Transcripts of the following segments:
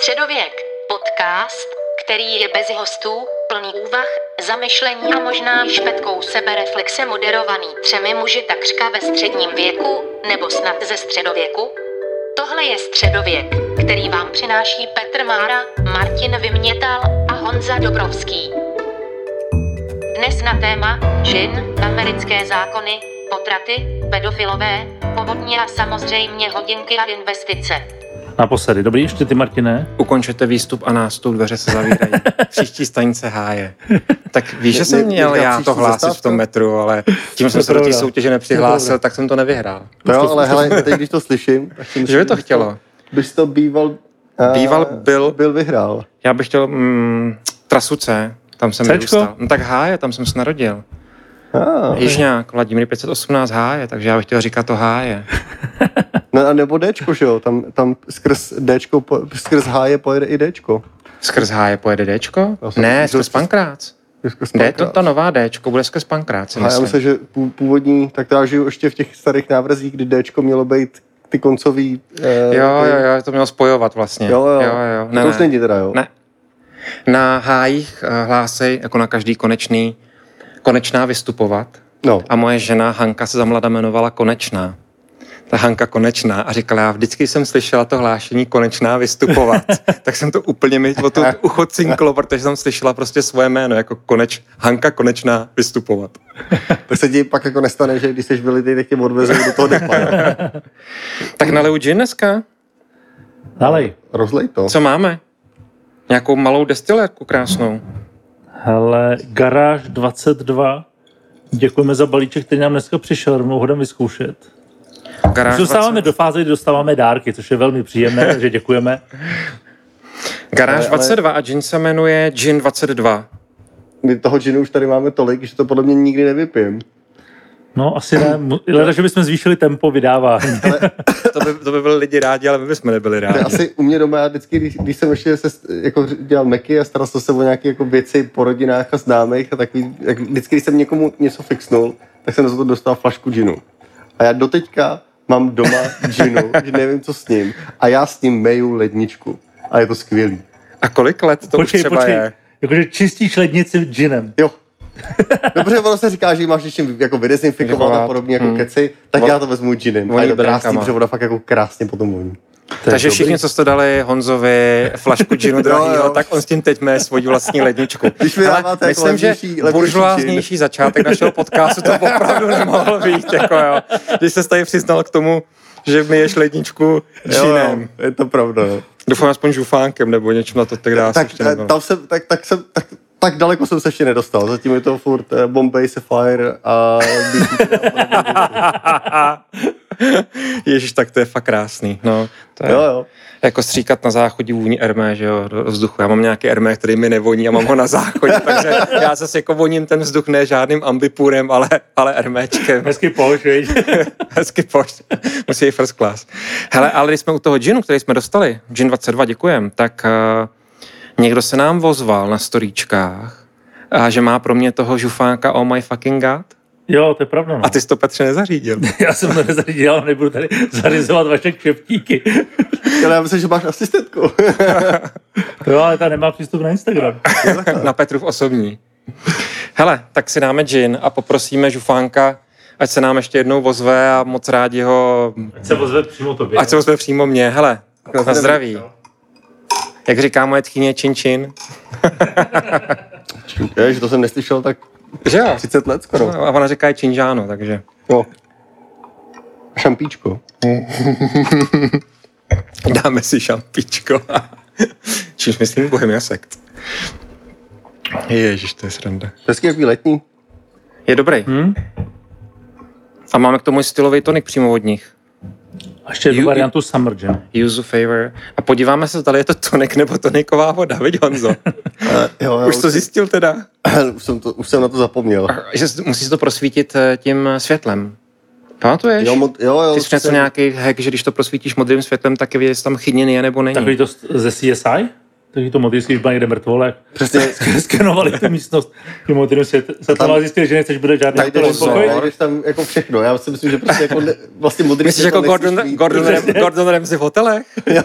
Středověk, podcast, který je bez hostů, plný úvah, zamyšlení a možná i špetkou sebereflexe, moderovaný 3 muži takřka ve středním věku, nebo snad ze středověku. Tohle je Středověk, který vám přináší Petr Mára, Martin Vymětal a Honza Dobrovský. Dnes na téma žin, americké zákony, potraty, pedofilové, povodně a samozřejmě hodinky a investice. Naposledy. Dobrý, ještě ty, Martine? Ukončete výstup a nástup, dveře se zavírají. Příští stanice háje. Tak víš, že jsem měl já to hlásit v tom metru, ale tím jsem se do té soutěže nepřihlásil, tak jsem to nevyhrál. No, ale hele, teď když to slyším, tak si myslím, že by to chtělo. Bys to býval vyhrál. Já bych chtěl trasu C, tam jsem vyrůstal. No tak háje, tam jsem se narodil. Jižňák, Vladimír 518 háje, takže já bych chtěl říkat to háje. No a nebo Dčko, že jo? Tam skrz Dčko, skrz háje pojede i Dčko. Skrz háje pojede Dčko? Ne, skrz Pankrác. Ta nová Dčko bude skrz Pankrác. Já myslím, že původní, tak já žiju ještě v těch starých návrzích, kdy Dčko mělo být ty koncový... Jo, to mělo spojovat vlastně. Jo. Ne, to už není teda, jo? Ne. Na hájích hlásej, jako na každý konečná vystupovat. No. A moje žena Hanka se zamlada jmenovala Konečná. Ta Hanka Konečná a říkala, já vždycky jsem slyšela to hlášení Konečná vystupovat, tak jsem to úplně mi o to ucho cinklo, protože jsem slyšela prostě svoje jméno, jako Hanka Konečná vystupovat. To se ti pak jako nestane, že když jsi vylitej, tak tě odvezou do toho depla. Tak naliju gin dneska? Nalej. Rozlej to. Co máme? Nějakou malou destilérku krásnou. Hele, Garáž 22. Děkujeme za balíček, který nám dneska přišel, rovnou hodem vyzkoušet. Už dostáváme do fáze, kdy dostáváme dárky, což je velmi příjemné, takže děkujeme. Garáž 22 a gin se jmenuje Gin 22. My toho ginu už tady máme tolik, že to podle mě nikdy nevypijem. No, asi ne. Leda, že bychom zvýšili tempo vydávání. To by byli lidi rádi, ale my bychom nebyli rádi. Asi u mě doma, já vždycky, když jsem ještě jako dělal meky a staral jsem se o nějaké jako věci po rodinách a známých a takový, vždycky, když jsem někomu něco fixnul, tak jsem za to dostal flašku ginu. A já doteďka mám doma ginu, že nevím, co s ním. A já s ním meju ledničku. A je to skvělý. A kolik let to už třeba je? Jakože čistíš lednici ginem. Jo. Dobře, ono se říká, že máš ještě jako vydezinfikovat a podobně jako keci, tak já to vezmu ginem. A je to krásný, protože voda fakt jako krásně potom voní. Takže všichni, co jste dali Honzovi flašku ginu drahýho, tak on s tím teď mé svoji vlastní ledničku. Myslím, že buržoáznější začátek našeho podcastu to opravdu nemohl být. Jako jo. Když se tady přiznal k tomu, že myješ ledničku ginem. Jo, je to pravda. Jo. Doufám aspoň žufánkem nebo něčím na to tak dá. Tak daleko jsem se ještě nedostal. Zatím je to furt Bombay Sapphire a... Ježiš, tak to je fakt krásný. No, to je jo. Jako stříkat na záchodí vůní Hermé, že jo, do vzduchu. Já mám nějaký Hermé, který mi nevoní a mám ho na záchodě, takže já zase jako voním ten vzduch ne žádným ambipurem, ale Herméčkem. Hezky poš, viď? Hezky poš. Musí být first class. Hele, ale když jsme u toho ginu, který jsme dostali, Gin 22, děkujem, tak někdo se nám ozval na storíčkách, a že má pro mě toho žufánka Oh My Fucking God. Jo, to je pravda. No. A ty jsi to, Petře, nezařídil. Já jsem to nezařídil, ale nebudu tady zařizovat vaše kšeftíky. Já myslím, že máš asistentku. Jo, ale ta nemá přístup na Instagram. Na Petrův osobní. Hele, tak si dáme gin a poprosíme žufánka, ať se nám ještě jednou ozve a moc rádi ho... Ať se ozve přímo tobě. Ať se ozve přímo mě. Hele, na zdraví. Jak říká moje tchýně, čin čin. Že to jsem neslyšel tak... Že jo? 30 let skoro. No, a ona říká činžáno, takže... Jo. Šampíčko. Dáme si šampíčko. Čímž myslím Bohemia Sekt. Ježiš, to je sranda. Hezký jaký letní. Je dobrý. A máme k tomu stylový tonik přímo od nich. A ještě jednu variantu Summer Gin. Use a favor. A podíváme se, zda je to tonik nebo toniková voda, viď Honzo? Jo, už to zjistil teda? Už jsem na to zapomněl. Musíš to prosvítit tím světlem. Pamatuješ? Jo. Ty jsi přesně nějaký hack, že když to prosvítíš modrým světlem, tak je vidět, jestli tam chydněný je nebo není. Takový to ze CSI? taky to modrý, když byla někde mrtvole, přesně skenovali tu místnost. Tím modrým světlem zjistili, že nechceš bude žádný hotelový pokoj. Najdeš tam jako všechno, já si myslím, že prostě jako vlastně modrý myslíš jako Gordon Ramsay v hotelech? Jo.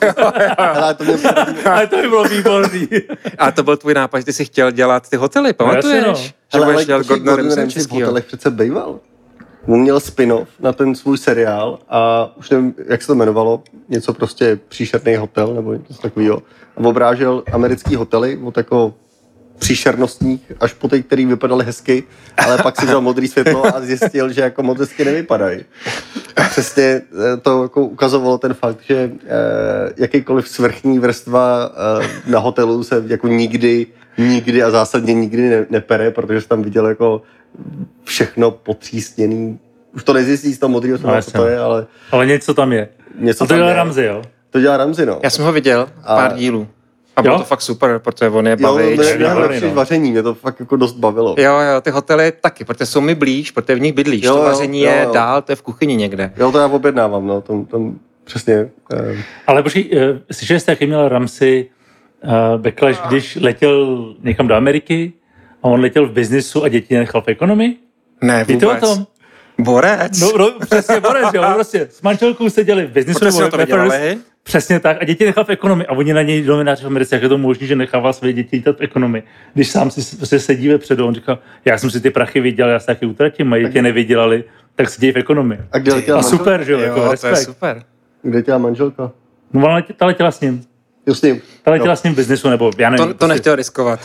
Ale to by bylo výborný. A to byl tvůj nápad, že ty jsi chtěl dělat ty hotely, pamatuješ? No. Že budeš dělat Gordon Ramsay v hotelech přece bejval. On měl spin-off na ten svůj seriál a už nevím, jak se to jmenovalo, něco prostě příšerný hotel nebo něco takového. A obrážel americký hotely od jako příšernostních až po ty, který vypadaly hezky, ale pak si vzal modrý světlo a zjistil, že jako moc hezky nevypadají. A přesně to jako ukazovalo ten fakt, že jakýkoliv svrchní vrstva na hotelu se jako nikdy a zásadně nikdy nepere, protože jsi tam viděl jako všechno potřísněný. Už to nezjistí z toho modrýho světla, co to je, ale... Ale něco tam je. Něco a to dělá Ramsay, jo? To dělá Ramsay, no. Já jsem ho viděl, pár dílů. A bylo to fakt super, protože on je baví. Vaření, mě to fakt jako dost bavilo. Jo, ty hotely taky, protože jsou mi blíž, protože v nich bydlíš. To vaření je dál, to je v kuchyni někde. Jo, to já objednávám, no, tam přesně. Ale počkej, slyšeli jste, jaký měl Ramsay backlash, když letěl někam do Ameriky a on letěl v biznisu a děti nechal v ekonomii? Ne, vůbec. Víte o tom? Borec. No, přesně borec, jo. Prostě s manželkou seděli v biznisu. Přesně tak. A děti nechal v ekonomii. A oni na něj novináři v Americe, jak je to možné, že nechával své děti jít v ekonomii. Když sám si prostě sedí vepředu, on říkal, já jsem si ty prachy viděl, já se taky utratím, a děti nevydělali, tak sedějí v ekonomii. A kde letěla manželka? Super, že jo, jako respekt. To je super. Kde letěla manželka? No, ona ta letěla s ním. Jo, s ním. Ta letěla s ním v biznisu, nebo já nevím. To nechtěl riskovat.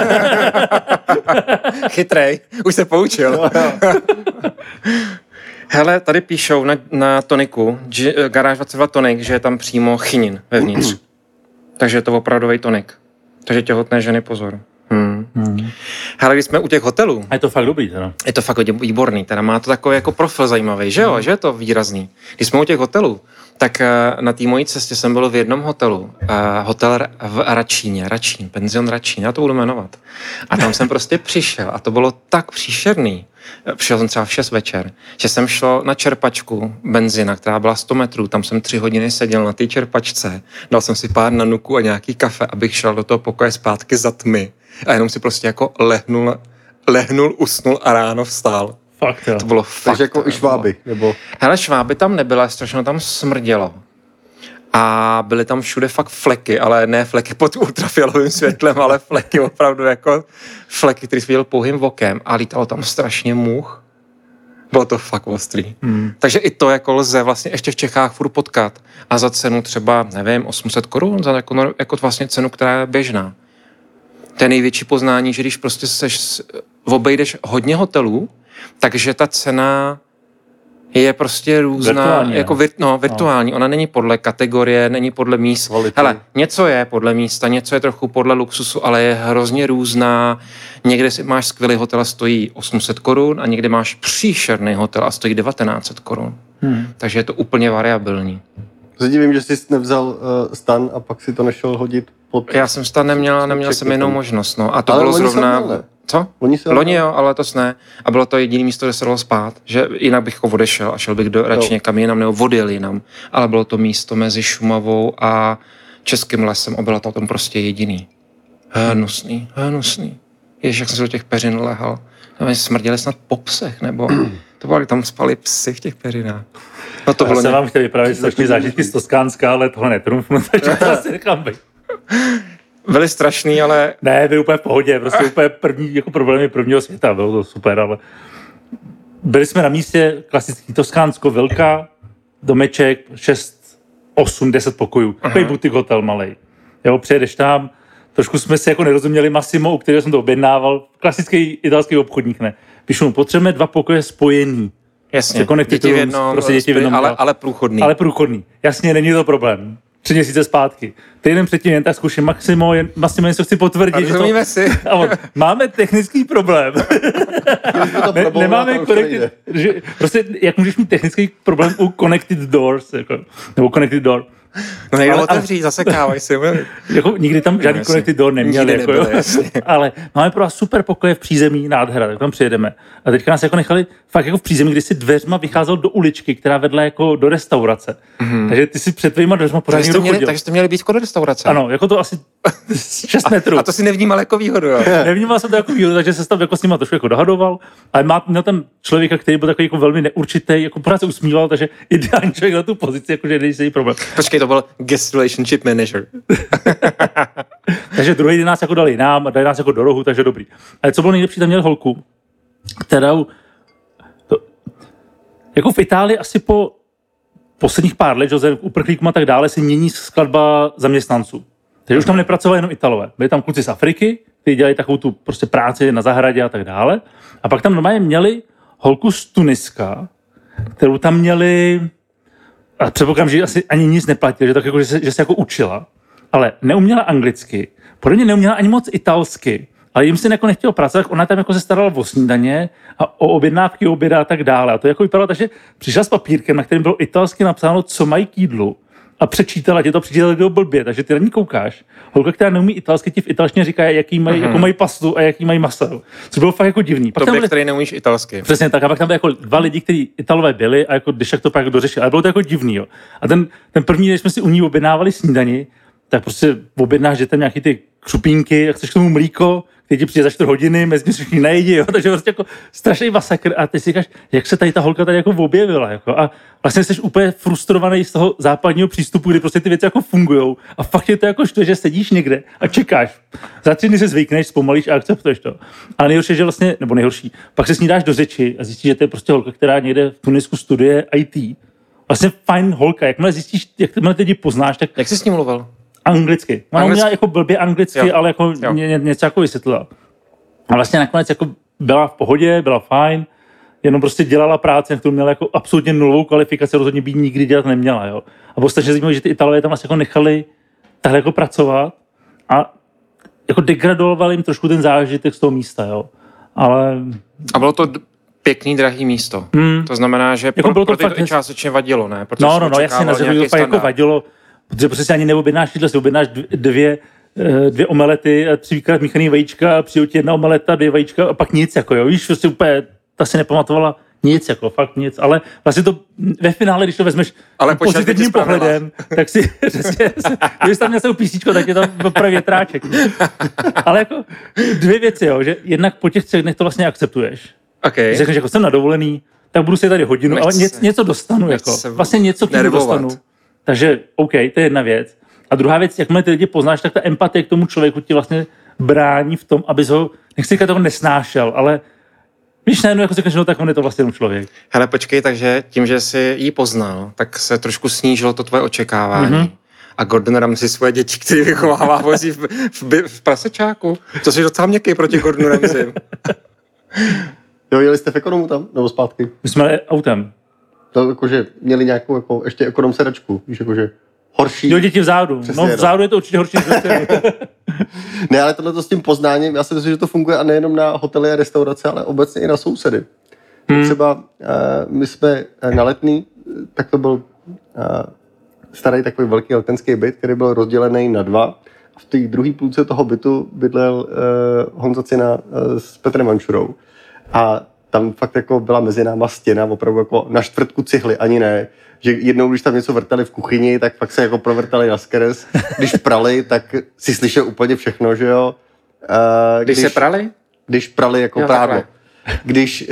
Chytrej, už se poučil. Hele, tady píšou na toniku, Garáž 22 tonik, že je tam přímo chynin vevnitř. Takže je to opravdový tonik. Takže těhotné ženy pozor. Hele, když jsme u těch hotelů. A je to fakt dobrý, teda. Je to fakt výborný, teda má to takový jako profil zajímavý, že jo, že je to výrazný. Když jsme u těch hotelů, tak na té mojí cestě jsem byl v jednom hotelu, hotel v Račín, penzion Račín, já to budu jmenovat. A tam jsem prostě přišel a to bylo tak příšerný. Přišel jsem třeba v 6 večer, že jsem šel na čerpačku benzina, která byla 100 metrů, tam jsem 3 hodiny seděl na té čerpačce, dal jsem si pár nanuků a nějaký kafe, abych šel do toho pokoje zpátky za tmy a jenom si prostě jako lehnul, usnul a ráno vstál. Fakt, jo. To bylo fakt. Takže jako i šváby, nebo... Hele, šváby tam nebyla, strašně tam smrdělo. A byly tam všude fakt fleky, ale ne fleky pod ultrafialovým světlem, ale fleky opravdu jako fleky, který jsi viděl pouhým vokem a lítalo tam strašně much. Bylo to fakt ostrý. Takže i to jako lze vlastně ještě v Čechách furt potkat a za cenu třeba, nevím, 800 korun, za jako vlastně cenu, která je běžná. To je největší poznání, že když prostě obejdeš hodně hotelů, takže ta cena je prostě různá, virtuální, virtuální. Ona není podle kategorie, není podle míst. Hele, něco je podle místa, něco je trochu podle luxusu, ale je hrozně různá. Někde si máš skvělý hotel a stojí 800 korun a někde máš příšerný hotel a stojí 1900 korun. Takže je to úplně variabilní. Zadivím, že jsi nevzal stan a pak si to nešel hodit pod... Já jsem stan neměl jsem jinou možnost, no. A to ale bylo zrovna... Co? Loni jo, ale letos ne. A bylo to jediné místo, kde se dalo spát. Že jinak bych odešel a šel bych radši někam jinam, nebo odjel jinam. Ale bylo to místo mezi Šumavou a Českým lesem a bylo to tam prostě jediný. Hnusný. Ježiš, jak jsem se do těch peřin lehal. Smrděli snad po psech, nebo to bylo, tam spali psy v těch peřinách. No to bylo. Já jsem vám chtěl vyprávět strašný zážitky z Toskánska, ale tohle netrumfnu, takže to asi nechám být. Byly strašný, ale... Ne, byly úplně v pohodě, prostě úplně první, jako problémy prvního světa, bylo to super, ale... Byli jsme na místě, klasický Toskánsko, velká, domeček, 6, 8, 10 pokojů, takový butik hotel malej. Jo, přijedeš tam, trošku jsme si jako nerozuměli Massimo, u kterého jsem to objednával, klasický italský obchodník, ne. Píšu, potřebujeme 2 pokoje spojený. Jasně, děti v jednom, ale průchodný. Ale průchodný, jasně, není to problém. 3 měsíce zpátky. Týden předtím jen tak zkouším Massimo něco chci potvrdit. Rozumíme si. Máme technický problém. Nemáme connected... Prostě jak můžeš mít technický problém u connected doors, jako, nebo connected door. No nejde otevřít, zasekávaj si. Jako, nikdy tam žádný connected door neměli. Jako, ale máme pro vás super pokoje v přízemí, nádhera, tak tam přijedeme. A teďka nás jako nechali fakt jako v přízemí, kdy si dveřma vycházel do uličky, která vedla jako do restaurace. Takže ty si před tvýma dveřma pořádně dochodil. Takže jste měli být jako do restaurace. Ano, jako to asi 6 metrů. A to si nevnímal jako výhodu, jo? Nevnímal jsem to jako výhodu, takže se tam jako s nima trošku jako dohadoval, ale měl tam člověka, který byl takový jako velmi neurčitý, jako pořád se usmíval, takže ideální člověk na tu pozici, jakože není se jí problém. Počkej, to byl guest relationship manager. Takže druhý den nás jako dali nám a dali nás jako do rohu, takže dobrý. Ale co bylo nejlepší, tam měl holku, kterou jako v Itálii asi po posledních pár let, že uprchlíkům a tak dále, se mění skladba zaměstnanců. Takže už tam nepracovali jenom Italové. Byli tam kluci z Afriky, kteří dělali takovou tu prostě práci na zahradě a tak dále. A pak tam normálně měli holku z Tuniska, kterou tam měli, a předpokládám, že asi ani nic neplatili, že, tak jako, že se jako učila, ale neuměla anglicky, podobně neuměla ani moc italsky, ale jim se jako nechtělo pracovat, ona tam jako se starala o snídaně a o objednávky, oběda a tak dále. A to jako vypadalo tak, že přišla s papírkem, na kterém bylo italsky napsáno, co mají k jídlu, a přečítala do blbě, takže ty na ní koukáš. Holka, která neumí italsky, ti v italštině říká, jaký mají, jako mají pastu a jaký mají maso. Což bylo fakt jako divný. Tobě, který neumíš italsky. Přesně tak. A pak tam byly jako 2 lidi, kteří Italové byli a jako když tak to pak dořešili. Ale bylo to jako divný, jo. A ten první, když jsme si u ní objednávali snídani, tak prostě objednáš, že tam nějaký ty křupínky, a chceš k tomu mlíko, který ti přijde za 4 hodiny, mezi tím všichni nejedí, jo, takže prostě jako strašný masakr a ty si říkáš, jak se tady ta holka tady jako objevila, jako, a vlastně jsi úplně frustrovaný z toho západního přístupu, kdy prostě ty věci jako fungujou a fakt je to jako štve, že sedíš někde a čekáš. Za 3 dny se zvykneš, zpomalíš a akceptuješ to. Ale nejhorší, že vlastně, nebo nejhorší, pak se s ní dáš do řeči a zjistíš, že to je prostě holka, která někde v Tunisku studuje IT. Vlastně fajn holka, jakmile zjistíš, jakmile ty lidi poznáš, tak... Jak jsi s ním mluvil? Anglicky. Ona uměla jako blbě anglicky, jo. Ale jako něco jako vysvětlila. A vlastně nakonec jako byla v pohodě, byla fajn, jenom prostě dělala práci, kterou měla jako absolutně nulovou kvalifikaci, rozhodně by nikdy dělat neměla. Jo. A bylo strašně zajímavé, že ty Italové tam vlastně jako nechali takhle jako pracovat a jako degradovali jim trošku ten zážitek z toho místa. Jo. Ale... A bylo to pěkný, drahý místo. To znamená, že jako pro ty to i částečně vadilo, ne? Protože no, jasně, na to fakt jako vadilo. Protože prostě ani neobjednáš jídlo, si objednáš 2 omelety, 3krát míchaný vajíčka, přijde ti 1 omeleta, 2 vajíčka a pak nic, jako jo, víš, prostě úplně, ta si nepamatovala nic, jako fakt nic, ale vlastně to ve finále, když to vezmeš pozitivním pohledem, tak si přesně, když tam měl svou písničko, tak je tam opravdu větráček. Ale jako 2 věci, jo, že jednak po těch 3 dnech to vlastně akceptuješ. Okay. Když řekneš, jako jsem na dovolený, tak budu si tady hodinu, ale něco dostanu, jako, vlastně něco k tomu dostanu. Takže OK, to je jedna věc. A druhá věc, jakmile ty lidi poznáš, tak ta empatie k tomu člověku ti vlastně brání v tom, abys ho, nechci říkat, toho nesnášel, ale víš, najednou jako řekneš, no tak on je to vlastně jenom člověk. Hele, počkej, takže tím, že jsi jí poznal, tak se trošku snížilo to tvoje očekávání. A Gordon Ramsay svoje děti, který vychovává, vozí v prasečáku. To jsi docela měkký proti Gordonu Ramsay. Jo, jeli jste v ekonomu tam, nebo zpátky? My jsme autem. To jakože měli nějakou jako ještě ekonom sedačku, víš, jakože horší. Jo, děti vzadu. No vzadu je to určitě horší. Ne, ale tohle s tím poznáním, já si myslím, že to funguje a nejenom na hotely a restaurace, ale obecně i na sousedy. Třeba my jsme na Letný, tak to byl starý takový velký letenský byt, který byl rozdělený na 2. A v té druhé půlce toho bytu bydlel Honza Cina s Petrem Vančurou. A tam fakt jako byla mezi náma stěna, opravdu jako na 1/4 cihly, ani ne. Že jednou, když tam něco vrtali v kuchyni, tak fakt se jako provrtali na skeres. Když prali, tak si slyšel úplně všechno, že jo. Když se prali? Když prali jako prádlo. Když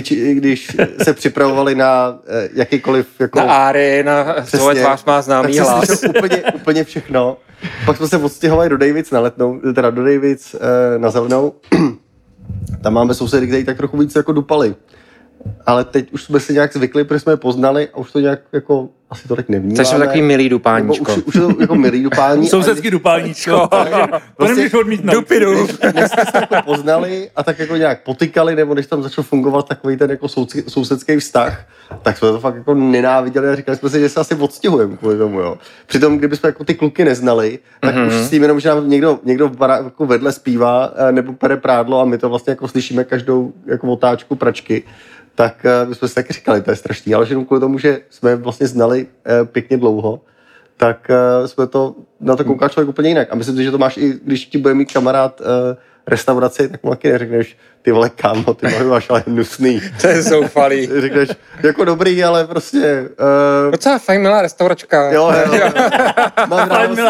se připravovali na jakýkoliv... Jako, na áry, na tohle tvář má známý hlas. Tak si úplně všechno. Pak jsme se odstěhovali do Davids na Letnou, teda do Davids na Zelenou. Tam máme sousedy, kteří tak trochu víc jako dupali. Ale teď už jsme si nějak zvykli, protože jsme je poznali a už to nějak jako asi to tak nevnímáme. To je takový milý dupáníčko. Už je to jako milý dupání. Sousedský dupáníčko. To nemůžeš odmítnout. Dupidu. Než jsme se jako poznali a tak jako nějak potykali, nebo než tam začal fungovat takový ten jako sousedský vztah, tak jsme to fakt jako nenáviděli a říkali jsme si, že se asi odstěhujeme kvůli tomu, jo. Přitom, kdybychom jako ty kluky neznali, tak už s tím jenom, že nám někdo jako vedle zpívá nebo pere prádlo a my to vlastně jako slyšíme každou jako otáčku pračky, tak my jsme si taky říkali, to je strašný, ale že kvůli tomu, že jsme vlastně znali pěkně dlouho, tak jsme to na to kouká člověk úplně jinak. A myslím si, že to máš i, když ti bude mít kamarád restauraci, tak mu taky neřekneš, ty vole kámo, ty máš ale hnusný. To je zoufalý. Řekneš, jako dobrý, ale prostě... Docela fajn milá restauračka. Jo. Mám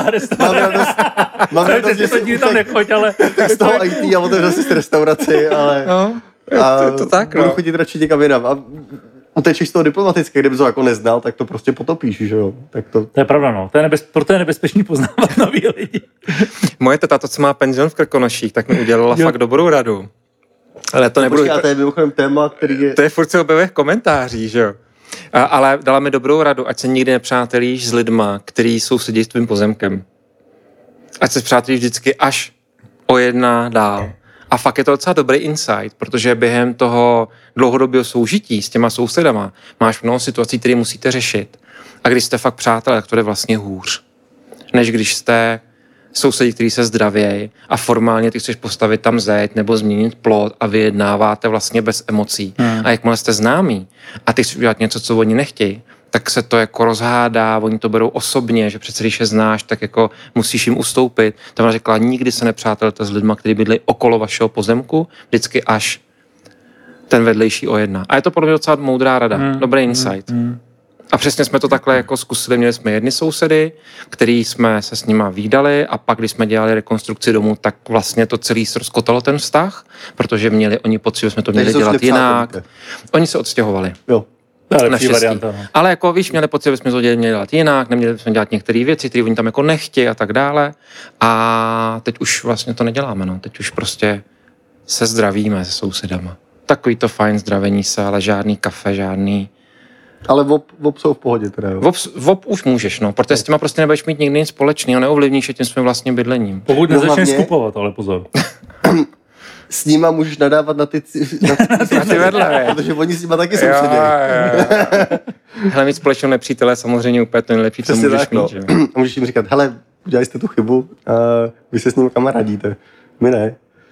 radost, že se tam nechoď, ale... Tak z toho IT a otevřel si restauraci, ale... No, to tak, budu chodit radši někam jinam. A utečeš z toho diplomatické, kdyby to jako neznal, tak to prostě potopíš, že jo? Tak to je pravda, no. Proto je nebezpečný poznávat nový lidi. Moje teta, to, co má penzion v Krkonoších, tak mi udělala fakt dobrou radu. Ale to nebudu... A to je mimochodem téma, který je... To je furt se objevuje v komentářích, že jo? Ale dala mi dobrou radu, ať se nikdy nepřátelíš s lidma, který sousedí s tvým pozemkem. Ať se přátelíš vždycky až o jedna dál. A fakt je to docela dobrý insight, protože během toho dlouhodobého soužití s těma sousedama máš mnoho situací, které musíte řešit. A když jste fakt přátelé, tak to jde vlastně hůř. Než když jste sousedí, kteří se zdravějí a formálně ty chceš postavit tam zeď nebo změnit plot a vyjednáváte vlastně bez emocí. A jakmile jste známí a ty chceš udělat něco, co oni nechtějí, tak se to jako rozhádá, oni to berou osobně, že přece když je znáš, tak jako musíš jim ustoupit. Tam řekla, nikdy se nepřátelete s lidma, kteří bydlí okolo vašeho pozemku, vždycky až ten vedlejší o jedna. A je to podle mě docela moudrá rada, dobrý insight. A přesně jsme to takhle jako zkusili, měli jsme jedny sousedy, který jsme se s nima vídali a pak, když jsme dělali rekonstrukci domu, tak vlastně to celý rozkotalo ten vztah, protože oni pocit, že jsme to měli dělat jinak. Oni se odstěhovali. Jo. Varianta, no. Ale jako víš, měli pocit, že jsme to měli dělat jinak, neměli jsme dělat některé věci, které oni tam jako nechtějí a tak dále. A teď už vlastně to neděláme, no. Teď už prostě se zdravíme se sousedama. Takový to fajn zdravení se, ale žádný kafe, žádný... Ale VOP jsou v pohodě teda, jo? VOP už můžeš, no, protože s těma prostě nebudeš mít nikdy nic společného, neovlivníš je tím svým vlastním bydlením. Pokud nezačneš skupovat, ale pozor. S nima můžeš nadávat na ty vedle, protože oni s nima taky sousedí. Hele, mít společnou nepřítele samozřejmě úplně to nejlepší, co můžeš mít. No. A můžeš jim říkat, hele, udělali jste tu chybu, vy se s nimi kamarádíte. My ne.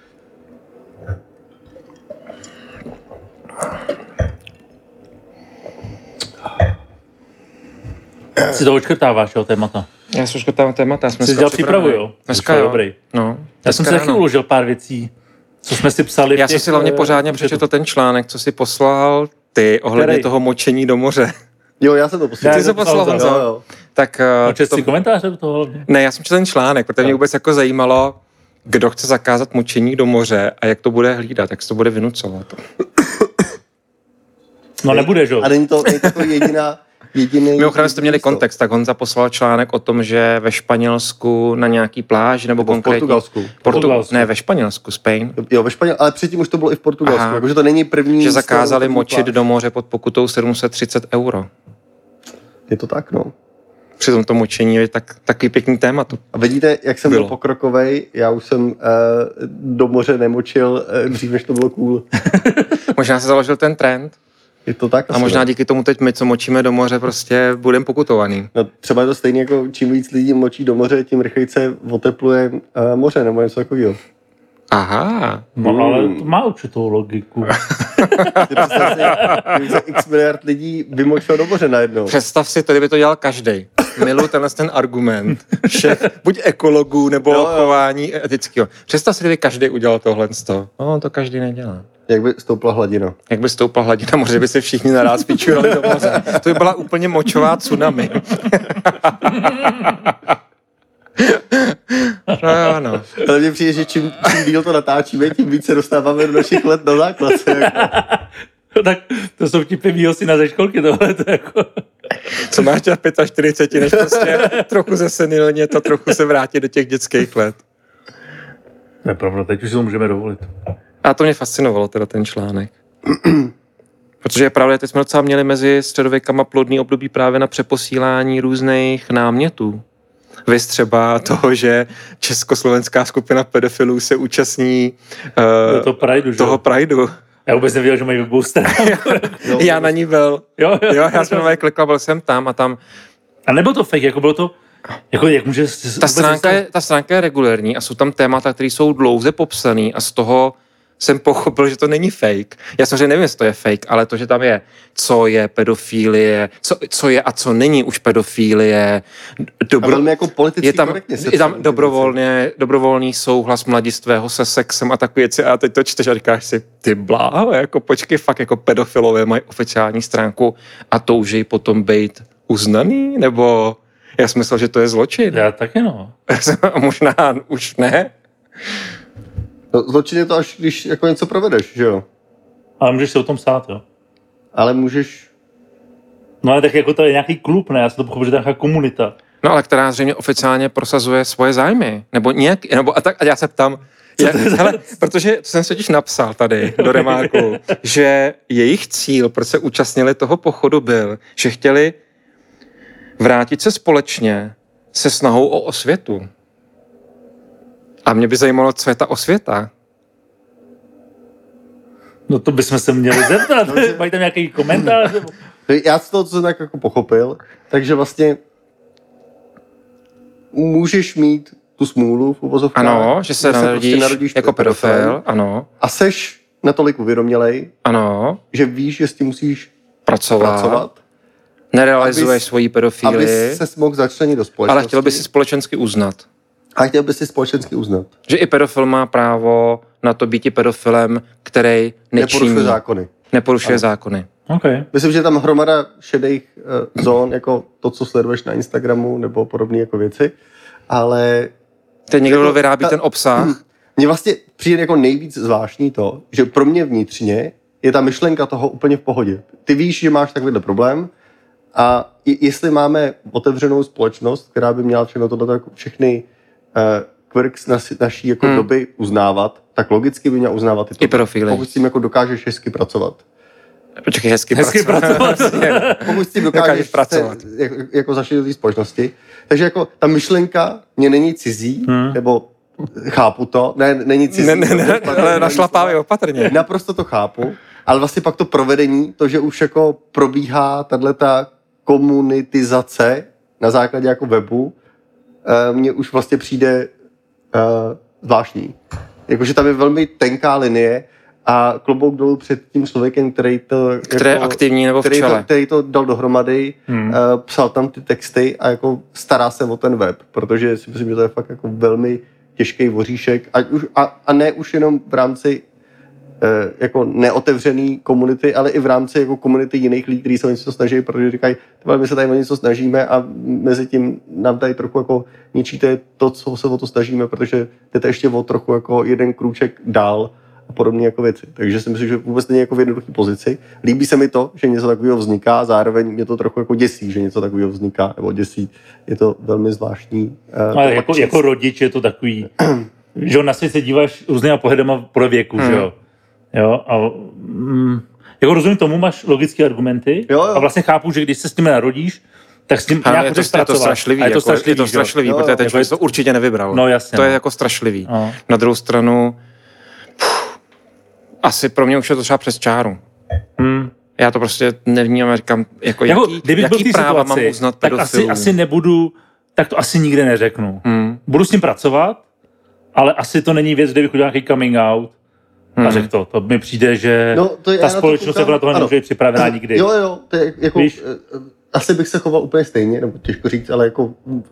Si to očkrtáváš, jo, témata. Já si očkrtávám témata. Jsi dělal přípravu, jo? Dneska jo. Dobrý. No, já jsem si taky uložil pár věcí, co jsme si psali. Já jsem si hlavně pořádně přečetl ten článek, co si poslal ty ohledně toho močení do moře. Jo, já jsem to poslal. Ty jsi to poslal, Honzo. Tak... Četl si komentáře do toho? Ne, já jsem četl ten článek, protože mě vůbec jako zajímalo, kdo chce zakázat močení do moře a jak to bude hlídat, jak se to bude vynucovat. No nebude, že? A není to jediný... Mimochodem jste měli kontext, tak Honza poslal článek o tom, že ve Španělsku na nějaký pláž nebo konkrétně... Portugalsku. Ne, ve Španělsku, Spain. Jo, ve Španělsku, ale předtím už to bylo i v Portugalsku, jakože to není první... Že zakázali močit do moře pod pokutou 730 €. Je to tak, no. Přitom to močení je takový pěkný téma. A vidíte, jak jsem byl pokrokovej, já už jsem do moře nemočil dřív, než to bylo cool. Možná se založil ten trend. Je to tak? A možná díky tomu teď my, co močíme do moře, prostě budeme pokutovaný. No, třeba je to stejně jako čím víc lidí močí do moře, tím rychleji se otepluje moře nebo něco takového. Aha. No ale to má určitou logiku. X miliard lidí vymočilo do moře najednou. Představ si to, kdyby to dělal každej. Miluji ten argument. Všech, buď ekologů, nebo chování etického. Představ si, kdyby každý udělal tohle. No, to každý nedělá. Jak by stoupla hladina? Jak by stoupla hladina moře, by se všichni naráz pičurali do moře. To by byla úplně močová tsunami. No. Ale mně přijde, že čím díl to natáčíme, tím víc se dostáváme do našich let na základce. Jako. No, tak to jsou vtipy výhosy na ze školky, tohle to jako... Co máš dělat 45, než prostě trochu zesenilně to trochu se vrátí do těch dětských let. To je pravda, teď už si to můžeme dovolit. A to mě fascinovalo teda ten článek. Protože je pravda, teď jsme docela měli mezi středověkama plodný období právě na přeposílání různých námětů. Viz třeba toho, že československá skupina pedofilů se účastní toho Prideu. Já vůbec nevěděl, že mají webovou stránku. Já na ní byl. Jo, já jsem na klikal, byl jsem tam a tam. A nebylo to fake, jako bylo to... Jako, jak může... Ta stránka je regulérní a jsou tam témata, které jsou dlouze popsané a z toho jsem pochopil, že to není fake. Já samozřejmě nevím, jestli to je fake, ale to, že tam je, co je pedofilie, co je a co není už pedofilie. A velmi jako politicky korektně. Je tam dobrovolný souhlas mladistvého se sexem a takové věci. A teď to čteš a říkáš si, ty bláho, jako počkej, fakt jako pedofilové mají oficiální stránku a touží potom být uznaný, nebo já jsem myslel, že to je zločin. Já taky no. Možná už ne. No, zločin je to až, když jako něco provedeš, že jo? Ale můžeš si o tom psát, jo? Ale můžeš... No ale tak jako to je nějaký klub, ne? Já jsem to pochopil, že to je nějaká komunita. No ale která zřejmě oficiálně prosazuje svoje zájmy. Nebo nějak, a já se ptám, protože jsem se totiž napsal tady do remarku, že jejich cíl, proč se účastnili toho pochodu, byl, že chtěli vrátit se společně se snahou o osvětu. A mě by zajímalo, co je ta osvěta. No to bychom se měli zeptat. Mají tam nějaký komentář? Já z toho, co jsem tak jako pochopil, takže vlastně můžeš mít tu smůlu v uvozovkách. Ano, že se narodíš jako pedofil, ano. A seš natolik uvědomělej, ano, že víš, že s tím musíš pracovat. Nerealizuješ svoji pedofílii. Aby ses mohl začlenit do společnosti. Ale chtěl by si společensky uznat. A chtěl by si společensky uznat. Že i pedofil má právo na to být i pedofilem, který neporušuje zákony. Neporušuje zákony. Okay. Myslím, že je tam hromada šedých zón, jako to, co sleduješ na Instagramu, nebo podobné jako věci, ale... Teď někdo jako, vyrábí ten obsah. Mně vlastně přijde jako nejvíc zvláštní to, že pro mě vnitřně je ta myšlenka toho úplně v pohodě. Ty víš, že máš takovýhle problém a jestli máme otevřenou společnost, která by měla všechno tohle, jako všechny quirks naší jako doby uznávat, tak logicky by měla uznávat i pedofily. Pokud s tím jako dokážeš hezky pracovat. Počkej, hezky pracovat. Pokud s tím dokážeš pracovat. Jako zašli do té společnosti. Takže jako ta myšlenka mě není cizí, nebo chápu to, není cizí. Ale našlapávej opatrně. Naprosto to chápu, ale vlastně pak to provedení, to, že už jako probíhá tato komunitizace na základě jako webu, mně už vlastně přijde zvláštní. Jakože tam je velmi tenká linie a klobouk dolů před tím člověkem, který to... Který je aktivní nebo v čele. Který to dal dohromady, psal tam ty texty a jako stará se o ten web, protože si myslím, že to je fakt jako velmi těžký voříšek a ne už jenom v rámci jako neotevřený komunity, ale i v rámci jako komunity jiných lidí, kteří se o něco snaží, protože říkají, my se tady o něco snažíme a mezi tím nám tady trochu jako ničíte to, co se o to snažíme, protože jdete ještě o trochu jako jeden krůček dál a podobné jako věci. Takže si myslím, že vůbec není jako v jednoduché pozici. Líbí se mi to, že něco takového vzniká, zároveň mě to trochu jako děsí, že něco takového vzniká, nebo děsí. Je to velmi zvláštní. Ale jako rodič je to takový, že na svět se díváš různýma pohledama pro věku, že jo? Jo, a jako rozumím tomu, máš logické argumenty a vlastně chápu, že když se s tím narodíš, tak s tím nějak můžeš pracovat. Je to strašlivý, protože ten člověk to určitě nevybral. No jasně. To je jako strašlivý. No. Na druhou stranu, asi pro mě už je to třeba přes čáru. Já to prostě nevnímám, říkám, jako jaký práva mám uznat pedofilům. Tak asi nebudu, tak to asi nikde neřeknu. Budu s tím pracovat, ale asi to není věc, kde bych udělal nějaký coming out. A řekl to. To mi přijde, že ta společnost jako na tohle nemůže být připravená nikdy. Jo, to je jako, asi bych se choval úplně stejně, nebo těžko říct, ale jako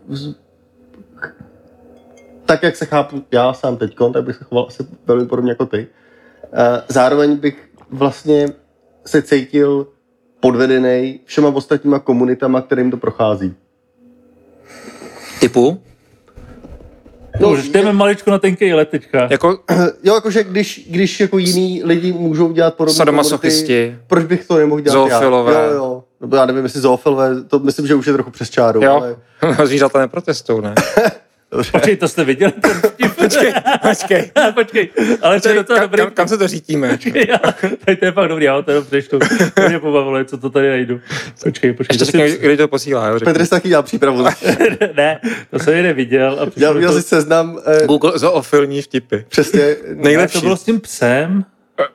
tak, jak se chápu já sám teďkon, tak bych se choval asi velmi podobně jako ty. Zároveň bych vlastně se cítil podvedený všema ostatníma komunitama, kterým to prochází. Typu? No, už jdeme maličko na tenkej let teďka. Jakože když jako jiný lidi můžou dělat podobné sadomasochisti, proč bych to nemohl dělat zoofilové. Jo. Nebo já nevím, jestli zoofilové, to myslím, že už je trochu přes čáru. Jo, ale... zvířata neprotestují, ne? Počkej, to jste viděli? Počkej. Ale to je docela dobrý. Kam se to řítíme? Počkej, tady to je fakt dobrý, já to jenom přečtu. To mě pobavilo, co to tady najdu. Počkej. Ještě řekni, kdy to posílá. Jo, Petr taky dělal přípravu. Ne, to jsem ji neviděl. Já měl si seznam... Google zoofilní vtipy. Přesně. Nejlepší. To bylo s tím psem.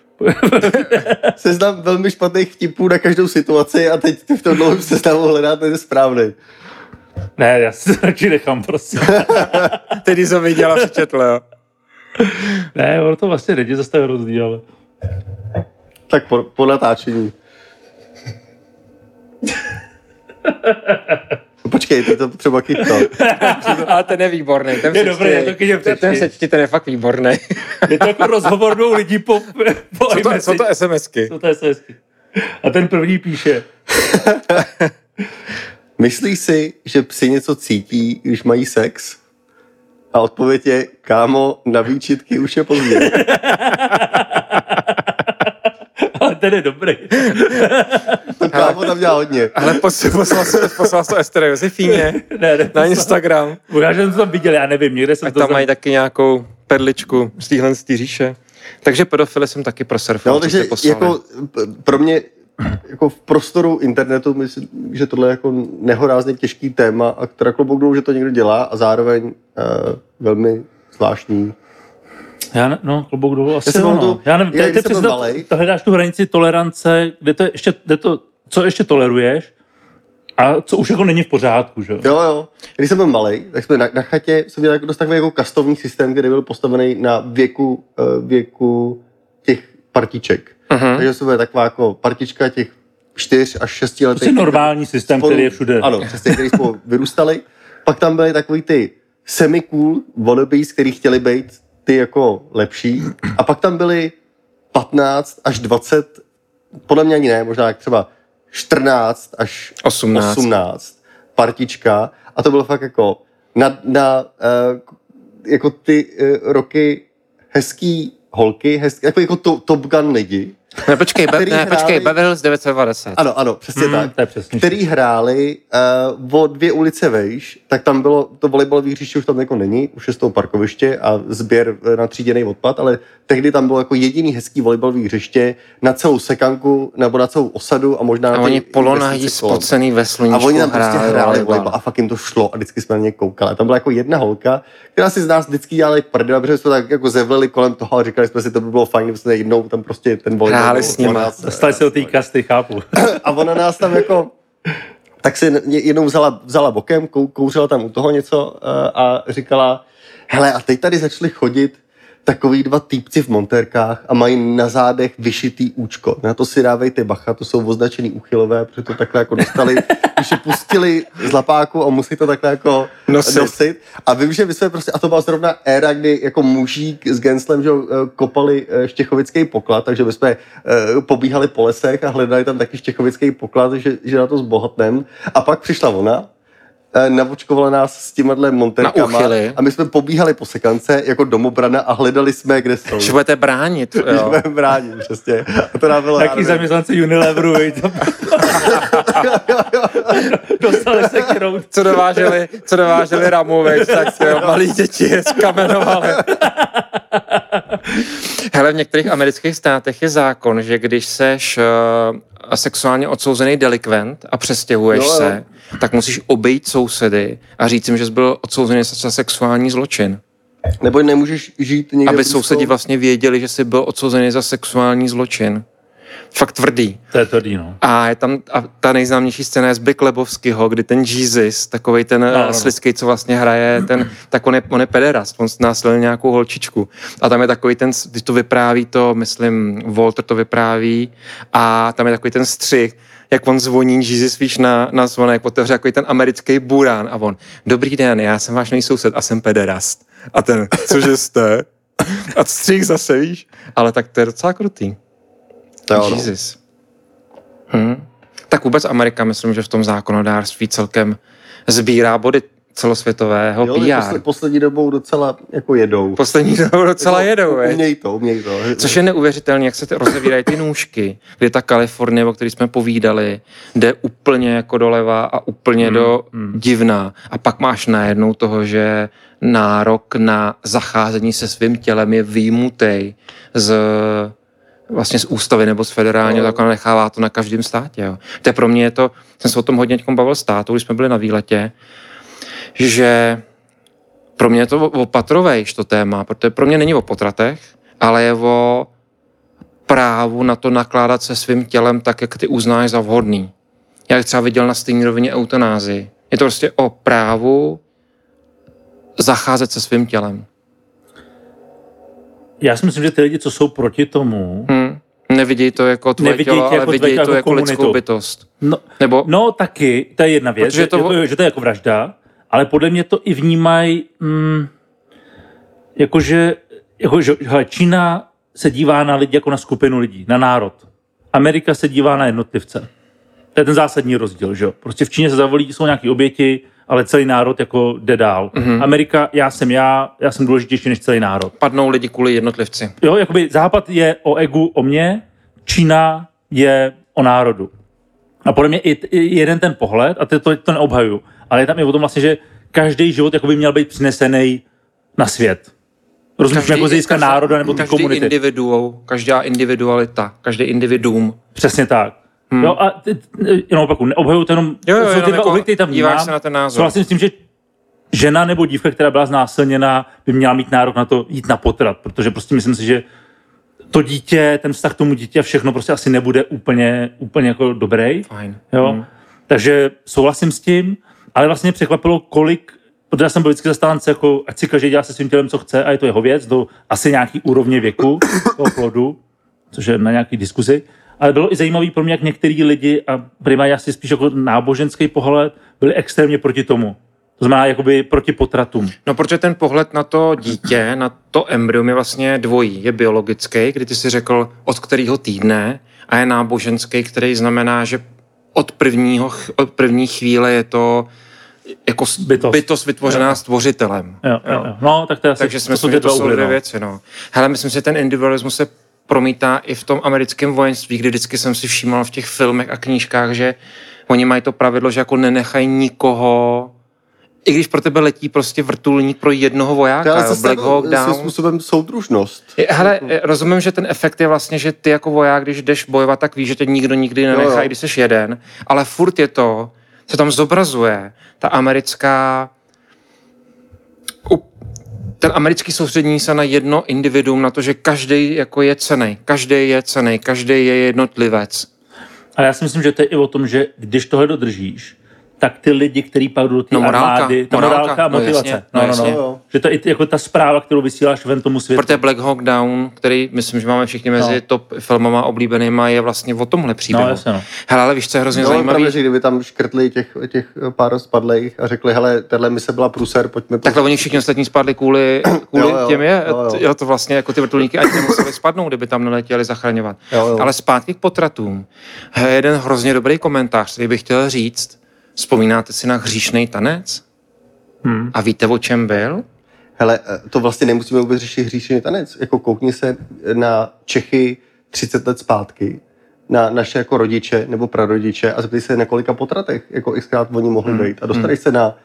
Seznam velmi špatných vtipů na každou situaci a teď v tom dlouhém seznamu hledáte ten správný. Ne, já si to radši nechám, prostě. Tedy jsem viděl a přečetl, jo. Ne, ono to vlastně není zase tak hrozný, ale... Tak po natáčení. Počkej, ty to třeba kytko. Ale ten je výborný. Ten je dobrý, já to kytě přečti. Ten sečti, ten je fakt výborný. Je to jako rozhovor dvou lidí po Jsou to SMSky. Jsou to SMSky. A ten první píše. Myslíš si, že psi něco cítí, když mají sex? A odpověď je, kámo, na výčitky už je pozdě. Ale ten je dobrý. To kámo tam dělá hodně. Ale poslal to Ester Josefíně na Instagram. Možná, že jsem to tam viděl, já nevím, někde jsem to tam mají taky nějakou perličku z téhle říše. Takže pedofily jsem taky prosurfal, no, takže jako pro mě jako v prostoru internetu myslím, že tohle je jako nehorázně těžký téma a která klobouk dolů, že to někdo dělá a zároveň velmi zvláštní. Klobouk dolů asi ono. Já nevím, ty hledáš tu hranici tolerance, co ještě toleruješ a co už jako není v pořádku, že? Jo. Když jsem byl malej, tak jsme na chatě jsem měl dost takový jako kastovní systém, který byl postavený na věku těch partiček. Uh-huh. Takže to bude taková jako partička těch 4 až 6 letech. To je normální systém, který je všude. Ano, přesně, který spolu vyrůstali. Pak tam byly takový ty semi-cool wannabes, který chtěli být ty jako lepší. A pak tam byly 15 až 20, podle mě ani ne, možná jak třeba 14 až 18 partička. A to bylo fakt jako jako ty roky hezký holky, jako Top Gun lidi. Ne, počkej, Beverly Hills 990. Ano, přesně tak. To je přesně. Který hráli o 2 ulice vejš, tak tam bylo, to volejbalové hřiště už tam jako není, už je z toho parkoviště a sběr na tříděný odpad, ale tehdy tam bylo jako jediný hezký volejbalový hřiště na celou sekanku nebo na celou osadu a možná a oni polonají spocený ve sluníčku. A oni tam prostě hráli volejbal a fakt jim to šlo a vždycky jsme na ně koukali. Tam byla jako jedna holka, která si z nás vždycky dělali prdel, protože jsme tak jako zevleli kolem toho a říkali jsme si, to by bylo fajn, kdyby jsme jednou tam prostě ten volejbal hráli s nimi. Dostali se do té kasty, chápu. A ona nás tam jako tak si jednou vzala bokem, kouřila tam u toho něco a říkala, hele, a teď tady začali chodit takový 2 týpci v montérkách a mají na zádech vyšitý účko. Na to si dávejte bacha, to jsou označený úchylové, protože to takhle jako dostali, když je pustili z lapáku a musí to takhle jako nosit. A vím, že my jsme prostě, a to byla zrovna éra, kdy jako mužík s Genslem, že kopali štěchovický poklad, takže my jsme pobíhali po lesech a hledali tam taky štěchovický poklad, že na to zbohatnem. A pak přišla ona, navočkovala nás s tímhle montérkama a my jsme pobíhali po sekance jako domobrana a hledali jsme, kde jsou. Že budete bránit. Že budeme bránit, přesně. A to nám bylo jaký zaměstnanci Unileveru, dostali se krouť. Co dováželi ramu, tak malí děti skamenovali. Hele, v některých amerických státech je zákon, že když seš sexuálně odsouzený delikvent a přestěhuješ se, tak musíš obejít sousedy a říct jim, že jsi byl odsouzený za sexuální zločin. Nebo nemůžeš žít někde... Aby sousedi vlastně věděli, že jsi byl odsouzený za sexuální zločin. Fakt tvrdý. To je tvrdý, no. A je tam ta nejznámější scéna je z Big Lebowskiho, kdy ten Jesus, takovej ten slizkej, co vlastně hraje, tak on je pederast, on násilil nějakou holčičku. A tam je takový ten, když to vypráví to, myslím, Walter to vypráví, a tam je takový ten střih, jak on zvoní Jesus, víš, na zvonek, otevře takový ten americký burán a on, dobrý den, já jsem váš nový soused a jsem pederast. A ten, cože jste? A střih zase, víš? Ale tak to je docela krutý. Jesus. Tak vůbec Amerika, myslím, že v tom zákonodárství celkem sbírá body celosvětového PR. Poslední dobou docela jako jedou. Umějí to. Což je neuvěřitelné, jak se rozevírají ty nůžky, kdy ta Kalifornie, o které jsme povídali, jde úplně jako doleva a úplně do divná. A pak máš najednou toho, že nárok na zacházení se svým tělem je výjimutej vlastně z ústavy nebo z federálního zákona, nechává to na každém státě. Jo. To je pro mě jsem se o tom hodně bavil s tátou, když jsme byli na výletě, že pro mě je to opatrovejš to téma, protože pro mě není o potratech, ale je o právu na to nakládat se svým tělem tak, jak ty uznáš za vhodný. Já bych třeba viděl na stejné rovině eutanázii. Je to prostě o právu zacházet se svým tělem. Já si myslím, že ty lidi, co jsou proti tomu... Nevidějí to jako tvoje tělo, ale vidějí to jako lidskou bytost. No taky, to je jedna věc, že to je jako vražda, ale podle mě to i vnímají, jakože Čína se dívá na lidi jako na skupinu lidí, na národ. Amerika se dívá na jednotlivce. To je ten zásadní rozdíl, že jo. Prostě v Číně se zavolí, jsou nějaký oběti, ale celý národ jako jde dál. Amerika, já jsem důležitější než celý národ. Padnou lidi kvůli jednotlivci. Jo, jakoby Západ je o egu, o mně, Čína je o národu. A podle mě i jeden ten pohled, a to neobhajuju, ale je tam i o tom vlastně, že každý život jakoby měl být přinesený na svět. Rozumíš, jako získá národa nebo ty komunity. Každá individualita, každý individuum. Přesně tak. Jo, a jenom opakuju, neobhajuju to jenom, jsou ty dva ohly, které tam vnímám. Se na ten názor. Souhlasím s tím, že žena nebo dívka, která byla znásilněna, by měla mít nárok na to jít na potrat, protože prostě myslím si, že to dítě, ten vztah k tomu dítě a všechno prostě asi nebude úplně jako dobrý. Fajn. Jo? Takže souhlasím s tím, ale vlastně překvapilo, protože já jsem byl vždycky zastánce, jako ať si každý dělá se svým tělem, co chce, a je to jeho věc, do asi nějaký úrovně věku toho plodu, což je na nějaký diskuzi. Ale bylo i zajímavý pro mě, jak některý lidi, a primárně asi spíš jako náboženský pohled, byli extrémně proti tomu. To znamená jakoby proti potratům. No, protože ten pohled na to dítě, na to embryum je vlastně dvojí. Je biologický, kdy ty si řekl od kterého týdne, a je náboženský, který znamená, že od první chvíle je to jako bytost vytvořená stvořitelem. Jo. No, tak to je asi, takže si myslím, že to jsou dvě věci. No. Hele, myslím si, že ten individualismus se promítá i v tom americkém vojenství, kdy vždycky jsem si všímal v těch filmech a knížkách, že oni mají to pravidlo, že jako nenechají nikoho, i když pro tebe letí prostě vrtulník pro jednoho vojáka, Black Hawk Down. Svým způsobem soudružnost. Hele, rozumím, že ten efekt je vlastně, že ty jako voják, když jdeš bojovat, tak víš, že tě nikdo nikdy nenechá, když jsi jeden, ale furt je to, se tam zobrazuje ten americký soustředění se na jedno individuum, na to, že každý jako je cenný, každý je jednotlivec. Ale já si myslím, že to je i o tom, že když tohle dodržíš, tak ty lidi, kteří pak do té armády, ta morálka a motivace. No. Že to je jako ta zpráva, kterou vysíláš ven tomu světu. Protože Black Hawk Down, který myslím, že máme všichni mezi top filmama oblíbenýma, je vlastně o tomhle příběhu. No, jasně, no. Hele, ale víš, co je hrozně zajímavý? Právě, že kdyby tam škrtli těch pár spadlých a řekli, hele, tahle mise byla průser, pojďme. Takhle oni všichni ostatní spadli kvůli těm jo, to vlastně jako ty vrtulníky ani nemuseli spadnout, kdyby tam neletěli zachraňovat. Jo. Ale zpátky k potratům. Jeden hrozně dobrý komentář, který bych chtěl říct. Vzpomínáte si na Hříšnej tanec? A víte, o čem byl? Hele, to vlastně nemusíme vůbec řešit Hříšnej tanec. Jako koukni se na Čechy 30 let zpátky, na naše jako rodiče nebo prarodiče a zeptej se na kolika potratech, jako xkrát oni mohli být. A dostaneš se na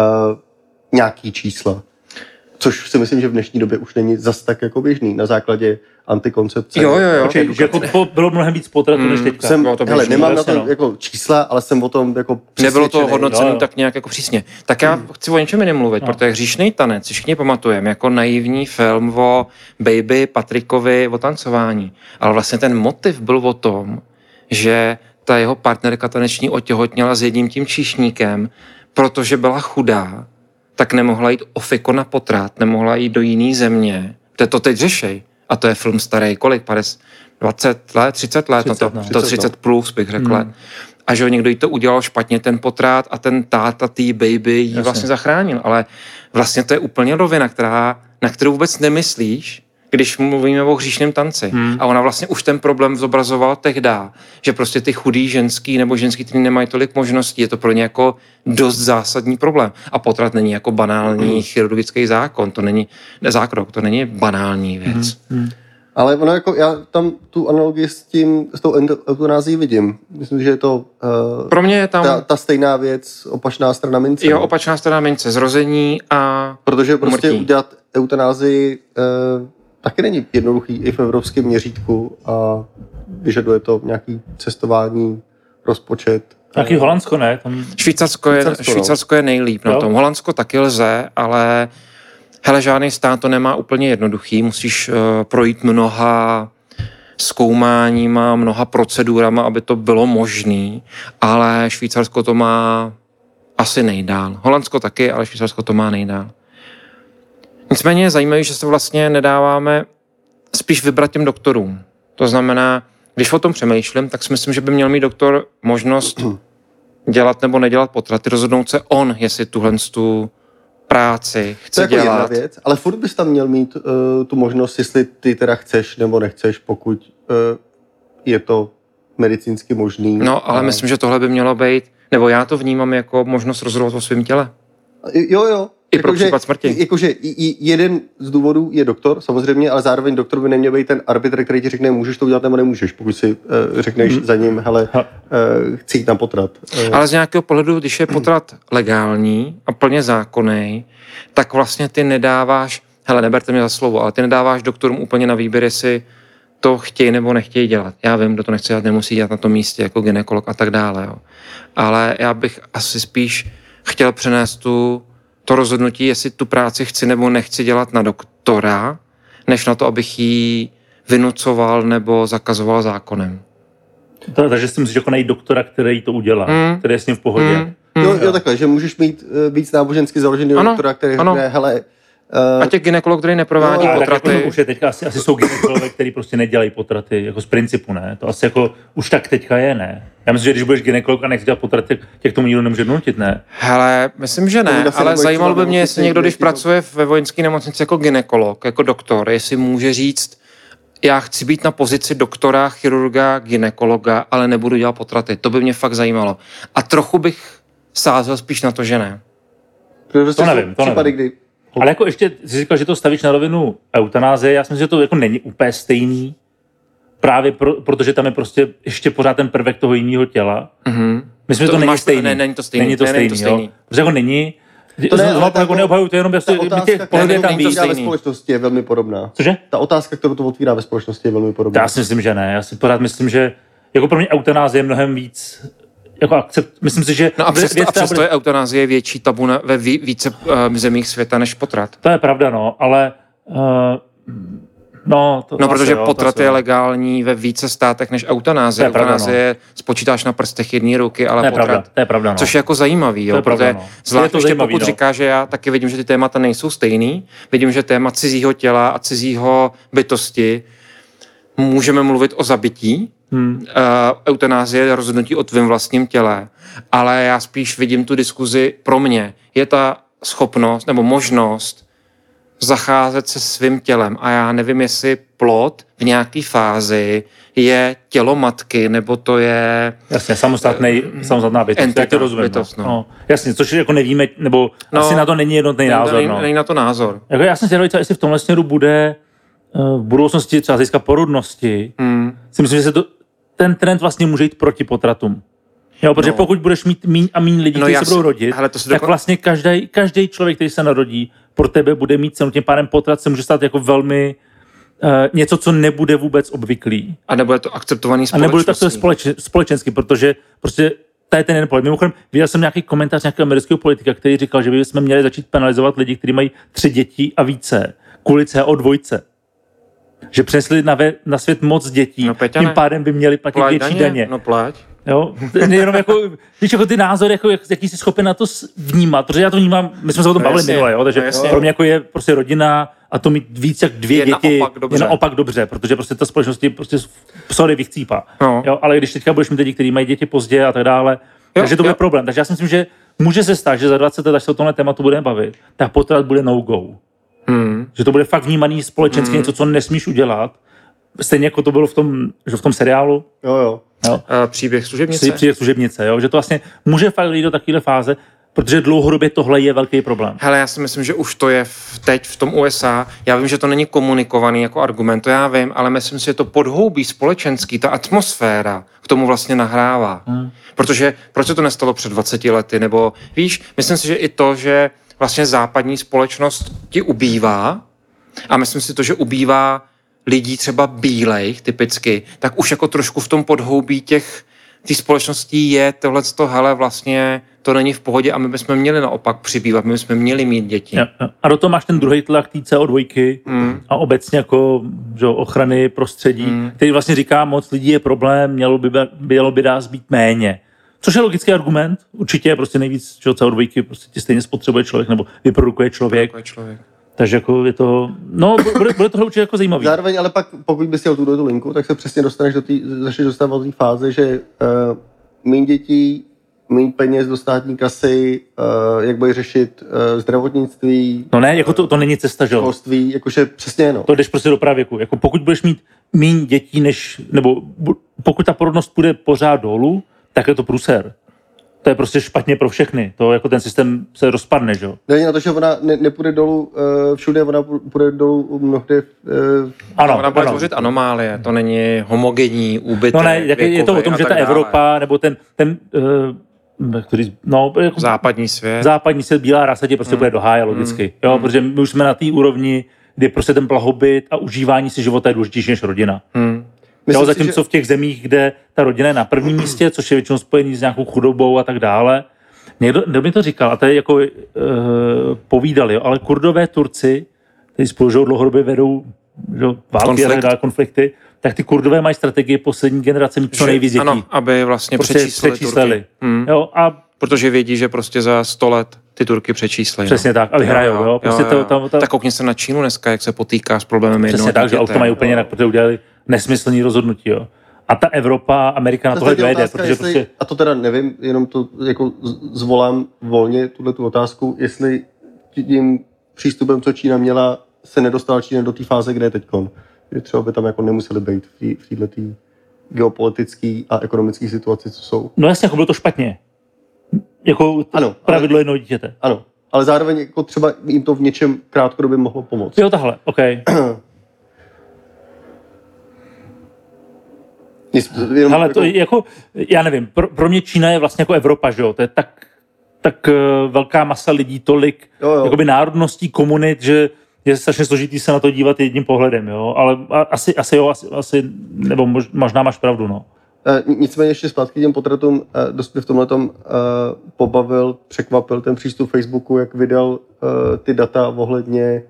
nějaký čísla. Což si myslím, že v dnešní době už není zas tak jako běžný na základě antikoncepce. Jo. Počkej, že jako bylo mnohem víc potratů než teďka. Hele, nemám na to jako čísla, ale jsem o tom jako nebylo to hodnocený tak nějak jako přísně. Tak já chci o něčem jiném mluvit, protože Hříšnej tanec, si všichni pamatujeme, jako naivní film o Baby Patrickovi o tancování. Ale vlastně ten motiv byl o tom, že ta jeho partnerka taneční otěhotněla s jedním tím číšníkem, protože byla chudá, tak nemohla jít o fiko na potrat, nemohla jít do jiné země. To teď řešej. A to je film starý, kolik? 20 let, 30 let? 30 plus bych řekl. A že někdo jí to udělal špatně, ten potrat, a ten táta tý baby jí vlastně zachránil. Ale vlastně to je úplně rovina, na kterou vůbec nemyslíš, když mluvíme o Hříšném tanci. A ona vlastně už ten problém zobrazovala tehdy, že prostě ty chudý ženský nebo ženský, kteří nemají tolik možností, je to pro ně jako dost zásadní problém. A potrat není jako banální chirurgický zákon, to není zákrok, to není banální věc. Ale ono jako, já tam tu analogii s tou eutanází vidím. Myslím, že je to pro mě je tam ta stejná věc, opačná strana mince. Jo, opačná strana mince, zrození a protože prostě umrtí. Udělat eutanázii taky není jednoduchý i v evropském měřítku a vyžaduje to nějaký cestování, rozpočet. Taky Holandsko ne? Švýcarsko je nejlíp na tom. Holandsko taky lze, ale hele, žádný stát to nemá úplně jednoduchý. Musíš projít mnoha zkoumáníma, mnoha procedurama, aby to bylo možný, ale Švýcarsko to má asi nejdál. Holandsko taky, ale Švýcarsko to má nejdál. Nicméně je zajímavé, že se vlastně nedáváme spíš vybrat těm doktorům. To znamená, když o tom přemýšlím, tak si myslím, že by měl mít doktor možnost dělat nebo nedělat potraty, rozhodnout se on, jestli tuhle tu práci chce to je dělat. Jedna věc, ale furt bys tam měl mít tu možnost, jestli ty teda chceš nebo nechceš, pokud je to medicínsky možný. No, ale myslím, že tohle by mělo být, nebo já to vnímám jako možnost rozhodovat o svém těle. Jo. I pro případ smrti. Jakože jeden z důvodů je doktor, samozřejmě, ale zároveň doktor by neměl být ten arbitr, který ti řekne, můžeš to udělat nebo nemůžeš, pokud si řekneš za ním, hele, chci jít na potrat. Ale z nějakého pohledu, když je potrat legální a plně zákonný, tak vlastně ty nedáváš, hele, neberte mě za slovo, ale ty nedáváš doktorům úplně na výběr, jestli to chtějí nebo nechtějí dělat. Já vím, kdo to nechce dělat, nemusí dělat na tom místě, jako gynekolog a tak dále. Jo. Ale já bych asi spíš chtěl přenést to rozhodnutí, jestli tu práci chci nebo nechci dělat na doktora, než na to, abych ji vynucoval nebo zakazoval zákonem. Takže si myslíš, že najít doktora, který to udělá, který je s ním v pohodě. Jo, takhle, že můžeš mít víc nábožensky založený doktora, který řekne, hele... A těch gynekolog, který neprovádí potraty... Tak jako už je teďka asi jsou gynekologové, který prostě nedělají potraty, jako z principu, ne? To asi jako už tak teďka je, ne? Já myslím, že když budeš gynekolog a nechci dělat potraty, tak tomu nikdo nemůže nutit, ne? Hele, myslím, že ne, ale zajímalo by mě, jestli někdo, když pracuje ve vojenské nemocnici jako gynekolog, jako doktor, jestli může říct, já chci být na pozici doktora, chirurga, gynekologa, ale nebudu dělat potraty. To by mě fakt zajímalo. A trochu bych sázel spíš na to, že ne. To nevím. Ale jako ještě jsi říkal, že to stavíš na rovinu eutanázie, já si myslím, že to jako není úplně stejný, právě protože tam je prostě ještě pořád ten prvek toho jiného těla. Myslím, že to není stejný. Není to stejný. Není to stejný. Protože jako není. To neobhajuju to jenom, ta otázka, pohledů tam víc. Ve společnosti je velmi podobná. Cože? Ta otázka, kterou to otvírá ve společnosti, je velmi podobná. Já si myslím, že ne. Já si pořád myslím, že jako pro mě eutanázie je mnohem víc jako myslím si, že... No a přesto je eutanázie větší tabu ve více zemích světa než potrat. To je pravda, no, ale... protože potrat je legální ve více státech než eutanázie. Eutanázie spočítáš na prstech jedné ruky, ale potrat... To je pravda, no. Což je jako zajímavý, jo, protože zvlášť ještě pokud říká, že já taky vidím, že ty témata nejsou stejný, vidím, že téma cizího těla a cizího bytosti můžeme mluvit o zabití, eutanázie je rozhodnutí o tvém vlastním těle, ale já spíš vidím tu diskuzi pro mě. Je ta schopnost nebo možnost zacházet se svým tělem a já nevím, jestli plod v nějaké fázi je tělo matky, nebo to je... Jasně, samostatná bytost. Já to rozumím. Bytost, no. Jasně, což jako nevíme, nebo asi na to není jednotný názor. Není na to názor. Jako já jsem si říkal, jestli v tomhle směru bude v budoucnosti třeba získat porodnosti, si myslím, že se ten trend vlastně může jít proti potratům. Jo, protože pokud budeš mít míň a míň lidí, kteří se budou rodit, tak vlastně každý člověk, který se narodí, pro tebe bude mít cenu. Tím pádem potrat se může stát jako velmi něco, co nebude vůbec obvyklý. A nebude to akceptovaný společností. A nebude to společensky, protože prostě to je ten jeden pohled. Mimochodem, viděl jsem nějaký komentář nějakého amerického politika, který říkal, že bychom měli začít penalizovat lidi, kteří mají 3 děti a více, kvůli CO2. Že přinesli na svět moc dětí, tím pádem by měli platit větší daně. No plať. Jo, jenom jako, víš, jako ty názory, jako, jaký jsi schopen na to vnímat, protože já to vnímám, my jsme se o tom bavili minule, jo, takže pro mě jako je prostě rodina a to mít víc jak 2 děti je naopak dobře, protože prostě ta společnost prostě psory vychcípá. No. Jo, ale když teďka budeš mít lidi, kteří mají děti pozdě a tak dále, takže to bude problém. Takže já si myslím, že může se stát, že za 20 let, až se o tomhle tématu budeme bavit, tak potrat bude no-go. Že to bude fakt vnímaný společensky něco, co nesmíš udělat. Stejně jako to bylo v tom seriálu. Jo. Příběh služebnice. Příběh služebnice, jo. Že to vlastně může fakt jít do takové fáze, protože dlouhodobě tohle je velký problém. Hele, já si myslím, že už to je teď v tom USA. Já vím, že to není komunikovaný jako argument, to já vím, ale myslím si, že to podhoubí společenský, ta atmosféra k tomu vlastně nahrává. Protože proč se to nestalo před 20 lety? Nebo víš, myslím si, že i to, že vlastně západní společnost ti ubývá a myslím si to, že ubývá lidí třeba bílejch typicky, tak už jako trošku v tom podhoubí té společností je tohleto, hele, vlastně to není v pohodě a my bychom měli naopak přibývat, my bychom měli mít děti. A do toho máš ten druhý tlak té CO2 a obecně jako že, ochrany prostředí, který vlastně říká, moc lidí je problém, mělo by nás být méně. Což je logický argument, určitě prostě nejvíc CO2 prostě stejně spotřebuje člověk nebo vyprodukuje člověk. Takže jako je to, no bude tohle určitě jako zajímavý. Zároveň, ale pak, pokud bys jel tu linku, tak se přesně začneš dostávat do té fáze, že méně dětí, méně peněz do státní kasy, jak bude řešit zdravotnictví. No ne, jako to není cesta, že jo? Školství, jakože přesně no. To jdeš prostě do pravěku. Jako pokud budeš mít méně dětí, nebo pokud ta porodnost půjde pořád dolů, tak je to průser. To je prostě špatně pro všechny. To jako ten systém se rozpadne, že jo? Není na to, že ona nepůjde dolů všude, ona půjde dolů mnohdy. Ano, ona bude tvořit anomálie. To není homogenní úbytek. No ne, je to o tom, že ta Evropa, nebo ten jako západní svět, bílá rasa tě prostě bude do háje logicky. Jo, protože my už jsme na té úrovni, kdy prostě ten blahobyt a užívání si života je důležitější než rodina. Jo, zatímco v těch zemích, kde ta rodina je na prvním místě, což je většinou spojený s nějakou chudobou a tak dále. Někdo mi to říkal, a to je jako povídali, jo, ale Kurdové, Turci, kteří spolu dlouhodobě vedou války a konflikty, tak ty Kurdové mají strategii poslední generace mít co nejvíc dětí. Ano, aby vlastně přečíslili. Jo, a protože vědí, že prostě za 100 let ty Turky přečíslí. Přesně tak, a vyhrajou. Jo. Prostě tak koukni se na Čínu dneska, jak se potýká s problémem jednoho dítěte. Přesně tak, že auto mají úplně jinak, protože udělali nesmyslný rozhodnutí. Jo. A ta Evropa, Amerika na tohle dojde, protože prostě... A to teda nevím, jenom to jako zvolám volně tuhletu otázku, jestli tím přístupem, co Čína měla, se nedostala Čína do té fáze, kde je teďkon. Že třeba by tam jako nemuseli být v této geopolitické a ekonomické situaci, co jsou. No jasně, jako bylo to špatně. Jako ano, pravidlo jednoho dítěte. Ano, ale zároveň jako třeba jim to v něčem krátkodobě mohlo pomoct. Jo, tahle, OK. Ale to jako, já nevím, pro mě Čína je vlastně jako Evropa, že jo, to je tak velká masa lidí, tolik jakoby národností, komunit, že je strašně složitý se na to dívat jedním pohledem, jo, ale asi nebo možná máš pravdu, no. Nicméně ještě zpátky těm potratům dost mě v tomhletom překvapil ten přístup Facebooku, jak vydal ty data ohledně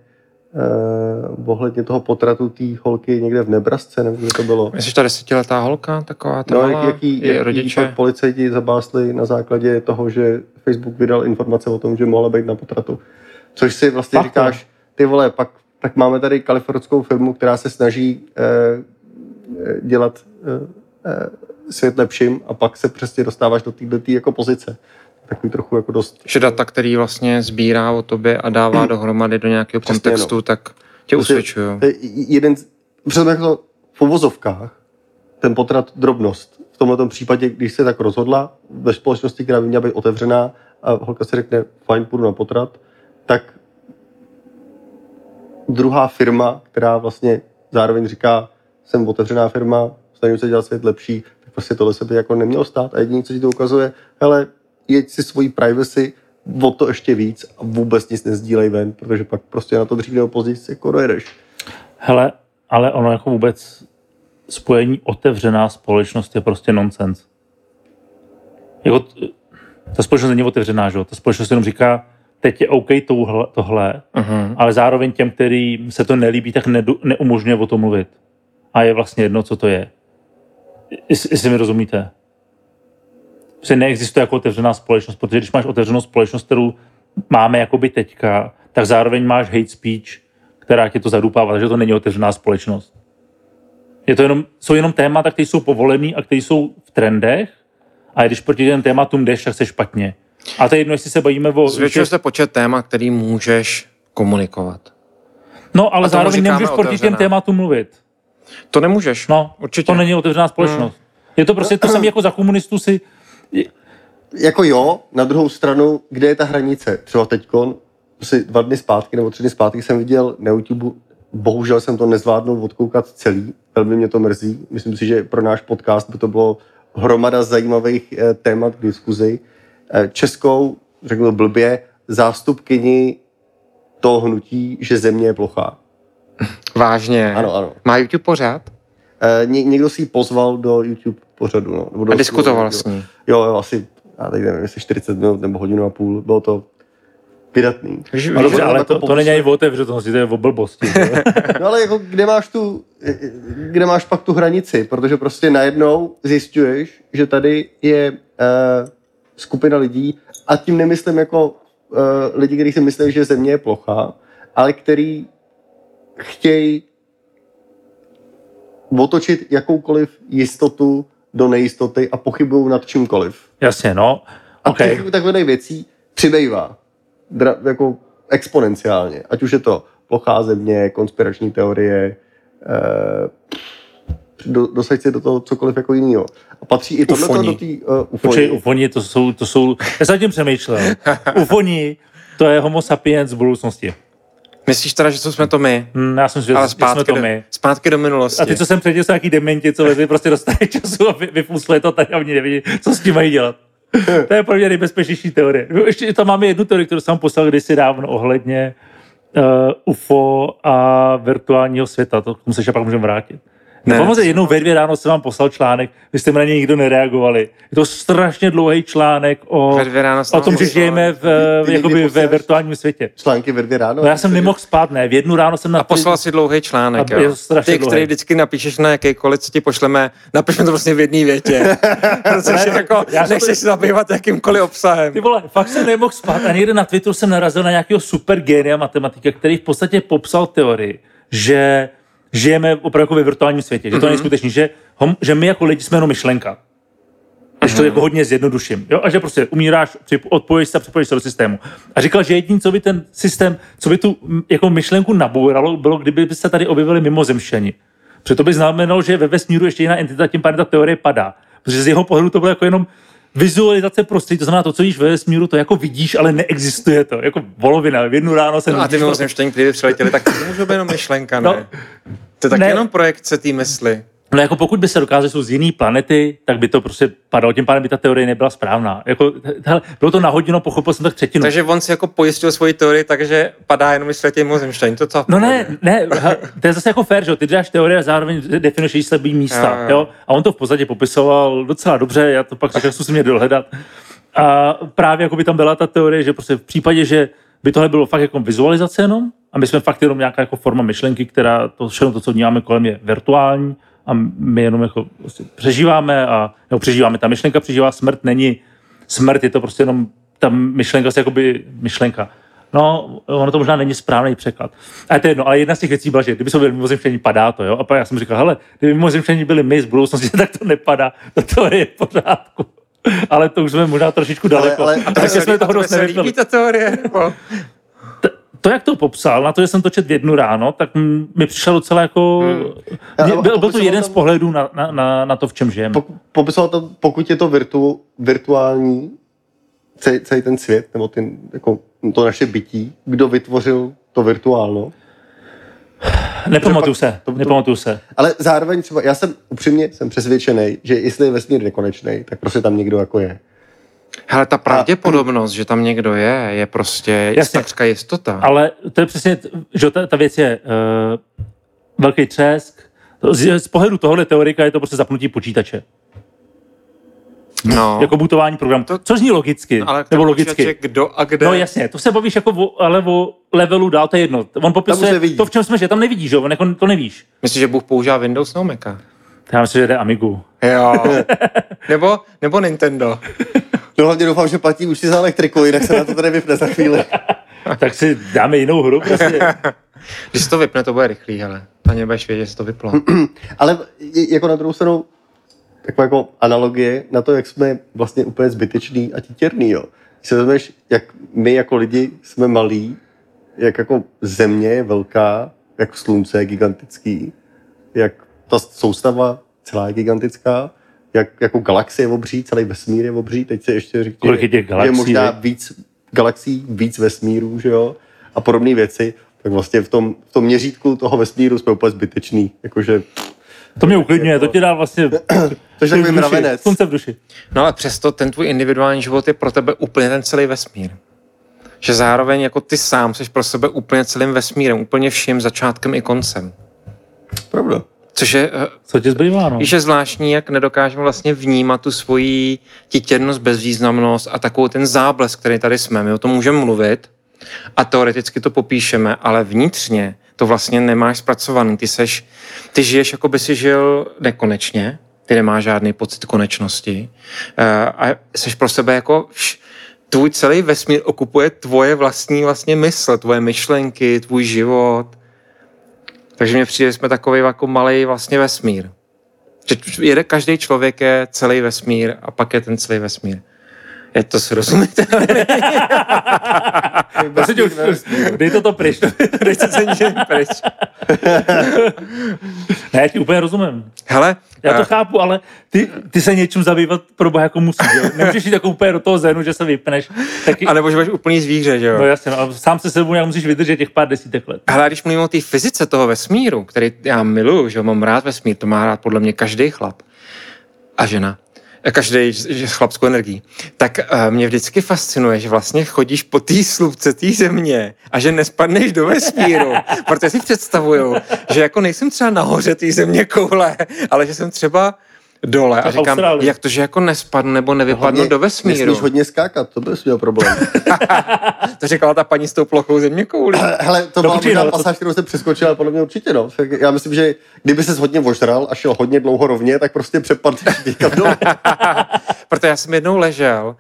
toho potratu té holky někde v Nebrasce, nevím, kde to bylo. Myslíš ta 10letá holka, taková ta malá? Jaký rodiče? Policajti zabásli na základě toho, že Facebook vydal informace o tom, že mohla být na potratu. Což si vlastně říkáš, ty vole, tak máme tady kalifornskou firmu, která se snaží dělat svět lepším a pak se přesně dostáváš do této jako pozice. Takový trochu jako dost... Že data, který vlastně sbírá o tobě a dává dohromady do nějakého kontextu, tak tě usvědčují. Přesně jako v uvozovkách, ten potrat drobnost. V tomto případě, když se tak rozhodla, ve společnosti, která by měla být otevřená a holka si řekne, fajn, půjdu na potrat, tak druhá firma, která vlastně zároveň říká, jsem otevřená firma, snažím se dělat svět lepší, tak prostě tohle se by jako nemělo stát. A jediné, co ti to ukazuje, hele, jeď si svoji privacy o to ještě víc a vůbec nic nezdílej ven, protože pak prostě na to dřív nebo později jako dojedeš. Hele, ale ono jako vůbec spojení otevřená společnost je prostě nonsens. Jako, ta společnost není otevřená, že jo? Ta společnost jenom říká, teď je OK tohle, ale zároveň těm, kterým se to nelíbí, tak neumožňuje o tom mluvit. A je vlastně jedno, co to je. Jestli mi rozumíte. Prostě neexistuje jako otevřená společnost, protože když máš otevřenou společnost, kterou máme jakoby teďka, tak zároveň máš hate speech, která tě to zadupává, takže to není otevřená společnost. Jsou jenom témata, které jsou povolený a které jsou v trendech, a když proti těm tématům jdeš, tak se špatně. A to je jedno, jestli se bavíme o... Zvětšuje se počet témat, který můžeš komunikovat. No, ale zároveň nemůžeš proti těm tématům mluvit. To nemůžeš. No, určitě. To není otevřená společnost. Je to prostě to samé jako za komunistů si... Jako jo, na druhou stranu, kde je ta hranice? Třeba teďkon, asi 2 dny zpátky nebo 3 dny zpátky jsem viděl na YouTube, bohužel jsem to nezvládnul odkoukat celý, velmi mě to mrzí. Myslím si, že pro náš podcast by to bylo hromada zajímavých témat k diskuzi. Českou, řeknu blbě, zástupkyni toho hnutí, že Země je plochá. Vážně? Ano. Má YouTube pořád? Někdo si ji pozval do YouTube pořadu. No. A diskutoval s ní? Jo, asi, já teď nevím, jestli 40 minut nebo hodinu a půl. Bylo to vydatný. Ale to není ani o otevřenosti, to je o blbosti. No ale jako, kde máš pak tu hranici? Protože prostě najednou zjišťuješ, že tady je skupina lidí, a tím nemyslím jako lidi, kteří si myslí, že Země je plochá, ale který chtějí otočit jakoukoliv jistotu do nejistoty a pochybují nad čímkoliv. Jasně, no. Okay. A těch takových věcí přibývá. Jako exponenciálně. Ať už je to plochá země, konspirační teorie, dosaď si do toho cokoliv jako jinýho. A patří i tohle do té Počkej, ufoni, to jsou... Já jsem tím přemýšlel. Ufoni, to je homo sapiens v budoucnosti. Myslíš teda, že jsme to my? Já jsem si, že jsme to my. Zpátky do minulosti. A ty, co jsem předtím, jsou nějaký dementi, co lezli prostě dostane času a vyfusle to tady a oni nevidí, co s tím mají dělat. To je pro mě nejbezpečnější teorie. Ještě tam máme jednu teorii, kterou jsem poslal kdysi dávno ohledně UFO a virtuálního světa. To k tomu se ještě pak můžeme vrátit. Pomoze, jednou ve 2 ráno jsem vám poslal článek, vy jste mi na něj nikdo nereagovali. Je to strašně dlouhý článek o tom, že žijeme ve virtuálním světě. Články ve 2 ráno? No, já jsem nemohl spát, ne. V 1 ráno jsem a poslal si dlouhý článek, jo. Ty, který vždycky napíšeš na jakýkoliv, co ti pošleme, napišme to vlastně v jedné větě. Protože jako nechceš se zabývat jakýmkoliv obsahem. Ty vole, fakt jsem nemohl spát a někde na Twitteru jsem narazil na nějakého super génia matematika, který v podstatě popsal teorii, že žijeme opravdu jako ve virtuálním světě, že to není skutečný, že my jako lidi jsme jenom myšlenka. Když to jako hodně zjednoduším. Jo? A že prostě umíráš, odpojíš se a připojíš se do systému. A říkal, že jediné, co by ten systém, co by tu jako myšlenku nabouralo, bylo, kdyby se tady objevili mimozemšťani. Protože to by znamenalo, že ve vesmíru ještě jiná entita, tím pádem ta teorie padá. Protože z jeho pohledu to bylo jako jenom vizualizace prostředí, to znamená to, co vidíš ve vesmíru, to jako vidíš, ale neexistuje to. Jako volovina, v 1 ráno se... No a ty mimozemšťani, kteří přiletěli, tak to může být jenom myšlenka, ne? No, to je tak jenom projekce té mysli. No jako pokud by se dokázali, že jsou z jiné planety, tak by to prostě padalo, tím pádem by ta teorie nebyla správná. Jako, hele, bylo to nahodino, pochopil jsem tak třetinu. Takže on si jako pojistil svoji teorii, takže padá jenom světě mimozemšťani, to co? No ne, to je zase jako fér, že ty dáš teorie a zároveň definuješ její slabý místa, jo. A on to v podstatě popisoval docela dobře, já to pak zkusím mě dohledat. A právě jako by tam byla ta teorie, že prostě v případě, že by tohle bylo fakt jako vizualizace jenom, a my jsme fakt jenom nějaká jako forma myšlenky, která to všechno to, co vnímáme kolem, je virtuální a my jenom jako prostě přežíváme ta myšlenka přežívá, smrt není smrt, je to prostě jenom ta myšlenka, jakoby myšlenka. No, ono to možná není správný překlad. A to je jedno, ale jedna z těch věcí byla, že kdyby jsme byli mimozemšťani, padá to, jo? A pak já jsem říkal, hele, kdyby mimozemšťani byli my z budoucnosti, tak to nepadá, to je v pořádku. Ale to už jsme možná trošičku daleko. A tak jsme toho dost nevypili. Ta teorie, nebo? To, jak to popsal, na to, že jsem to četl v 1 ráno, tak mi přišel docela jako... Byl to jeden z pohledů na to, v čem žijeme. Popisoval to, pokud je to virtuální, celý ten svět, nebo jako to naše bytí, kdo vytvořil to virtuálno? Nepamatuju se. Ale zároveň třeba, já jsem upřímně přesvědčený, že jestli je vesmír nekonečný, tak prostě tam někdo jako je. Hele, ta pravděpodobnost, že tam někdo je prostě takřka jistota. Ale to je přesně, že ta věc je velký třesk. Z pohledu tohohle teorika je to prostě zapnutí počítače. No. Jako bootování programu. Což zní logicky. Ale nebo logicky. Kdo a kde? No jasně, to se bavíš jako o levelu dál, to je jedno. On popisuje to, v čem jsme, že tam nevidíš, jo? To nevíš. Myslíš, že Bůh používá Windows nebo Maca? Já myslím, že jde Amigu. Jo. nebo Nintendo. No hlavně doufám, že platí už si za elektriku, jinak se na to tady vypne za chvíli. Tak si dáme jinou hru prostě. Když se to vypne, to bude rychlý, hele. Ani nebudeš vědět, že se to vyplo. Ale jako na druhou stranu, taková jako analogie na to, jak jsme vlastně úplně zbyteční a titěrný, jo. Když se vezmeš, jak my jako lidi jsme malí, jak jako země je velká, jak slunce je gigantický, jak ta soustava celá je gigantická, jak jako galaxie je obří, celý vesmír je obří, teď se ještě říká, že je možná víc galaxií, víc vesmírů, že jo, a podobné věci, tak vlastně v tom měřítku toho vesmíru jsme úplně zbyteční, jakože... To mě uklidňuje, to ti dá vlastně... To je takový mravenec. Slunce v duši. No ale přesto ten tvůj individuální život je pro tebe úplně ten celý vesmír. Že zároveň jako ty sám jsi pro sebe úplně celým vesmírem, úplně vším začátkem i koncem. Pravda. Což je... Co ti zbývá, no? Víš, je zvláštní, jak nedokážeme vlastně vnímat tu svoji titěrnost, bezvýznamnost a takovou ten záblesk, který tady jsme. My o tom můžeme mluvit a teoreticky to popíšeme, ale vnitřně to vlastně nemáš zpracovaný. Ty žiješ, jako by si žil nekonečně, ty nemáš žádný pocit konečnosti a jsi pro sebe jako tvůj celý vesmír okupuje tvoje vlastní vlastně mysl, tvoje myšlenky, tvůj život. Takže mně přijde, že jsme takový jako malý vlastně vesmír. Že každý člověk je celý vesmír a pak je ten celý vesmír. Je to srozumitelné. Dej to pryč. Dej se nikdy pryč. Ne, já ti úplně rozumím. Hele, já to chápu, ale ty se něčím zabývat pro boha jako musíš, jo? Nemůžeš jít jako úplně do toho zenu, že se vypneš. Taky... A nebo že máš úplný zvíře, že jo? No jasně, ale sám se sebou nějak musíš vydržet těch pár desítek let. Hele, když mluvím o té fyzice toho vesmíru, který já miluju, že mám rád vesmír, to má rád podle mě každý chlap a žena. Každý chlapskou energii, tak mě vždycky fascinuje, že vlastně chodíš po té slupce té země a že nespadneš do vesmíru, protože si představuju, že jako nejsem třeba nahoře té země koule, ale že jsem třeba dole a říkám, jak to, že jako nespadnu nebo nevypadnu do vesmíru. Nesmíš hodně skákat, to bys měl problém. To říkala ta paní s tou plochou země kouli. Hele, to byla možná pasáž, kterou jsem přeskočil, ale podle mě určitě, no. Já myslím, že kdyby ses hodně ožral a šel hodně dlouho rovně, tak prostě přepadneš někam dole. Protože já jsem jednou ležel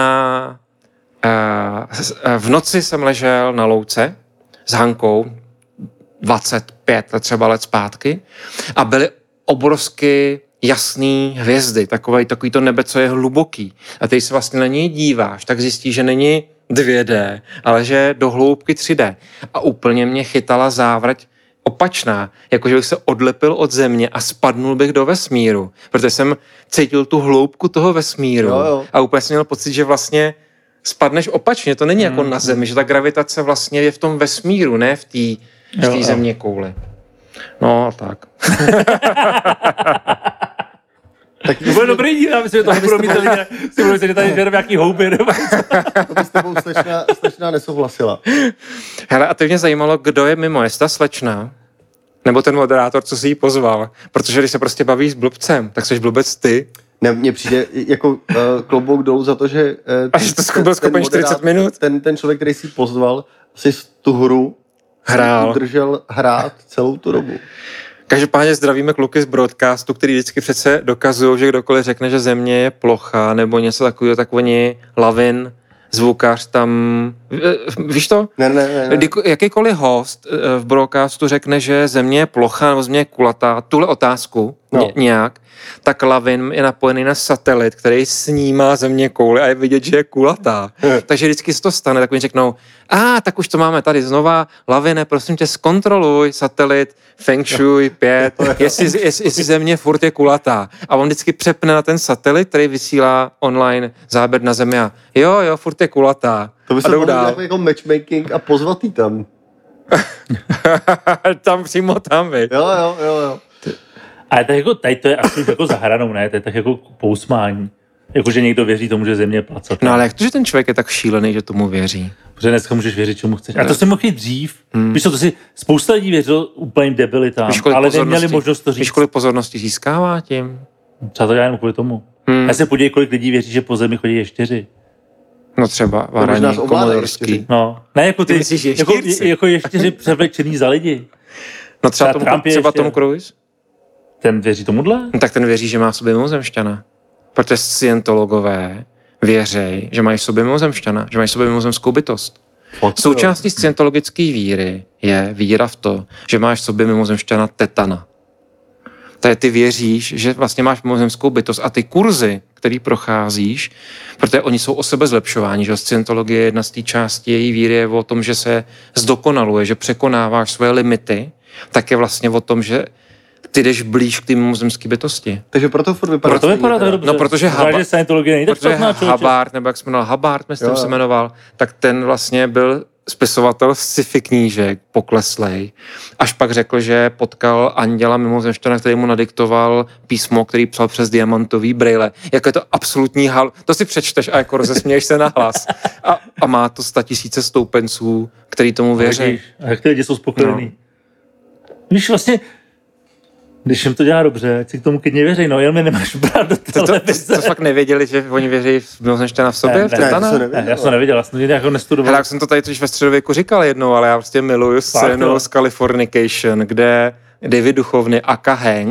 v noci jsem ležel na louce s Hankou 25 třeba let zpátky a byly obrovsky jasný hvězdy, takový to nebe, co je hluboký. A teď se vlastně na něj díváš, tak zjistíš, že není 2D, ale že je do hloubky 3D. A úplně mě chytala závrať opačná, jakože bych se odlepil od země a spadnul bych do vesmíru, protože jsem cítil tu hloubku toho vesmíru a úplně jsem měl pocit, že vlastně spadneš opačně, to není jako na zemi, že ta gravitace vlastně je v tom vesmíru, ne v té země kouli. No, tak. Tak to bude dobrý díl, já myslím, že to budou mít lidé, si budou že tady žerem nějaký houby. To by s tebou slečna nesouhlasila. Hele, a teď mě zajímalo, kdo je mimo, jestli ta slečna, nebo ten moderátor, co si jí pozval. Protože když se prostě bavíš s blbcem, tak jsi blbec ty. Ne, mně přijde jako klobouk dolů za to, že... A že to byl schopen 40 minut? Ten člověk, který si pozval, si tu hru udržel hrát celou tu dobu. Každopádně zdravíme kluky z broadcastu, který vždycky přece dokazují, že kdokoliv řekne, že země je plocha nebo něco takového, tak oni Lavin, zvukař tam... Víš to? Ne. Jakýkoliv host v broadcastu řekne, že země je plocha nebo země je kulatá, tuhle otázku nějak, tak Lavin je napojený na satelit, který snímá země kouli a je vidět, že je kulatá. Takže vždycky se to stane, tak oni řeknou, tak už to máme tady znova, Lavine, prosím tě, zkontroluj satelit Feng Shui 5, jestli země furt je kulatá. A on vždycky přepne na ten satelit, který vysílá online záběr na zemi a jo, furt je kulatá. To by se mohlo jako matchmaking a pozvat jí tam. Tam přímo tam, vy. Jo. Ale tak jako, tady to je asi jako za hranou, ne? To je tak jako pousmání. Jako, že někdo věří tomu, že země je placatá. No ale jak to, že ten člověk je tak šílený, že tomu věří? Protože dneska můžeš věřit, čemu chceš. A to jsem mohl jít dřív. Víš co, to si spousta lidí věřil úplným debilitám, ale neměli možnost to říct. Víš, kolik pozornosti získává tím? Třeba to dělá jenom kvůli tomu. Já se podívej, kolik lidí věří, že po zemi chodí ještěři. No třeba Varaní, Komodorský. No, ne jako ty, jako ještěři převlečený za lidi. No třeba Tom Cruise? Ten věří tomuhle? No, tak ten věří, že má v sobě mimozemšťana. Protože scientologové věří, že mají v sobě mimozemšťana, že mají v sobě mimozemskou bytost. Součástí scientologické víry je víra v to, že máš v sobě mimozemšťana Tetana. Takže ty věříš, že vlastně máš mimozemskou bytost a ty kurzy, který procházíš, protože oni jsou o sebe zlepšování, že scientologie je jedna z té části její víry je o tom, že se zdokonaluje, že překonáváš svoje limity, tak je vlastně o tom, že ty jdeš blíž k té mimozemské bytosti. Takže proto furt vypadá to dobře. No, protože Hubbard, nebo jak se jmenoval Hubbard, myslím, se jmenoval, tak ten vlastně byl spisovatel sci-fi knížek, pokleslej. Až pak řekl, že potkal anděla mimozemšťana, který mu nadiktoval písmo, který psal přes diamantový brejle. Jako je to absolutní to si přečteš a jako rozesměješ se na hlas. A má to 100 000 stoupenců, který tomu věří. A jak ty lidi jsou spokojení. No. Víš, vlastně když jim to dělá dobře, ať si k tomu klidně věří, no, jenom je nemáš brát do televize. To fakt nevěděli, že oni věří v mimozemšťana v sobě? Já jsem nevěděl, já jsem to jako nestudoval. Já jsem to tady totiž ve středověku říkal jednou, ale já prostě miluju scénu z Californication, kde David Duchovny aka Hank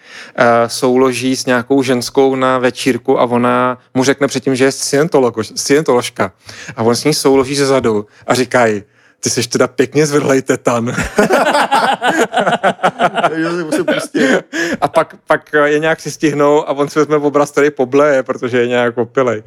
souloží s nějakou ženskou na večírku a ona mu řekne předtím, že je scientoložka. A on s ní souloží ze zadu a říká jí, ty jsi teda pěkně zvrhlej tetan. A pak je nějak si stihnou a on si vezme obraz, který pobleje, protože je nějak opilej.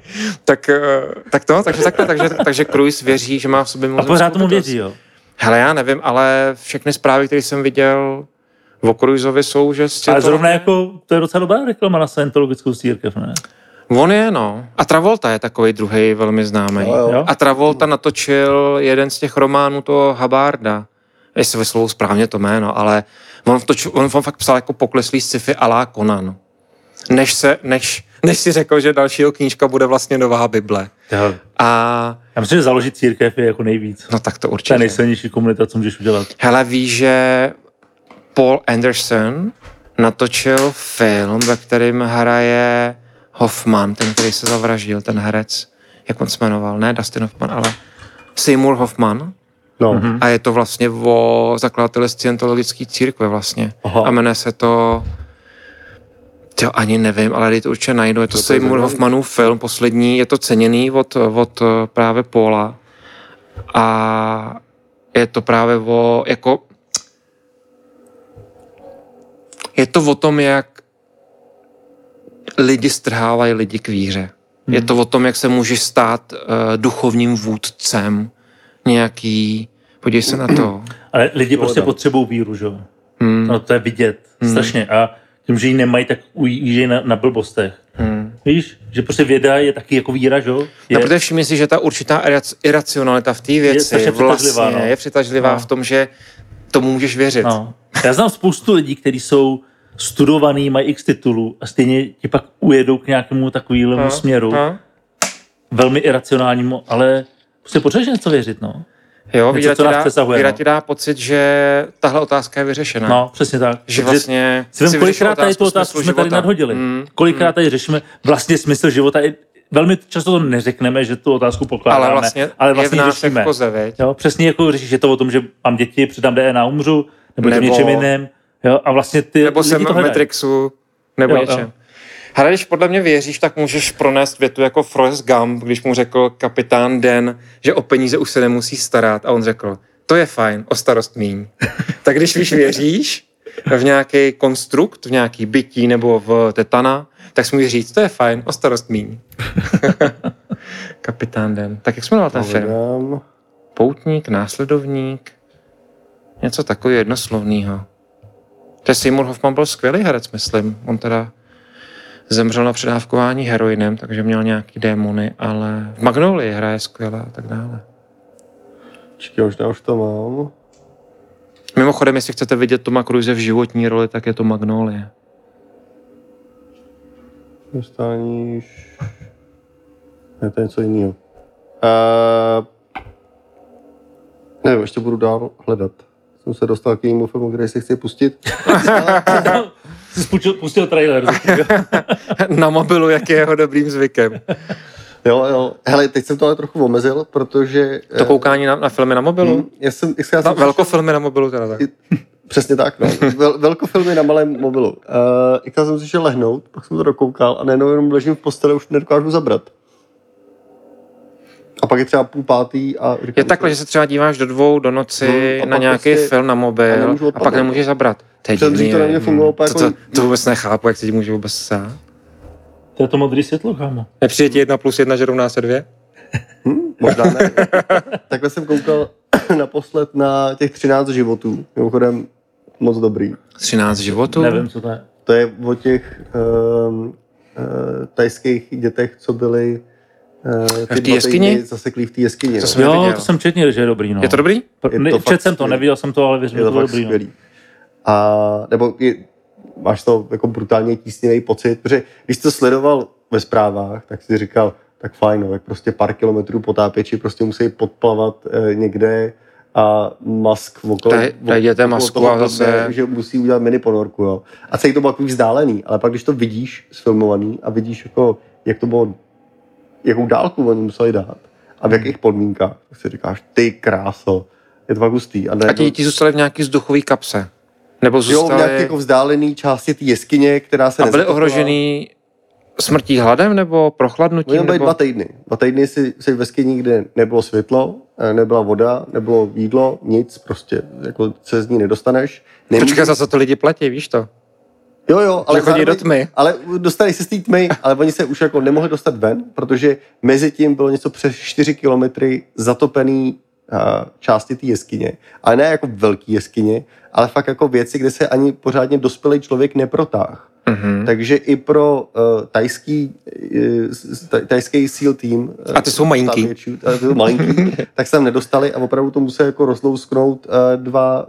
Takže Cruise věří, že má v sobě mozemskou. A pořád tomu věří, jo? Hele, já nevím, ale všechny zprávy, které jsem viděl o Cruiseovi jsou, že... Ale zrovna jako, to je docela dobrá reklama na scientologickou církev, ne? On je, no. A Travolta je takový druhý velmi známý. Jo. A Travolta natočil jeden z těch románů toho Hubbarda. Jestli vyslovu správně to jméno, ale on fakt psal jako pokleslý sci-fi à la Conan. Než si řekl, že dalšího knížka bude vlastně nová Bible. Jo. A... Já myslím, že založit církev je jako nejvíc. No tak to určitě. To je nejsilnější komunita, co můžeš udělat. Hele, víš, že Paul Anderson natočil film, ve kterém hraje Hoffman, ten, který se zavraždil, ten herec, jak on se jmenoval, ne Dustin Hoffman, ale Seymour Hoffman. No. A je to vlastně o zakladateli scientologické církve vlastně. Aha. A jmenuje se to, ani nevím, ale to určitě najdu. Je to Seymour Hoffmanův film, poslední, je to ceněný od právě Paula. A je to právě je to o tom, jak lidi strhávají lidi k víře. Je to o tom, jak se můžeš stát duchovním vůdcem nějaký, podívej se na to. Ale lidi prostě potřebují víru, že jo? No to je vidět, strašně. A tím, že ji nemají, tak ujíždějí na blbostech. Víš, že prostě věda je taky jako víra, že jo? No, protože všimni si, že ta určitá iracionalita v té věci je přitažlivá v tom, že tomu můžeš věřit. No. Já znám spoustu lidí, kteří jsou studovaný, mají x titulů a stejně ti pak ujedou k nějakému takovému směru. Velmi iracionálnímu, ale prostě potřebuješ něco věřit, no. Jo, víra ti dá pocit, že tahle otázka je vyřešená. No, přesně tak. Že vlastně kolikrát tady tu otázku jsme tady nadhodili. Kolikrát tady řešíme vlastně smysl života. Velmi často to neřekneme, že tu otázku pokládáme, ale vlastně je v nás řešíme. jako koze, jo, přesně jako řešíš, je to o tom, že mám děti, předám DNA, umřu, nebo něčem jiném. Jo, a vlastně ty nebo jsem v Matrixu, nebo něčem. Jo. Hele, když podle mě věříš, tak můžeš pronést větu jako Forrest Gump, když mu řekl kapitán Dan, že o peníze už se nemusí starat. A on řekl, to je fajn, o starost míň. Tak když věříš v nějaký konstrukt, v nějaký bytí nebo v tetana, tak si můžeš říct, to je fajn, o starost míň. Kapitán Dan. Tak jak jsme jmenoval ten film? Poutník, následovník, něco takového jednoslovného. To Seymour Hoffman byl skvělý herec, myslím. On teda zemřel na předávkování heroinem, takže měl nějaký démony, ale v Magnolii hraje skvěle a tak dále. Čekaj, už to mám. Mimochodem, jestli chcete vidět Toma Cruise v životní roli, tak je to Magnolie. Dostaníš... Ne, to je něco jiného. Nevím, ještě budu dál hledat. Jsem se dostal k jejímu filmu, který si chci pustit. Jsi pustil trailer. Na mobilu, jak je jeho dobrým zvykem. Jo. Hele, teď jsem to ale trochu omezil, protože... To koukání na filmy na mobilu? Velkofilmy na mobilu teda tak. Přesně tak, no. Velkofilmy na malém mobilu. Já jsem si šel lehnout, pak jsem to dokoukal a najednou jenom ležím v posteli, už nedokážu zabrat. A pak je třeba 4:30 a... Je takhle, že se třeba díváš do 2 do noci na nějaký film na mobil a pak nemůžeš zabrat. To je divný. To na mě fungovalo to vůbec nechápu, jak se ti může vůbec sát. To je to modrý světlo, kámo. Nepřijde ti 1+1, že rovná se 2? Možná ne. Takhle jsem koukal naposled na těch 13 životů. Mimochodem moc dobrý. 13 životů? Nevím, co to je. To je o těch tajských dětech, co byli v té jeskyni? Zaseklí v té jeskyni. To jsem četl, že je dobrý. No. Je to dobrý? Četl jsem to, neviděl jsem to, ale věřím, že to je dobrý. Skvělý. A nebo máš to jako brutálně tísnivý pocit, protože když jsi to sledoval ve zprávách, tak si říkal, tak fajn, no, tak prostě pár kilometrů potápěči prostě musí podplavat někde a Musk okolo masku a zase... že musí udělat mini ponorku, jo. A celý to bylo takový vzdálený, ale pak když to vidíš sfilmovaný a vidíš jako, jak to bylo, jakou dálku oni museli dát a v jakých podmínkách, tak si říkáš, ty kráso, je to fakt hustý. A ti zůstali v nějaký vzduchový kapse. Nebo zůstali... Jo, v nějaké jako vzdálený části té jeskyně, která se nezatopovala. A byli ohrožený smrtí hladem nebo prochladnutím? No, byly 2 týdny. 2 týdny si v jeskyni, kde nebylo světlo, nebyla voda, nebylo jídlo, nic, prostě jako se z ní nedostaneš. Počkej, za co to lidi platí, víš to? Jo, ale chodí do tmy. Ale dostali se z té tmy, ale oni se už jako nemohli dostat ven, protože mezi tím bylo něco přes 4 kilometry zatopený části té jeskyně. Ale ne jako velký jeskyně, ale fakt jako věci, kde se ani pořádně dospělý člověk neprotáhl. Mm-hmm. Takže i pro tajský SEAL tým, a ty jsou malinký, tak se tam nedostali a opravdu to museli jako rozlousknout 2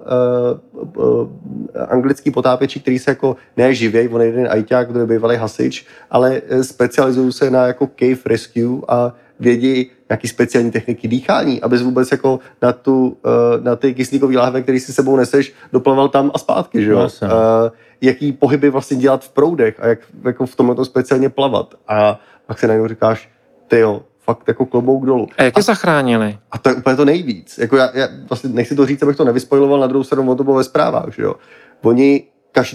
anglický potápěči, který se jako neživějí, on je jeden ajťák, kdo je bývalý hasič, ale specializují se na jako cave rescue a vědí nějaký speciální techniky dýchání, abys vůbec jako na ty kyslíkový láhve, který si sebou neseš, doplaval tam a zpátky, že jo? Jaký pohyby vlastně dělat v proudech a jak jako v tomhle speciálně plavat. A pak se najednou říkáš, tyjo, fakt jako klobouk dolů. A jak je zachránili? A to je úplně to nejvíc. Jako já vlastně nechci to říct, abych to nevyspojloval, na druhou stranu to bylo ve zprávách, že jo? Oni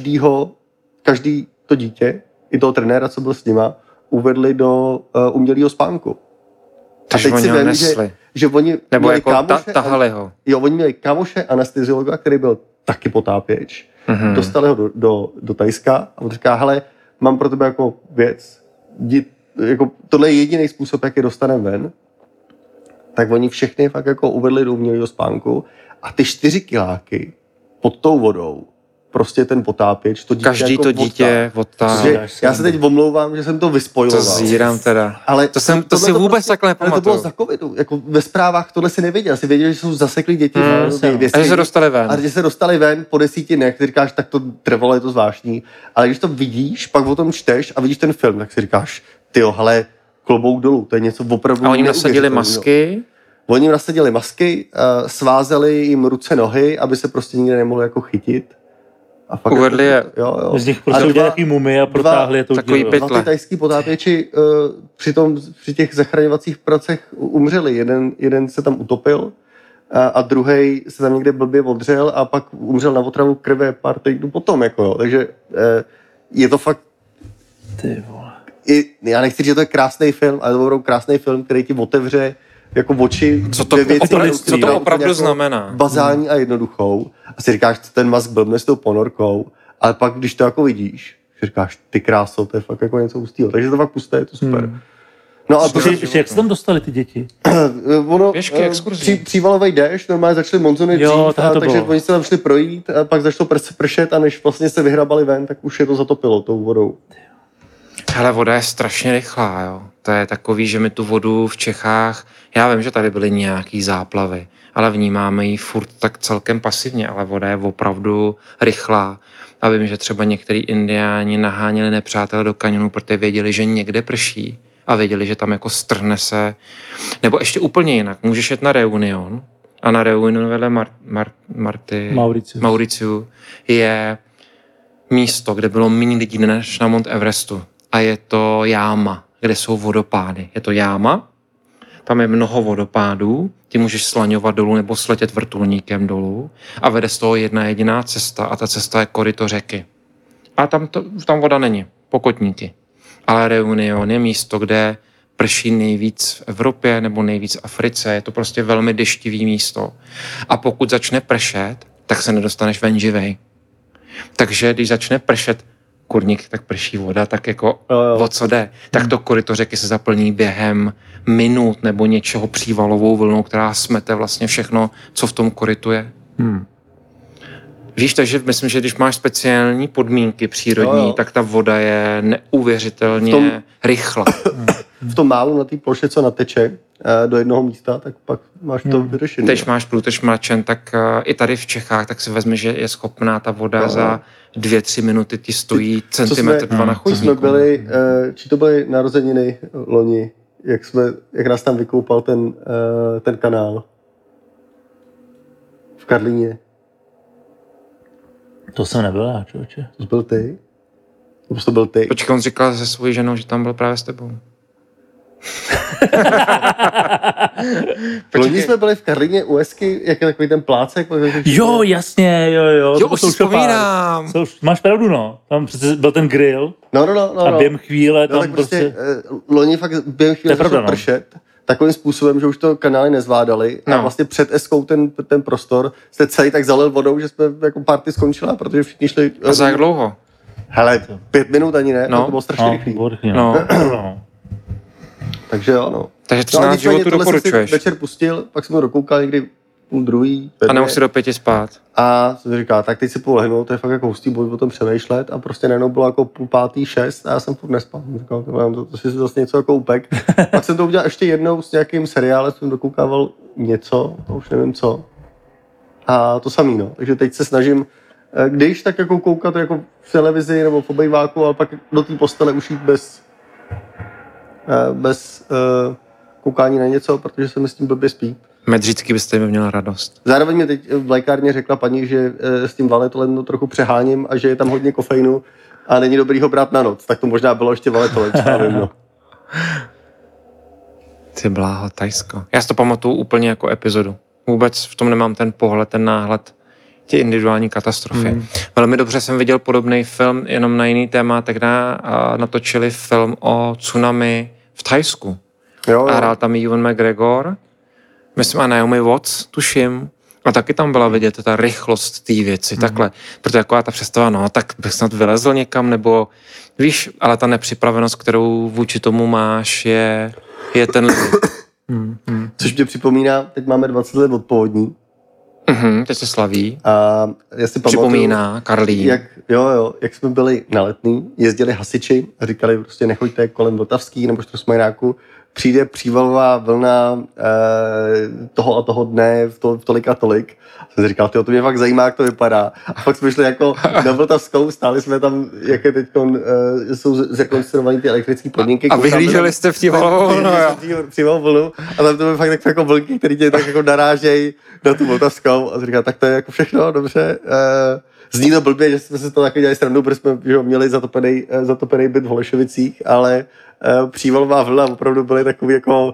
každý to dítě, i toho trenéra, co byl s nima, uvedli do umělého spánku. Takže oni ho nesli. Že oni nebo jako tahali ho. Jo, oni měli kámoše anesteziologa, který byl taky potápěč. Mm-hmm. Dostali ho do Tajska a on říká, hele, mám pro tebe jako věc. Jako, tohle je jediný způsob, jak je dostaneme ven. Tak oni všechny fakt jako uvedli do umělého spánku a ty 4 kiláky pod tou vodou prostě ten potápěč, to dítě každý jako to dítě odtáhl. Já se teď omlouvám, že jsem to vyspojoval. To zírám teda. Ale to si vůbec takhle nepamatuju. To bylo za covidu. Jako ve zprávách tohle si nevěděl. Si věděl, že jsou zasekli děti. A že se dostali ven. A že se dostali ven po 10 dnech. Ty říkáš, tak to trvalo, je to zvláštní. Ale když to vidíš, pak o tom čteš a vidíš ten film, tak si říkáš, tyjo, hele, klobouk dolů. To je něco opravdu. A oni nasadili masky? Oni jim nasadili masky, svázeli jim ruce, nohy, aby se prostě nikde nemohli jako chytit. A uvedli je. Jo. Z nich prostě udělali nějaký mumy a protáhli je to dílo. 2 ty tajský potápěči při těch zachraňovacích pracech umřeli. Jeden se tam utopil a druhej se tam někde blbě odřel a pak umřel na otravu krve pár týdnů potom. Jako, jo. Takže je to fakt... Ty vole. Já nechci říct, že to je krásný film, ale to je krásný film, který ti otevře jako oči. Co to opravdu znamená? Bazální a jednoduchou. A si říkáš, ten Musk blbne s tou ponorkou, ale pak, když to jako vidíš, říkáš, ty kráso, to je fakt jako něco hustýho. Takže to fakt pusté, je to super. No a jak se tam dostali ty děti? Pěšky, exkurzí. Přívalový déšť, normálně začaly monzuny dřív, takže oni se tam šli projít a pak začalo pršet a než vlastně se vyhrabali ven, tak už je to zatopilo tou vodou. Hele, voda je strašně rychlá, jo. To je takový, že my tu vodu v Čechách, já vím, že tady byly nějaký záplavy, ale vnímáme ji furt tak celkem pasivně, ale voda je opravdu rychlá. A vím, že třeba některý indiáni naháněli nepřátelé do kaňonu, protože věděli, že někde prší a věděli, že tam jako strhne se. Nebo ještě úplně jinak, můžeš jet na Reunion a na Reunion vedle Mauriciu je místo, kde bylo méně lidí než na Mount Everestu. A je to jáma, kde jsou vodopády. Je to jáma, tam je mnoho vodopádů, ty můžeš slaňovat dolů nebo sletět vrtulníkem dolů a vede z toho jedna jediná cesta a ta cesta je koryto řeky. A tam voda není, pokotníky. Ale Reunion je místo, kde prší nejvíc v Evropě nebo nejvíc v Africe. Je to prostě velmi deštivý místo. A pokud začne pršet, tak se nedostaneš ven živej. Takže když začne pršet kurník, tak prší voda, tak jako o co jde. Tak to koryto řeky se zaplní během minut nebo něčeho přívalovou vlnou, která smete vlastně všechno, co v tom korytu je. Víš, takže myslím, že když máš speciální podmínky přírodní, tak ta voda je neuvěřitelně rychlá. V tom málu na té ploše, co nateče do jednoho místa, tak pak máš to vyřešené. Když máš průteč mračen, tak i tady v Čechách, tak si vezmi, že je schopná ta voda za 2-3 minuty ti stojí centimetr 2 na chodníku. Co jsme byli, či to byly narozeniny loni, jak nás tam vykoupal ten kanál v Karlíně. To jsem nebyl já, člověče. To byl ty? To byl ty? Počkej, on říkal se svojí ženou, že tam byl právě s tebou. Loni jsme byli v Karlíně u Esky, jak je takový ten plácek. Jo, jasně, jo. Jo, už si vzpomínám. Máš pravdu, no. Tam přece byl ten grill. No. A během chvíle tam tak prostě... Loni fakt během chvíle začal pršet. Takovým způsobem, že už to kanály nezvládali a vlastně před Eskou ten prostor jste celý tak zalil vodou, že jsme jako party skončila, protože všichni šli... A za jak dlouho? Hele, 5 minut ani ne, to bylo strašně rychlý. No. Takže jo, no. Takže 13 životů doporučuješ. Večer pustil, pak jsem to dokoukal někdy půl druhý. A nemusí do 5 spát. A jsem si říkal, tak teď si polehnu, to je fakt jako hustý, budu o tom přemýšlet a prostě najednou bylo jako 5:30, 6 a já jsem furt nespal. Říkal, to si zase něco jako upek. Pak jsem to udělal ještě jednou s nějakým seriálem, jsem dokoukával něco, to už nevím co. A to samý, no. Takže teď se snažím, když tak jako koukat jako v televizi nebo v obejváku, ale pak do té postele už jít bez koukání na něco, protože se mi s tím blbě spí. Medřicky byste mi měla radost. Zároveň mi teď v lékárně řekla paní, že s tím valetolem trochu přeháním a že je tam hodně kofeinu a není dobrý ho brát na noc. Tak to možná bylo ještě valetolem, co nevím, no. Ty bláho, Tajsko. Já si to pamatuju úplně jako epizodu. Vůbec v tom nemám ten pohled, ten náhled ty individuální katastrofy. Velmi dobře jsem viděl podobný film, jenom na jiný téma, tak natočili film o tsunami v Thajsku. Jo. A hrál tam Ewan McGregor, myslím a Naomi Watts, tuším. A taky tam byla vidět ta rychlost té věci, takhle. Protože taková ta představa, no, tak bych snad vylezl někam, nebo víš, ale ta nepřipravenost, kterou vůči tomu máš, je ten limit. Což mě připomíná, teď máme 20 let od povodní. Teď se slaví. A já si pamatuju, připomíná Karlín. Jak jsme byli na Letný, jezdili hasiči a říkali prostě nechoďte kolem Vltavský nebo Štrosmajeráku, přijde přívalová vlna toho a toho dne v tolik a tolik. Jsem si říkal, to mě fakt zajímá, jak to vypadá. A pak jsme šli jako na Vltavskou, stáli jsme tam, jak je teď jsou zrekonstruovaný ty elektrické podmínky. A vyhlíželi jste v přívalovou vlnu. A tam to byly fakt jako vlnky, které tě tak jako narážejí na tu Vltavskou. A jsem říkal, tak to je jako všechno, dobře. Zní to blbě, že jsme se to taky dělali srandu, protože jsme měli zatopený byt v Holešovicích, ale přívalová vlna opravdu byly takový jako...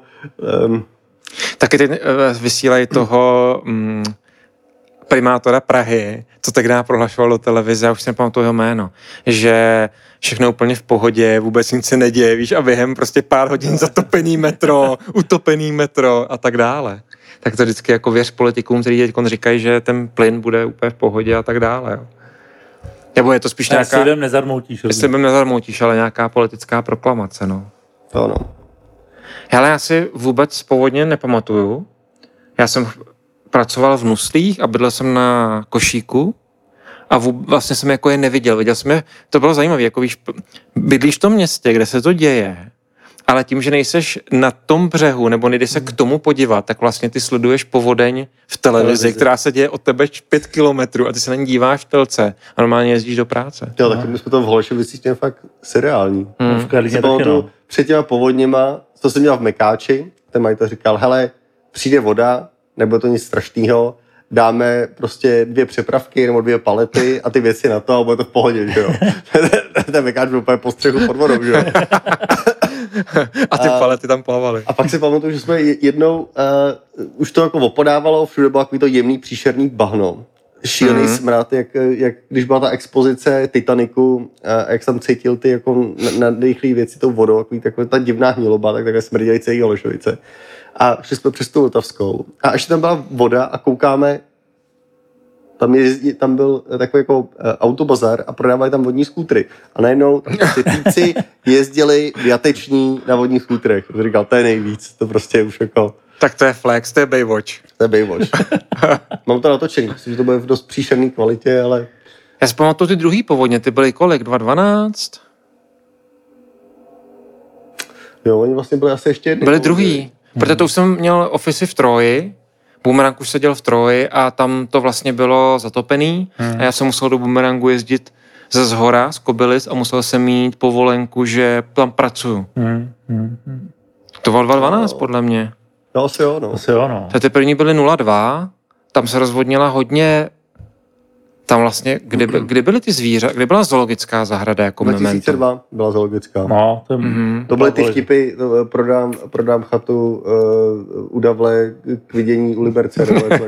Taky teď vysílají toho primátora Prahy, co tak prohlašoval do televize, já už si nepamatuju jeho jméno, že všechno úplně v pohodě, vůbec nic se neděje, víš, a během prostě pár hodin zatopený metro, utopený metro a tak dále. Tak to vždycky jako věř politikům, kteří teď říkají, že ten plyn bude úplně v pohodě a tak dále. Jo. Nebo je to spíš nějaká... Slibem nezarmoutíš, ale nějaká politická proklamace, no. To no. Hele, já si vůbec původně nepamatuju. Já jsem pracoval v Nuslích a bydlel jsem na Košíku a vlastně jsem jako je neviděl. Viděl jsem je, to bylo zajímavé, jako víš, bydlíš v tom městě, kde se to děje, ale tím, že nejseš na tom břehu, nebo nejdeš se k tomu podívat, tak vlastně ty sleduješ povodeň v televizi, která se děje od tebe 5 kilometrů a ty se na ní díváš v telce a normálně jezdíš do práce. Jo, tak my jsme to v Holešovicích měli fakt seriální. V Karlíně taky, no. Před těma povodněma, to jsem měl v Mekáči, ten majitel říkal, hele, přijde voda, nebude to nic strašného, dáme prostě 2 přepravky nebo 2 palety a ty věci na to a bude to v pohodě, že jo. Ten Mekáč byl úplně po střechu pod vodou, že jo. A ty palety tam plavaly. A pak si pamatuju, že jsme jednou, už to jako opodávalo, všude bylo takový to jemný příšerný bahno. Šílený smrad, jak když byla ta expozice Titaniku, jak jsem cítil ty jako nadechlý věci tou vodou, taková ta divná hniloba, tak takhle smrděli celý Holešovice. A šli jsme přes tu Vltavskou. A ještě tam byla voda a koukáme, tam byl takový jako autobazar a prodávali tam vodní skútry. A najednou ty týci jezdili jateční na vodních skútrech. Jsem říkal, to je nejvíc, to prostě už jako... Tak to je flex, to je Baywatch. To je Baywatch. Mám to natočený, myslím, že to bude v dost příšerný kvalitě, ale... Já si pamatuju ty druhý povodně, ty byly kolik? 2012? Jo, oni vlastně byli asi ještě jedný. Byli druhý. Protože to už jsem měl ofisy v Troji, Boomerang už seděl v Troji a tam to vlastně bylo zatopený a já jsem musel do Boomerangu jezdit ze zhora, z Kobylis a musel jsem mít povolenku, že tam pracuju. To bylo 2012 podle mě. No asi jo, no. Asi jo, no. Ty první byly 02, tam se rozvodnila hodně Tam vlastně, kdy byly ty zvířata, kdy byla zoologická zahrada jako memento? 2002 byla zoologická. No, to byly ty vtipy, prodám chatu u Davle k vidění u Liberce.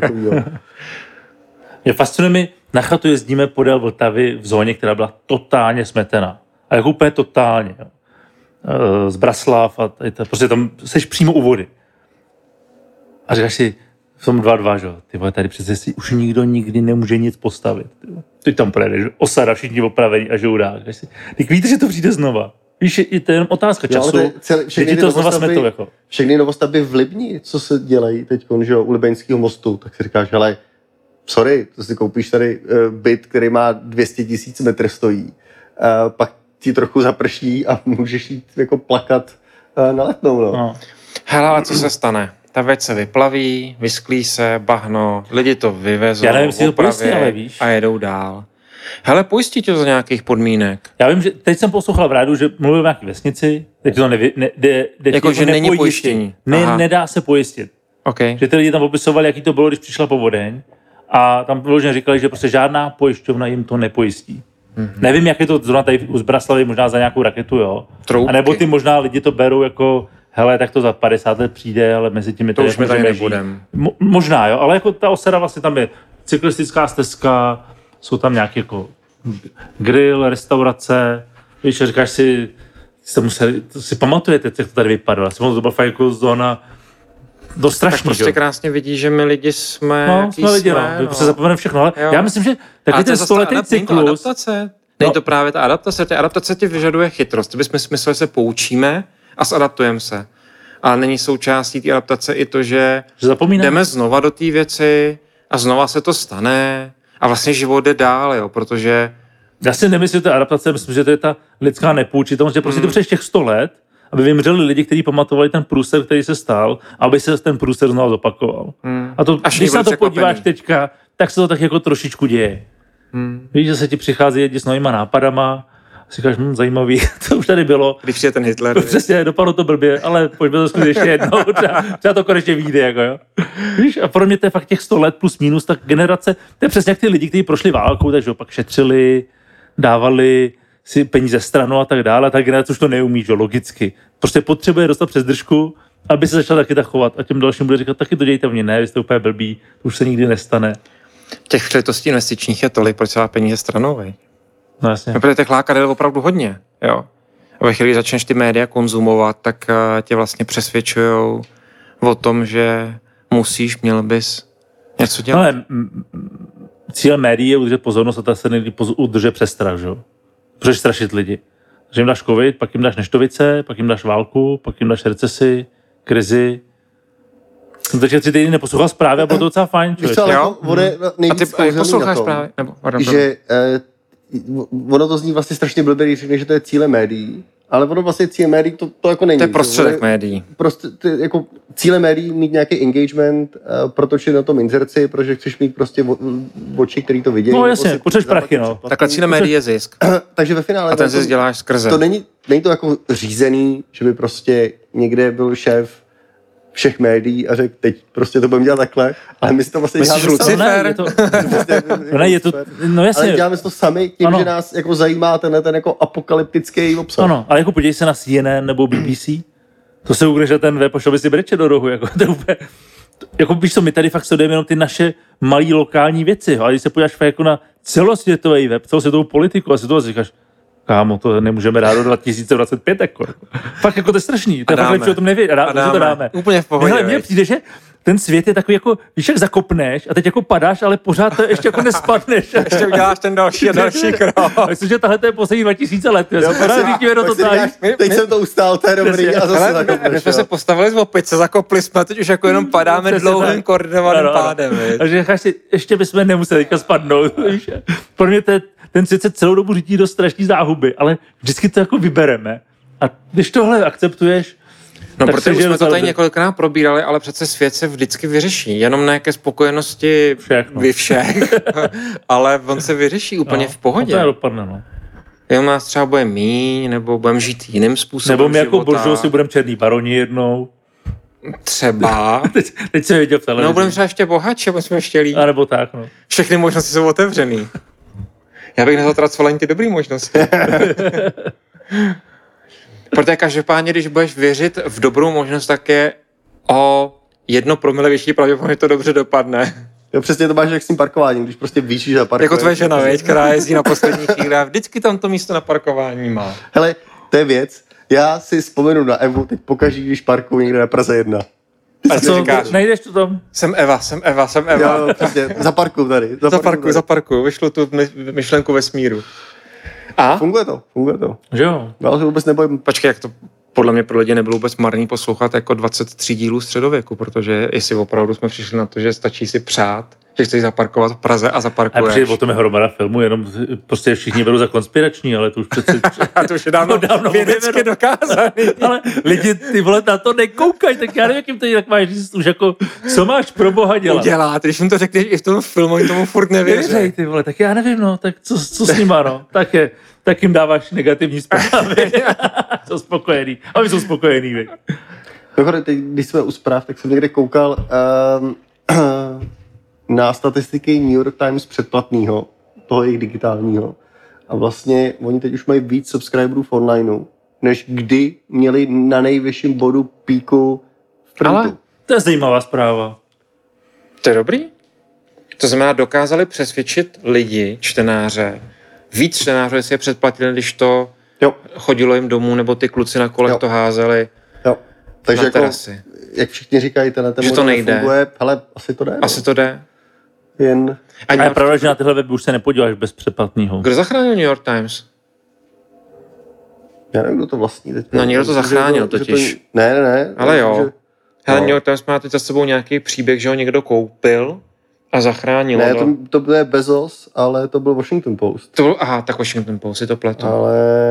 Mě fascinuje mi, na chatu jezdíme podél Vltavy v zóně, která byla totálně smetena. A jako úplně totálně. Jo. Z Braslav a prostě tam seš přímo u vody. A říkáš si, v tom 2-2, že? Ty vole, tady přece si už nikdo nikdy nemůže nic postavit. Ty tam projedeš, osada, všichni opravení a žoudák. Ty víte, že to přijde znova. Víš, je to jen otázka času, že ti to znova smetou. Jako. Všechny novostavby v Libni, co se dělají teď, že u Libeňského mostu, tak si říkáš, hele, sorry, to si koupíš tady byt, který má 200 000 metr stojí, pak ti trochu zaprší a můžeš jít jako plakat na Letnou. No. Hele, ale co se stane? Ta věc se vyplaví, vysklí se, bahno, lidi to vyvezou, a jedou dál. Hele, pojistí tě za nějakých podmínek. Já vím, že teď jsem poslouchal v rádiu, že mluvil o nějaké vesnici, teď to jako, že není pojištění. Nedá se pojistit. Okay. Že ty lidi tam popisovali, jaký to bylo, když přišla povodeň a tam vyloženě říkali, že prostě žádná pojišťovna jim to nepojistí. Mm-hmm. Nevím, jak je to zrovna tady u Zbraslavy, možná za nějakou raketu, jo. Troubky. A nebo ty možná lidi to berou jako hele, tak to za 50 let přijde, ale mezi tím to už my tady nebudeme. Možná, jo, ale jako ta osada vlastně tam je cyklistická stezka, jsou tam nějaký jako grill, restaurace, víš, říkáš si pamatujete, jak to tady vypadalo, to byla fakt jako zóna dost strašný. Tak prostě krásně vidí, že my lidi jsme, jsme lidi, my prostě zapomeneme všechno, ale já myslím, že takový ten 100letý cyklus. Není to právě ta adaptace, ti vyžaduje chytrost, ty bychom smysleli, se poučíme a zadaptujeme se. Ale není součástí té adaptace i to, že jdeme znova do té věci a znova se to stane a vlastně život jde dál, jo, protože... Já si nemyslím, že to je adaptace, myslím, že to je ta lidská nepoučitelnost, že prostě to přes těch 100 let, aby vymřeli lidi, kteří pamatovali ten průser, který se stal, aby se ten průser znovu zopakoval. A to, když se na to podíváš teďka, tak se to tak jako trošičku děje. Víš, že se ti přichází lidi s novýma nápadama, si říkáš, zajímavý, to už tady bylo. Když je ten Hitler. Přesně, dopadlo to blbě, ale pojďme to zkusit ještě jednou, třeba to konečně vyjde, jako jo. Víš, a pro mě to je fakt těch 100 let plus minus, tak generace, to je přesně jak ty lidi, kteří prošli válkou, takže opak šetřili, dávali si peníze stranou a tak dále, a ta generace už to neumí, že logicky. Prostě potřebuje dostat přes držku, aby se začal taky tak chovat a těm dalším bude říkat, taky to dějte mě, ne, vy jste úplně blbí, to už se nikdy nestane. Těch příležitostí investičních je tolik, proč se dá peníze stranou, vej? No jasně. Protože těch lákadel opravdu hodně, jo. A ve chvíli, kdy začneš ty média konzumovat, tak tě vlastně přesvědčujou o tom, že měl bys něco dělat. Ale cílem médií je udržet pozornost a ta se někdy udržet přes strach, že jo. Můžeš strašit lidi. Že jim dáš covid, pak jim dáš neštovice, pak jim dáš válku, pak jim dáš recesi, krizi. Takže 3 týdny neposlouchal zprávy a bylo to docela fajn. Víš co, ale a ty posloucháš zprávy? Že ono to zní vlastně strašně blbě, když řekne, že to je cíle médií, ale ono vlastně cíle médií to jako není. To je prostředek médií. Prostě jako cíle médií mít nějaký engagement, protočit na tom inzerci, protože chceš mít prostě oči, který to vidějí. No jasně, potřebuješ prachy, no. Takhle cíle médií je zisk. Takže ve finále... A ten zisk děláš skrze. To není to jako řízený, že by prostě někde byl šéf všech médií a řekl, teď prostě to budeme dělat takhle, ale my si to vlastně děláme Lucifer? No jasně. Ale děláme to sami tím, že nás jako zajímá ten jako apokalyptický obsah. Ano, ale jako podívej se na CNN nebo BBC, to se ukáže, že ten web pošel by si breče do rohu, jako to je úplně, jako víš co, my tady fakt sledujeme jenom ty naše malý lokální věci, ale když se podíváš jako na celosvětový web, celosvětovou politiku a si to říkáš, kámo, to nemůžeme dát do 2025, jako. Fakt jako to je strašný, to je fakt lepší o tom nevědět, a to dáme. Úplně v pohodě. Hele, mně přijde, že ten svět je takový jako, víš, jak zakopneš a teď jako padáš, ale pořád to ještě jako nespadneš. Ještě uděláš ten další a další krok. Myslím, že tahle to je poslední 2000 let. Teď jsem to ustál, to je dobrý a zase zakopneš. My jsme se postavili z opice, zakopli jsme, teď už jako jenom padáme dlouhým koordinovaným pádem. Takže ještě bychom nemuseli teďka spadnout. Pro mě ten svět se celou dobu řídí do strašný záhuby, ale vždycky to jako vybereme. A když tohle akceptuješ, no, protože už jsme to tady několikrát probírali, ale přece svět se vždycky vyřeší. Jenom ne ke spokojenosti vy všech, ale on se vyřeší úplně v pohodě. To je dopadne, no. Jenom nás třeba bude míň, nebo budeme žít jiným způsobem nebo my života. Jako boržou si budeme černý baroni jednou. Třeba. teď jsem viděl v televizi. No, budeme třeba ještě bohatší, aby jsme ještě líp. A nebo tak, no. Všechny možnosti jsou otevřený. Já bych nezatracoval ani ty dobrý možnosti. Protože každopádně, když budeš věřit v dobrou možnost, tak je o 1 promile větší pravděpodobně to dobře dopadne. Jo, přesně to máš jak s tím parkováním, když prostě víš, že zaparkuješ. Jako tvoje žena, veď, která jezdí na poslední chvíli a vždycky tam to místo na parkování má. Hele, to je věc. Já si vzpomenu na Evu teď pokaždý, když parkuju někde na Praze 1. A co říkáš? Nejdeš tu tam? Jsem Eva. Jo, přesně, zaparkuju tady. Zaparkuju, vyšlu tu myšlenku vesmíru. A? Funguje to. Že jo. Já se vůbec nebojím. Počkej, jak to podle mě pro lidi nebylo vůbec marný poslouchat jako 23 dílů středověku, protože jestli opravdu jsme přišli na to, že stačí si přát, že chceš zaparkovat v Praze a zaparkuješ. A o tom je hromada filmů, jenom prostě všichni berou za konspirační, ale to už přece... A to už je dávno vědecky dokázaný. Ale lidi, ty vole, na to nekoukají, tak já nevím, jakým to jinak máš říct, už jako, co máš pro boha dělat? Udělat, když jim to řekneš i v tom filmu, oni tomu furt nevěří. Ty vole, tak já nevím, no, tak co s nima, no, tak jim dáváš negativní zprávy. Jsou spokojený. A my jsou spokojený, vy. Když jsme u zpráv, tak jsem někde koukal na statistiky New York Times předplatného, toho jejich digitálního. A vlastně oni teď už mají víc subscriberů v onlineu, než kdy měli na nejvyšším bodu píku v printu. Ale to je zajímavá zpráva. To je dobrý. To znamená, dokázali přesvědčit lidi, čtenáře, víc čtenářů, jestli je předplatili, když to chodilo jim domů, nebo ty kluci na kolech to házeli takže na terasy. Jak všichni říkají, ten model nefunguje, hele, asi to jde. Asi to jde. Jen... A je pravda, že na tyhle weby už se nepodíváš bez předplatného. Kdo zachránil New York Times? Já nevím, kdo to vlastní teď. No někdo to zachránil totiž. Ne. Ale jo. Hele, New York Times má teď za sebou nějaký příběh, že ho někdo koupil a zachránil. Ne, to byl Bezos, ale to byl Washington Post. Tak Washington Post, si to pletu. Ale...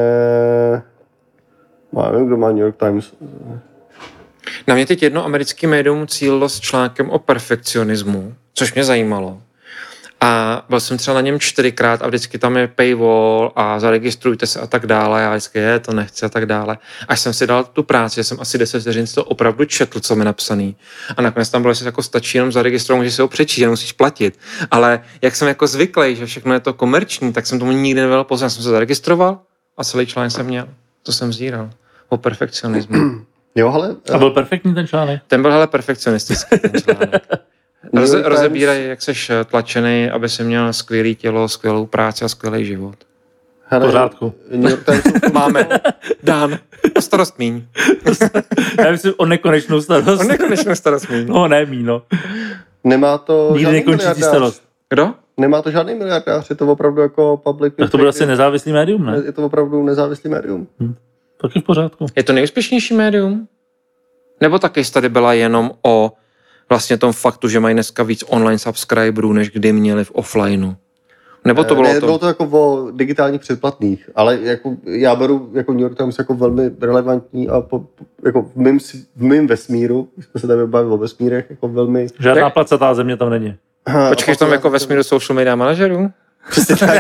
nevím, kdo má New York Times. Na mě teď jedno americké médium cílilo s článkem o perfekcionismu, což mě zajímalo. A byl jsem třeba na něm 4krát a vždycky tam je paywall a zaregistrujte se a tak dále. Já vždycky to nechci a tak dále. Až jsem si dal tu práci, že jsem asi 10 vteřin to opravdu četl, co mi napsaný. A nakonec tam bylo, že jako stačí jenom zaregistrovat, že si ho přečíst, že musíš platit. Ale jak jsem jako zvyklý, že všechno je to komerční, tak jsem tomu nikdy nevěděl pozor. Jsem se zaregistroval a celý článek jsem měl. To jsem sdíral. O perfekcionismu. Jo, hele. A byl perfektní ten článek? Ten byl perfekcionistický ten článek. Rozebírají, jak seš tlačený, aby si měl skvělý tělo, skvělou práci a skvělý život. V pořádku. Máme. Dán. O starost míň. Já myslím o nekonečnou starost. O nekonečnou starost míň. No, ne míň, no. Nemá to nikdy nekončící starost. Kdo? Nemá to žádný miliardář, je to opravdu jako public... Tak to bude asi nezávislý médium, ne? Je to opravdu nezávislý médium. Tak je v pořádku. Je to nejúspěšnější médium? Nebo taky tady byla jenom o vlastně tom faktu, že mají dneska víc online subscriberů, než kdy měli v offlineu? Nebo to bylo bylo to jako o digitálních předplatných, ale jako já beru jako New York Times jako velmi relevantní a jako v mém vesmíru, když jsme se tady bavili o vesmírech, jako velmi... Žádná placatá země tam není. Počkej, tam jako vesmíru social media manažerů? Přesně tak.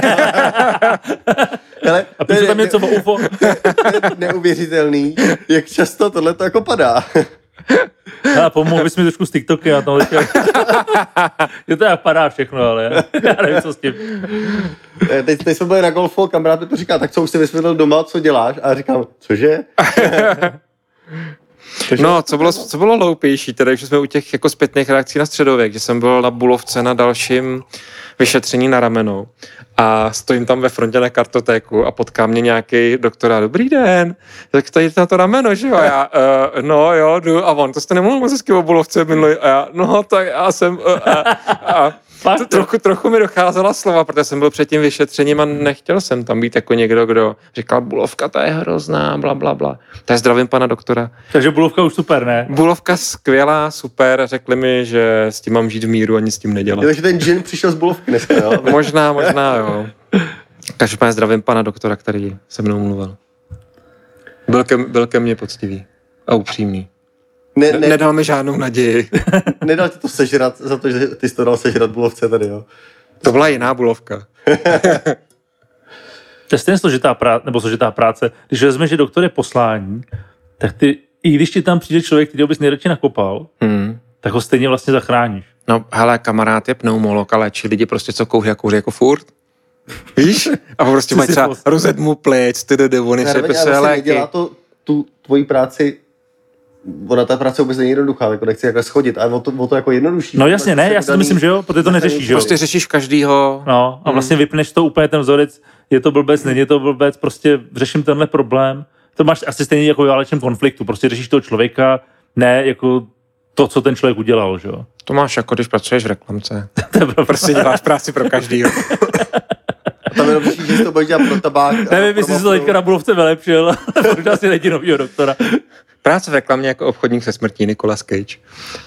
Hele, a píše tam něco o UFO? Je neuvěřitelný, jak často tohle to jako padá. A pomohl bys mi trošku z TikToky a tam je to jak padá všechno, ale já nevím, co s tím. Teď jsme byli na golfu a kamarád mi to říká, tak co už jsi vysvětlil doma, co děláš? A já říkám, cože? No, co bylo loupější, teda, když jsme u těch jako zpětných reakcí na středověk, že jsem byl na Bulovce na dalším vyšetření na rameno a stojím tam ve frontě na kartotéku a potká mě nějaký doktora, dobrý den, tak tady na to rameno, že jo? A já, no jo, jdu, a on, to jste nemluvil moc hezky o Bulovce minulý, a já, no tak já jsem, trochu mi docházela slova, protože jsem byl před tím vyšetřením a nechtěl jsem tam být jako někdo, kdo říkal, Bulovka, ta je hrozná, bla, bla, bla. Tak zdravím pana doktora. Takže Bulovka už super, ne? Bulovka skvělá, super, řekli mi, že s tím mám žít v míru a nic s tím nedělat. Takže ten džin přišel z Bulovky dneska, jo? Možná, jo. Každopádně zdravím pana doktora, který se mnou mluvil. Byl ke mně poctivý a upřímný. Nedal mi žádnou naději. Nedal ti to sežrat za to, že ty jsi to dal sežrat Bulovce tady, jo? To byla jiná Bulovka. To je stejně složitá práce. Když vezmeš, že doktor je poslání, tak ty, i když ti tam přijde člověk, který bys nejradši nakopal, tak ho stejně vlastně zachráníš. No, hele, kamarád je pneumolog a léčí lidi prostě, co kouří a kouří jako furt. Víš? A prostě mají třeba rozet mu plec, on je přepise léky. Dělá to tu tvoji práci, ona ta práce vůbec není jednoduchá, jako nechci jako schodit, ale o to jako jednodušší. No jasně, ne, já si to myslím, že jo, protože to neřešíš, že jo. Prostě řešíš každýho. No a vlastně vypneš to úplně ten vzorec, je to blbec, není to blbec, prostě řeším tenhle problém. To máš asi stejně jako v válečném konfliktu, prostě řešíš toho člověka, ne jako to, co ten člověk udělal, že jo. To máš jako když pracuješ v reklamce. Prostě děláš práci pro každýho. Tam jenom řešíš, že to budeš dělat pro tabák. Nevím, jestli se to teďka na Bulovce vylepšil, možná si najdi novýho doktora. Práce v reklamě jako obchodník se smrtí, Nicolas Cage.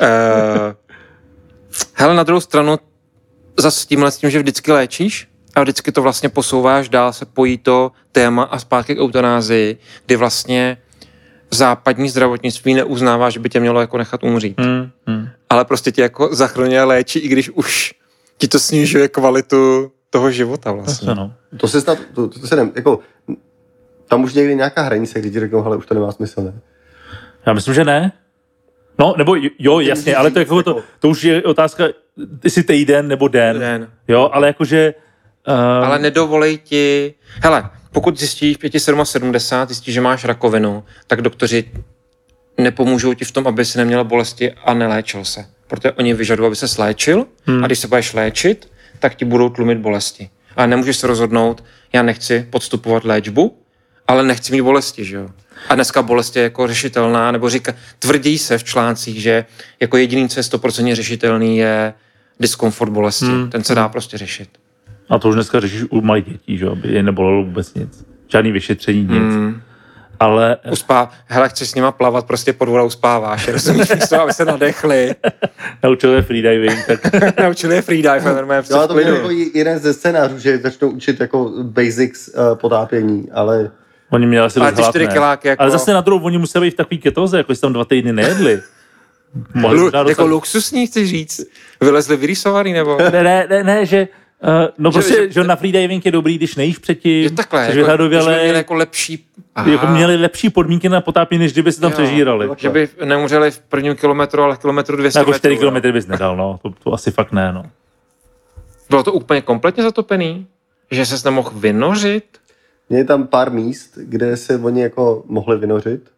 Hele, na druhou stranu, zase tímhle s tím, že vždycky léčíš a vždycky to vlastně posouváš dál, se pojí to téma a zpátky k eutanázii, kdy vlastně západní zdravotnictví neuznává, že by tě mělo jako nechat umřít. Ale prostě tě jako zachraňuje a léčí, i když už ti to snižuje kvalitu toho života vlastně. No. To se snad, to se nevím, jako tam už někdy nějaká hranice, kdy ti řeknou, hele, už to nemá smysl, ne? Já myslím, že ne. No, nebo jo, jasně, ale to, jako to už je otázka, jestli týden nebo den. Jo, ale jakože... Ale nedovolej ti... Hele, pokud zjistíš 5,77, zjistíš, že máš rakovinu, tak doktoři nepomůžou ti v tom, aby si neměla bolesti a neléčil se. Protože oni vyžadují, aby se léčil a když se budeš léčit, tak ti budou tlumit bolesti. Ale nemůžeš se rozhodnout, já nechci podstupovat léčbu, ale nechci mít bolesti, že jo. A dneska bolest je jako řešitelná, nebo tvrdí se v článcích, že jako jediný, co je 100% řešitelný, je diskomfort bolesti. Ten se dá prostě řešit. A to už dneska řešíš u malých dětí, že jo, aby je nebolelo vůbec nic. Žádný vyšetření, nic. Ale... Hele, chceš s nima plavat, prostě pod vodou uspáváš, rozumíš, místo, aby se nadechli. Naučili je freediving, tak... Naučili je freedive, normálně no, to byl jako jeden ze scénářů, že začnou učit jako basics potápění, ale... Oni měli asi dost hlad, jako... Ale zase na druhou, oni museli být v takový ketoze, jako jestli tam 2 týdny nejedli. Jako luxusní, chci říct? Vylezli vyrýsovaný, nebo? Ne, že... no prostě, že na freediving je dobrý, když nejíš předtím. Je takhle, jako, měli jako lepší... Jako měli lepší podmínky na potápění, než kdyby se tam přežírali. Že by neumřeli v prvním kilometru, ale v kilometru 200 jako 4 metrů. kilometry bys nedal, no. To asi fakt ne, no. Bylo to úplně kompletně zatopený? Že ses nemohl vynořit? Měli tam pár míst, kde se oni jako mohli vynořit.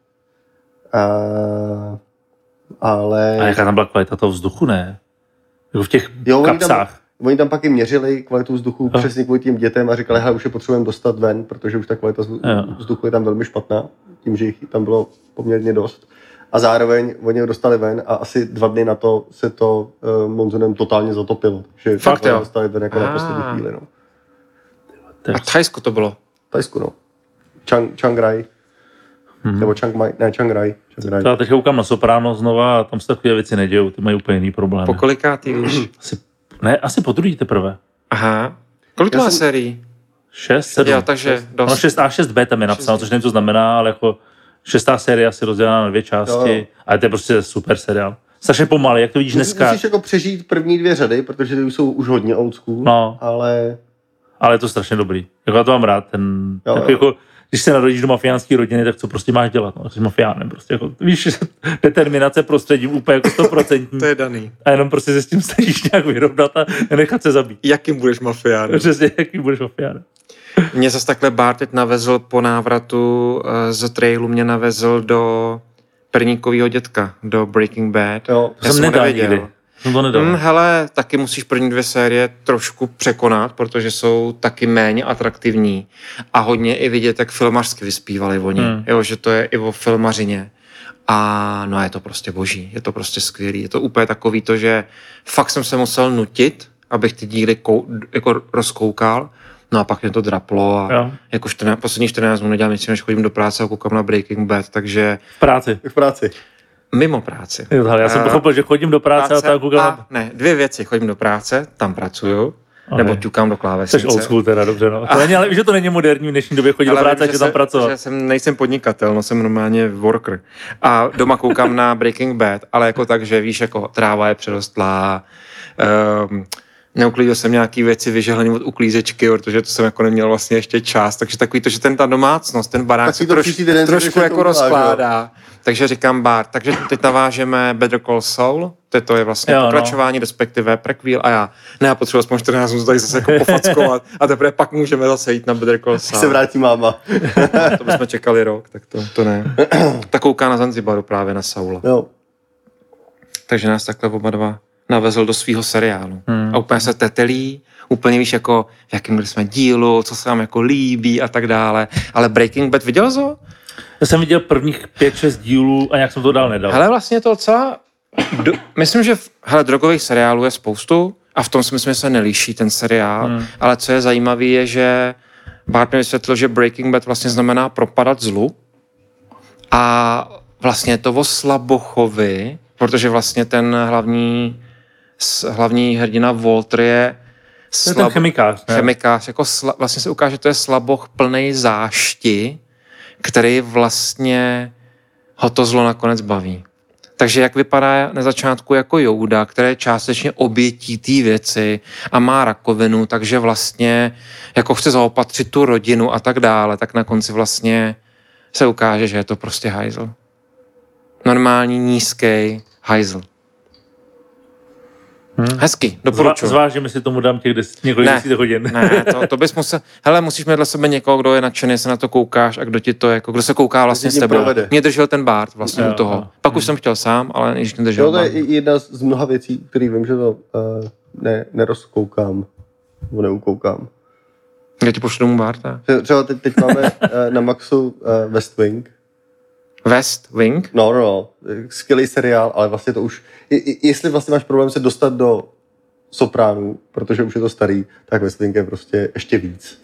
Ale... A jaká tam byla kvalita toho vzduchu, ne? Jako v těch kapsách. Oni tam pak i měřili kvalitu vzduchu přesně kvůli tím dětem a říkali, hele, už je potřebujeme dostat ven, protože už ta kvalita vzduchu je tam velmi špatná, tím, že jich tam bylo poměrně dost. A zároveň oni ho dostali ven a asi 2 dny na to se to monzunem totálně zatopilo. Že fakt jo? Dostali ven jako na poslední chvíli, no. A Thajsko to bylo? Thajsku, no. Chiang Rai. Nebo Chiang Rai. Já teď koukám na Soprano znova a tam se takové věci nedějou, ty mají úplně jiný problém. Po kolikátý víš? Asi po druhý teprve. Aha. Kolik to má sérií? 6, 7. Jo, takže dost. No 6A, 6B tam je napsáno, což nevím, co znamená, ale jako 6. série asi rozdělená na 2 části. Jo. Ale to je prostě super seriál. Strašně pomalý, jak to vidíš dneska. Musíš jako přežít první 2 řady, protože ty jsou už hodně old school, no. Ale je to strašně dobrý. Jako já to mám rád. Jako, když se narodíš do mafiánské rodiny, tak co prostě máš dělat? No, jsi mafiánem. Prostě jako, víš, determinace prostředím úplně jako 100%. To je daný. A jenom prostě se s tím snažíš nějak vyrovnat a nechat se zabít. Jakým budeš mafiánem? Přesně, jakým budeš mafiánem. Mě zase takhle Bart teď navezl po návratu z trailu, mě navezl do Perníkovýho dětka, do Breaking Bad. Jo, já jsem nevěděl. Hele, taky musíš první 2 série trošku překonat, protože jsou taky méně atraktivní a hodně i vidět, jak filmařsky vyspívali oni, jo, že to je i o filmařině. A no je to prostě boží, je to prostě skvělý, je to úplně takový to, že fakt jsem se musel nutit, abych ty díly jako rozkoukal, no a pak mě to draplo a jako poslední 14 dnů nedělám nic, než chodím do práce a koukám na Breaking Bad, takže... V práci. Mimo práci. Jo, já jsem pochopil, že chodím do práce a tak koukám... Ne, 2 věci, chodím do práce, tam pracuju, nebo ťukám do klávesnice. Jsi old school teda, dobře, no. Ale že to není moderní v dnešní době chodit do práce, že tam pracovat. Nejsem podnikatel, no jsem normálně worker. A doma koukám na Breaking Bad, ale jako tak, že víš, jako tráva je přerostlá, Neuklidil jsem nějaký věci vyžehlený od uklízečky, protože to jsem jako neměl vlastně ještě čas. Takže takový to, že ta domácnost, ten barák se trošku jako rozkládá. Takže říkám takže teď navážeme Better Call Saul, to je vlastně pokračování, respektive prequel a já potřebuji aspoň 14 minut tady zase jako pofackovat a teprve pak můžeme zase jít na Better Call Saul. Se vrátí máma. To bychom čekali rok, tak to ne. Tak kouká na Zanzibaru právě na Saula. Jo. Takže nás takhle oba dva navezl do svého seriálu. A úplně se tetelí, úplně víš, jako v jakém jsme dílu, co se vám jako líbí a tak dále. Ale Breaking Bad viděl jsi? Já jsem viděl prvních 5-6 dílů a nějak jsem to dál nedal. Hele, vlastně to docela... Myslím, že drogových seriálů je spoustu a v tom si myslím, že se neliší ten seriál, ale co je zajímavé je, že Bart mi vysvětlil, že Breaking Bad vlastně znamená propadat zlu a vlastně je to o Slabochovi, protože vlastně ten hlavní hrdina Walter je ten chemikář. Chemikář, jako vlastně se ukáže, že to je slaboch plnej zášti, který vlastně ho to zlo nakonec baví. Takže jak vypadá na začátku jako Jouda, který je částečně obětí té věci a má rakovinu, takže vlastně jako chce zaopatřit tu rodinu a tak dále, tak na konci vlastně se ukáže, že je to prostě hajzl. Normální, nízký hajzl. Hezky, doporučuji. Zvážím, jestli tomu dám těch několik desítek hodin. Ne, to bys musel... Hele, musíš mít dla sebe někoho, kdo je nadšený, se na to koukáš a kdo ti to jako, kdo se kouká vlastně s tebou. Mě držel ten Bart vlastně u toho. Pak už jsem chtěl sám, ale když mě držel. To je jedna z mnoha věcí, který vím, že to nerozkoukám, nebo neukoukám. Já ti pošlu domů Barta. Třeba teď máme na Maxu West Wing. West Wing? No. Skvělý seriál, ale vlastně to už... Jestli vlastně máš problém se dostat do Sopránů, protože už je to starý, tak West Wing je prostě ještě víc.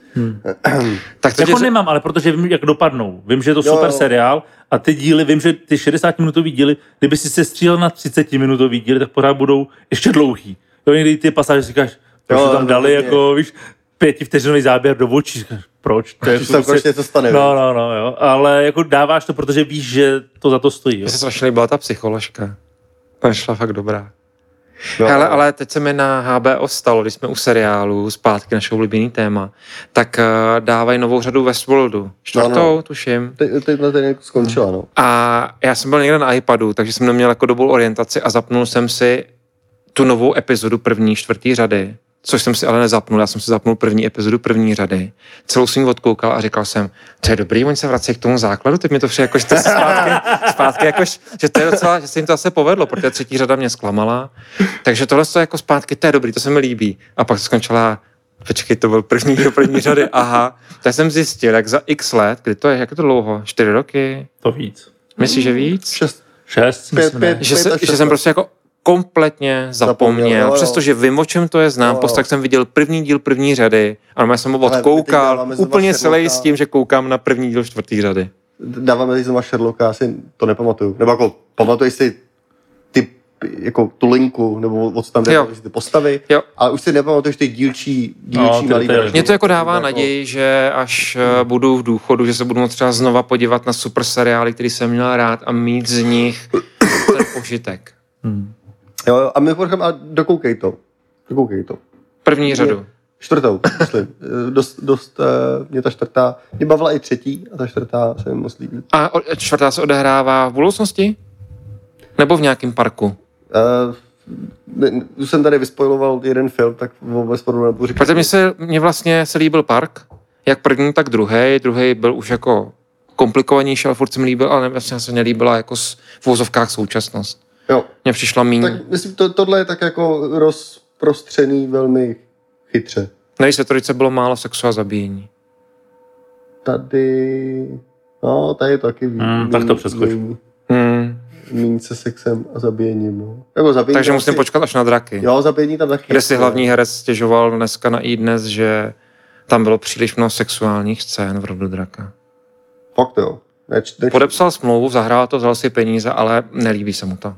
Tak to jako nemám, ale protože vím, jak dopadnou. Vím, že je to super seriál a ty díly, vím, že ty 60-minutový díly, kdyby si se střílel na 30-minutový díly, tak pořád budou ještě dlouhý. Jo, někdy ty pasáže říkáš, proč to tam dali, jako víš, 5vteřinový záběr do očí, říkáš, proč? To je prostě něco stane. No, jo. Ale jako dáváš to, protože víš, že to za to stojí. Mně se strašně líbila ta psycholožka. Ta šla fakt dobrá. No, hele, ale teď se mi na HBO stalo, když jsme u seriálu, zpátky naše oblíbený téma, tak dávají novou řadu Westworldu. 4. tuším. Teď skončila, no. A já jsem byl někde na iPadu, takže jsem neměl jako dobu orientaci a zapnul jsem si tu novou epizodu 4. řady, což jsem si ale nezapnul. Já jsem si zapnul první epizodu 1. řady. Celou jsem ji odkoukal a říkal jsem, to je dobrý, oni se vrací k tomu základu, teď mi to vše jakož to zpátky jakož, že to je docela, že se jim to asi povedlo, protože 3. řada mě zklamala. Takže tohle to jako zpátky, to je dobrý, to se mi líbí. A pak to skončila, počkej, to byl 1. řady, aha. Tak jsem zjistil, jak za x let, kdy to je, jak je to dlouho? 4 roky? To víc. Myslíš, že víc? 6, že jsem prostě jako kompletně zapomněl. Přestože vím, o čem to je, znám, tak jsem viděl první díl 1. řady a já jsem ho odkoukal úplně celý s tím, že koukám na první díl 4. řady. Dáváme teď znova Sherlocka, já si to nepamatuju. Nebo jako pamatuješ si ty, jako tu linku, nebo od tam jde ty postavy, ale už si nepamatuješ ty dílčí malý. Mě to jako dává naději, že až budu v důchodu, že se budu moct třeba znova podívat na super seriály, který jsem měl rád a mít z nich ten požitek. Jo, a mimochodem, dokoukej to. 1. řadu. 4. myslím. Dost mě ta 4. mě bavila i 3. a ta 4. se mi moc líbí. A 4. se odehrává v budoucnosti? Nebo v nějakém parku? Už jsem tady vyspojiloval jeden film, tak vůbec podobně nebudu říkat. Protože mně vlastně se líbil park, jak první, tak druhý. Druhý byl už jako komplikovanější, ale furt se mi líbil, ale vlastně se nelíbila jako v vozovkách současnost. Jo. Mně přišla míň. Tak myslím, tohle je tak jako rozprostřený velmi chytře. Nejvíc ve 3. bylo málo sexu a zabíjení. Tady je to taky tak to přeskočím. Míň se sexem a zabíjením. No. Jako zabíjení. Takže musím počkat až na draky. Jo, zabíjení tam taky. Kde si hlavní herec stěžoval dneska na iDnes, že tam bylo příliš mnoho sexuálních scén v Rodu draka. Fakt jo. Podepsal smlouvu, zahrál to, vzal si peníze, ale nelíbí se mu to.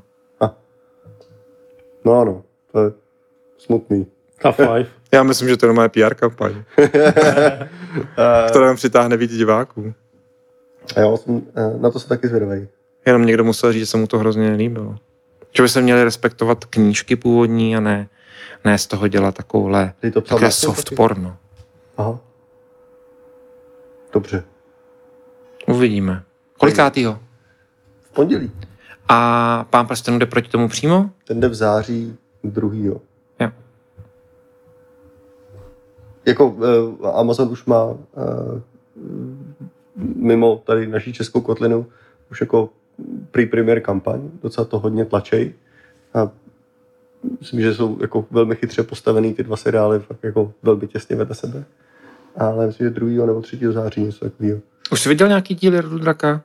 No ano, to je smutný. Top 5. Já myslím, že to je moje PR kampaň. Která přitáhne víc diváků. A jo, na to se taky zvědavej. Jenom někdo musel říct, že se mu to hrozně nelíbilo. Že by se měli respektovat knížky původní a ne ne z toho dělat takové soft porno. Aha. Dobře. Uvidíme. Kolikátýho? V pondělí. A Pán prstenů jde proti tomu přímo? Ten jde v září 2. Jo. Jako Amazon už má mimo tady naší českou kotlinu už jako pre-premier kampaň, docela to hodně tlačej. A myslím, že jsou jako velmi chytře postavený ty dva seriály, fakt jako velmi těsně vedle sebe. Ale myslím, že 2. nebo 3. září něco takového. Už jsi viděl nějaký díl Rodu draka?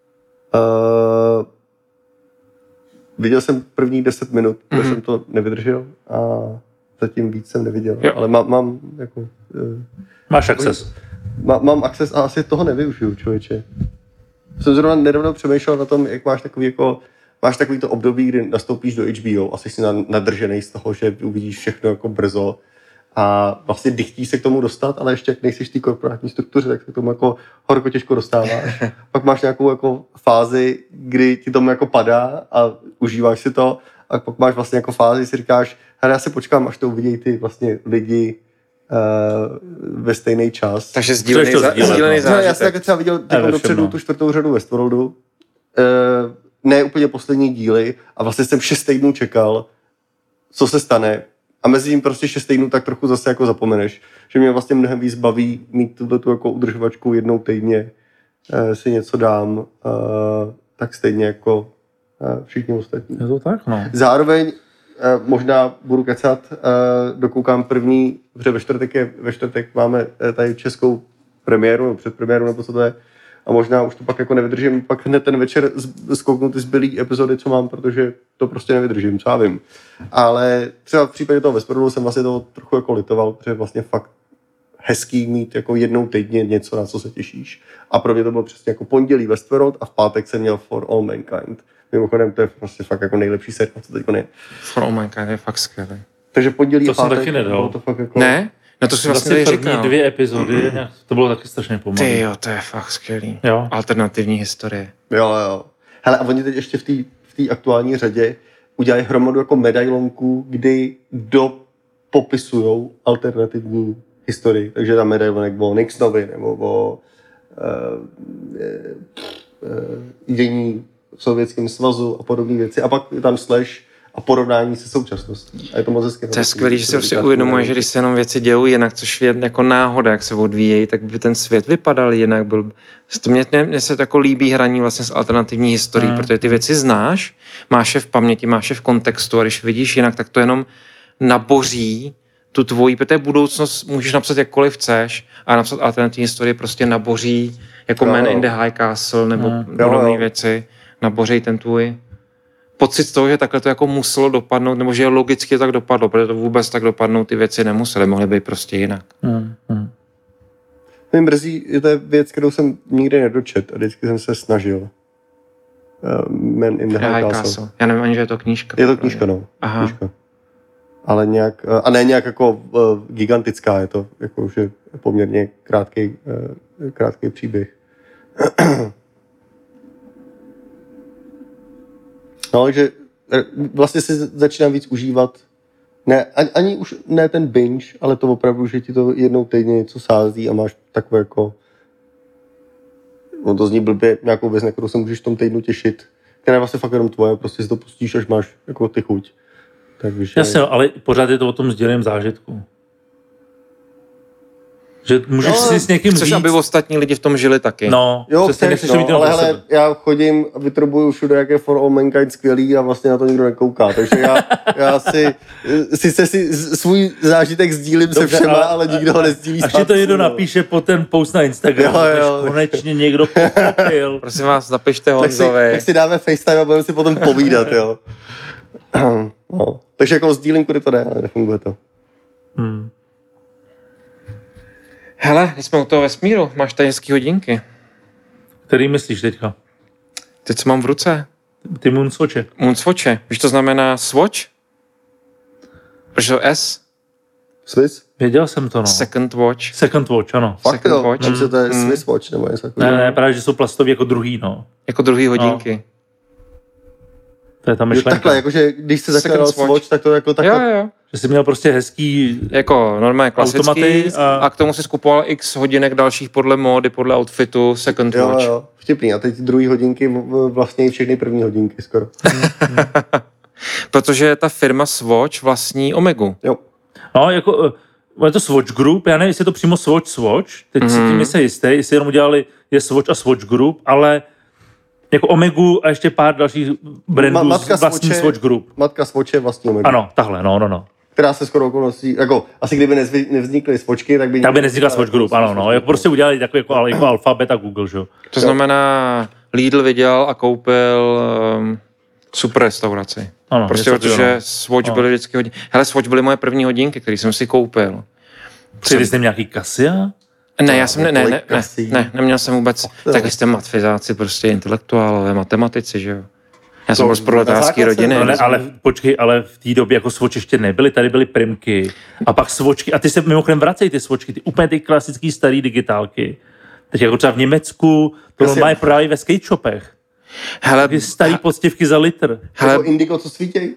Viděl jsem první 10 minut, protože jsem to nevydržel a zatím víc jsem neviděl. Jo. Ale mám jako... Máš access. Mám access a asi toho nevyužiju, člověče. Jsem zrovna nedávno přemýšlel na tom, jak máš takový to období, kdy nastoupíš do HBO, asi jsi nadržený z toho, že uvidíš všechno jako brzo a vlastně dychtí se k tomu dostat, ale ještě jak nejsiš v té korporátní struktuře, tak se k tomu jako horko těžko dostáváš. Pak máš nějakou jako fázi, kdy ti tomu jako padá a užíváš si to a pak máš vlastně jako fázi, si říkáš, hele, já si počkám, až to uvidějí ty vlastně lidi ve stejný čas. Takže sdílený zážitek. Já jsem třeba viděl dopředu tu 4. řadu Westworldu. Ne úplně poslední díly a vlastně jsem 6 týdnů čekal, co se stane. A mezi tím prostě 6 týdnů tak trochu zase jako zapomeneš. Že mě vlastně mnohem víc baví mít tu jako udržovačku jednou týdně, si něco dám, tak stejně jako všichni ostatní. Je to tak, no. Zároveň možná budu kecat, dokoukám první, protože ve čtvrtek máme tady českou premiéru, nebo předpremiéru, nebo co to je, a možná už to pak jako nevydržím, pak hned ten večer zkouknu ty zbylý epizody, co mám, protože to prostě nevydržím, co já vím. Ale třeba v případě toho Westworldu jsem vlastně toho trochu jako litoval, protože vlastně fakt hezký mít jako jednou týdně něco, na co se těšíš. A pro mě to bylo přesně jako pondělí Westworld a v pátek jsem měl For All Mankind. Mimochodem, to je prostě fakt jako nejlepší seriál, co teď je. For All Mankind je fakt skvělý. Takže pondělí a pátek... To jsem taky nedal. To fakt jako... Ne? No to si vlastně říkal. 2 epizody, to bylo taky strašně pomalé. Ty jo, to je fakt skvělý. Jo. Alternativní historie. Jo. Hele, a oni teď ještě v té aktuální řadě udělají hromadu jako medailonků, kdy popisujou alternativní historii. Takže tam medailonek o Nixonovi nebo o dění v Sovětském svazu a podobné věci. A pak je tam slash a porovnání se současností. A je to moc hezky. To je skvělé, že si prostě uvědomuje, že když se jenom věci dějou jinak, což je jako náhoda, jak se odvíjejí, tak by ten svět vypadal jinak. Mně se jako líbí hraní vlastně s alternativní historií, protože ty věci znáš, máš je v paměti, máš je v kontextu a když vidíš jinak, tak to jenom naboří tu tvoji, protože budoucnost můžeš napsat jakkoliv chceš a napsat alternativní historii prostě naboří jako Man in the High Castle nebo podobné věci, naboří ten tvůj pocit toho, že takhle to jako muselo dopadnout, nebo že logicky tak dopadlo, protože to vůbec tak dopadnout ty věci nemusely, mohly být prostě jinak. Mě mrzí, že to je věc, kterou jsem nikdy nedočet a vždycky jsem se snažil. Man in the High Castle. Já nevím ani, že je to knížka. Je to knížka, no. Aha. Knížka. Ale nějak, a ne nějak jako gigantická, je to jako už je poměrně krátký příběh. No, takže vlastně si začínám víc užívat, ne, ani už ne ten binge, ale to opravdu, že ti to jednou týdně něco sází a máš takové jako, no to zní blbě, nějakou věc, na kterou se můžeš v tom týdnu těšit, která je vlastně fakt jenom tvoje, prostě si to pustíš, až máš jako ty chuť. Takže... Jasně, ale pořád je to o tom sděleném zážitku. Že můžeš si s někým chceš, aby ostatní lidi v tom žili taky. No, jo, chceš, ale hele, já chodím a vytrubuju všude, jak je For All Mankind skvělý a vlastně na to nikdo nekouká. Takže já si sice si svůj zážitek sdílím se všema, ale nikdo ho nezdílí. Až ti to někdo napíše po ten post na Instagram, jo. Konečně někdo pochopil. Prosím vás, napište Honzovi. Tak si dáme FaceTime a budeme si potom povídat, jo. No. Takže jako sdílím, kudy to jde, ale nefunguje to. Hele, když jsme u toho vesmíru, máš tady hezký hodinky. Který myslíš teďka? Teď co mám v ruce? Ty Moonswatche. Moonswatche. Víš, to znamená swatch? Protože S? Swiss? Věděl jsem to, no. Second watch. Second watch, ano. Fakt Second watch. Takže to je Swiss watch, nebo něco takového. Ne, právě, že jsou plastový jako druhý, no. Jako druhý hodinky. No. To je ta myšlenka. Takhle, jakože když se zakladal swatch, tak to jako takhle. Jo. Že jsi měl prostě hezký jako normálně klasický a k tomu si skupoval x hodinek dalších podle módy, podle outfitu, second watch. Jo, vtipný. A teď druhý hodinky vlastně všechny první hodinky skoro. Protože ta firma Swatch vlastní Omegu. Jo. No, jako je to Swatch Group, já nevím, jestli je to přímo Swatch, teď si tím nejsem jistý, jestli jenom udělali je Swatch a Swatch Group, ale jako Omegu a ještě pár dalších brandů vlastní Swatch Group. Matka Swatche vlastní Omegu. Ano, tahle, no. Která se skoro okolností, jako asi kdyby nevznikly Swatchky, tak by nevznikla Swatch Group, ano, jako prostě udělali jako Alphabet a Google, že jo. To znamená, Lidl viděl a koupil super restauraci. Ano, prostě protože Swatch byly vždycky hodinky. Hele, Swatch byly moje první hodinky, které jsem si koupil. Přijeli jsi nějaký Cassia? Ne, já jsem neměl jsem vůbec, tak jste matfizáci, prostě intelektuálové, matematici, že jo. Já jsem byl z proletářské rodiny. Ale počkej, ale v té době jako Swatch ještě nebyly, tady byly primky a pak Swatchky, a ty se mimochodem vracejí ty Swatchky, ty úplně ty klasický starý digitálky. Teď jako třeba v Německu, to mají právě ve skate shopech. Hele, taky starý poctivky za litr. Hele, jako indigo, co svítěj?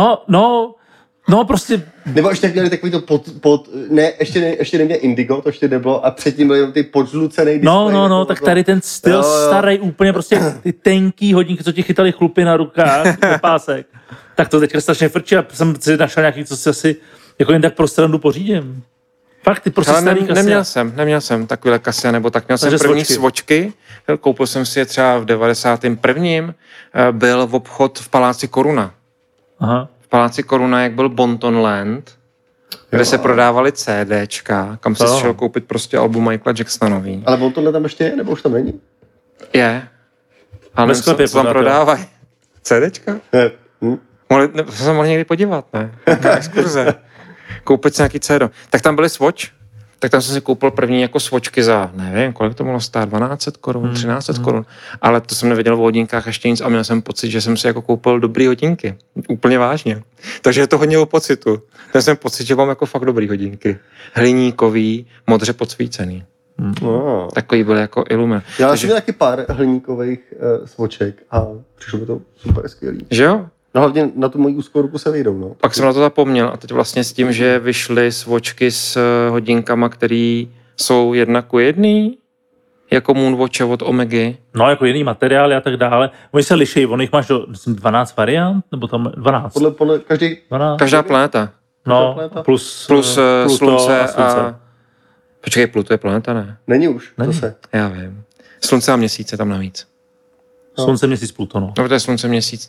No, prostě... Nebo ještě měli takový to ještě neměl indigo, to ještě nebylo, a předtím byly ty podžlucený displej. No, tak tady ten styl starý, úplně prostě ty tenký hodinky, co ti chytali chlupy na rukách, na pásek. Tak to teďka strašně frčí a jsem si našel nějaký, co si asi jako jen tak pro strandu pořídím. Fakt, ty prostě starý Cassia. Neměl jsem takovýhle Cassia, nebo tak měl jsem první Swatchky. Koupil jsem si je třeba v 91. Byl v obchod v Paláci Koruna. Aha. V Paláci Koruna, jak byl Bonton Land, kde se prodávaly CDčka, kam si šel koupit prostě album Michaela Jacksonový. Ale Bonton Land tam ještě je, nebo už tam není? Je. Ale nevím, co tam prodávají. CDčka? Se mohli někdy podívat, ne? Jaká exkurze. Koupit si nějaký CD. Tak tam byly Swatch, tak tam jsem si koupil první jako Swatchky za, nevím, kolik to mohlo stát, 1200 korun, 1300 korun, ale to jsem nevěděl o hodinkách ještě nic a měl jsem pocit, že jsem si jako koupil dobrý hodinky. Úplně vážně. Takže je to hodně o pocitu. Měl jsem pocit, že mám jako fakt dobrý hodinky. Hliníkový, modře podsvícený. Takový byl jako ilumin. Já jsem měl taky pár hliníkových Swatchek a přišlo by to super skvělý. Že jo? No hlavně na tu moji úzkou ruku se vejdou, no. Pak jsem na to zapomněl a teď vlastně s tím, že vyšly Swatchky s hodinkama, který jsou 1:1, jako Moonwatche od Omegy. No, jako jiný materiály a tak dále. Oni se liší, on jich máš myslím 12 variant, nebo tam 12? Podle každý... 12? Každá planeta. No, plus Slunce a... Počkej, Pluto je planeta, ne? Není už, zase. Já vím. Slunce a Měsíc je tam navíc. Slunce, Měsíc, Pluto, no. No, to je Slunce, Měsíc.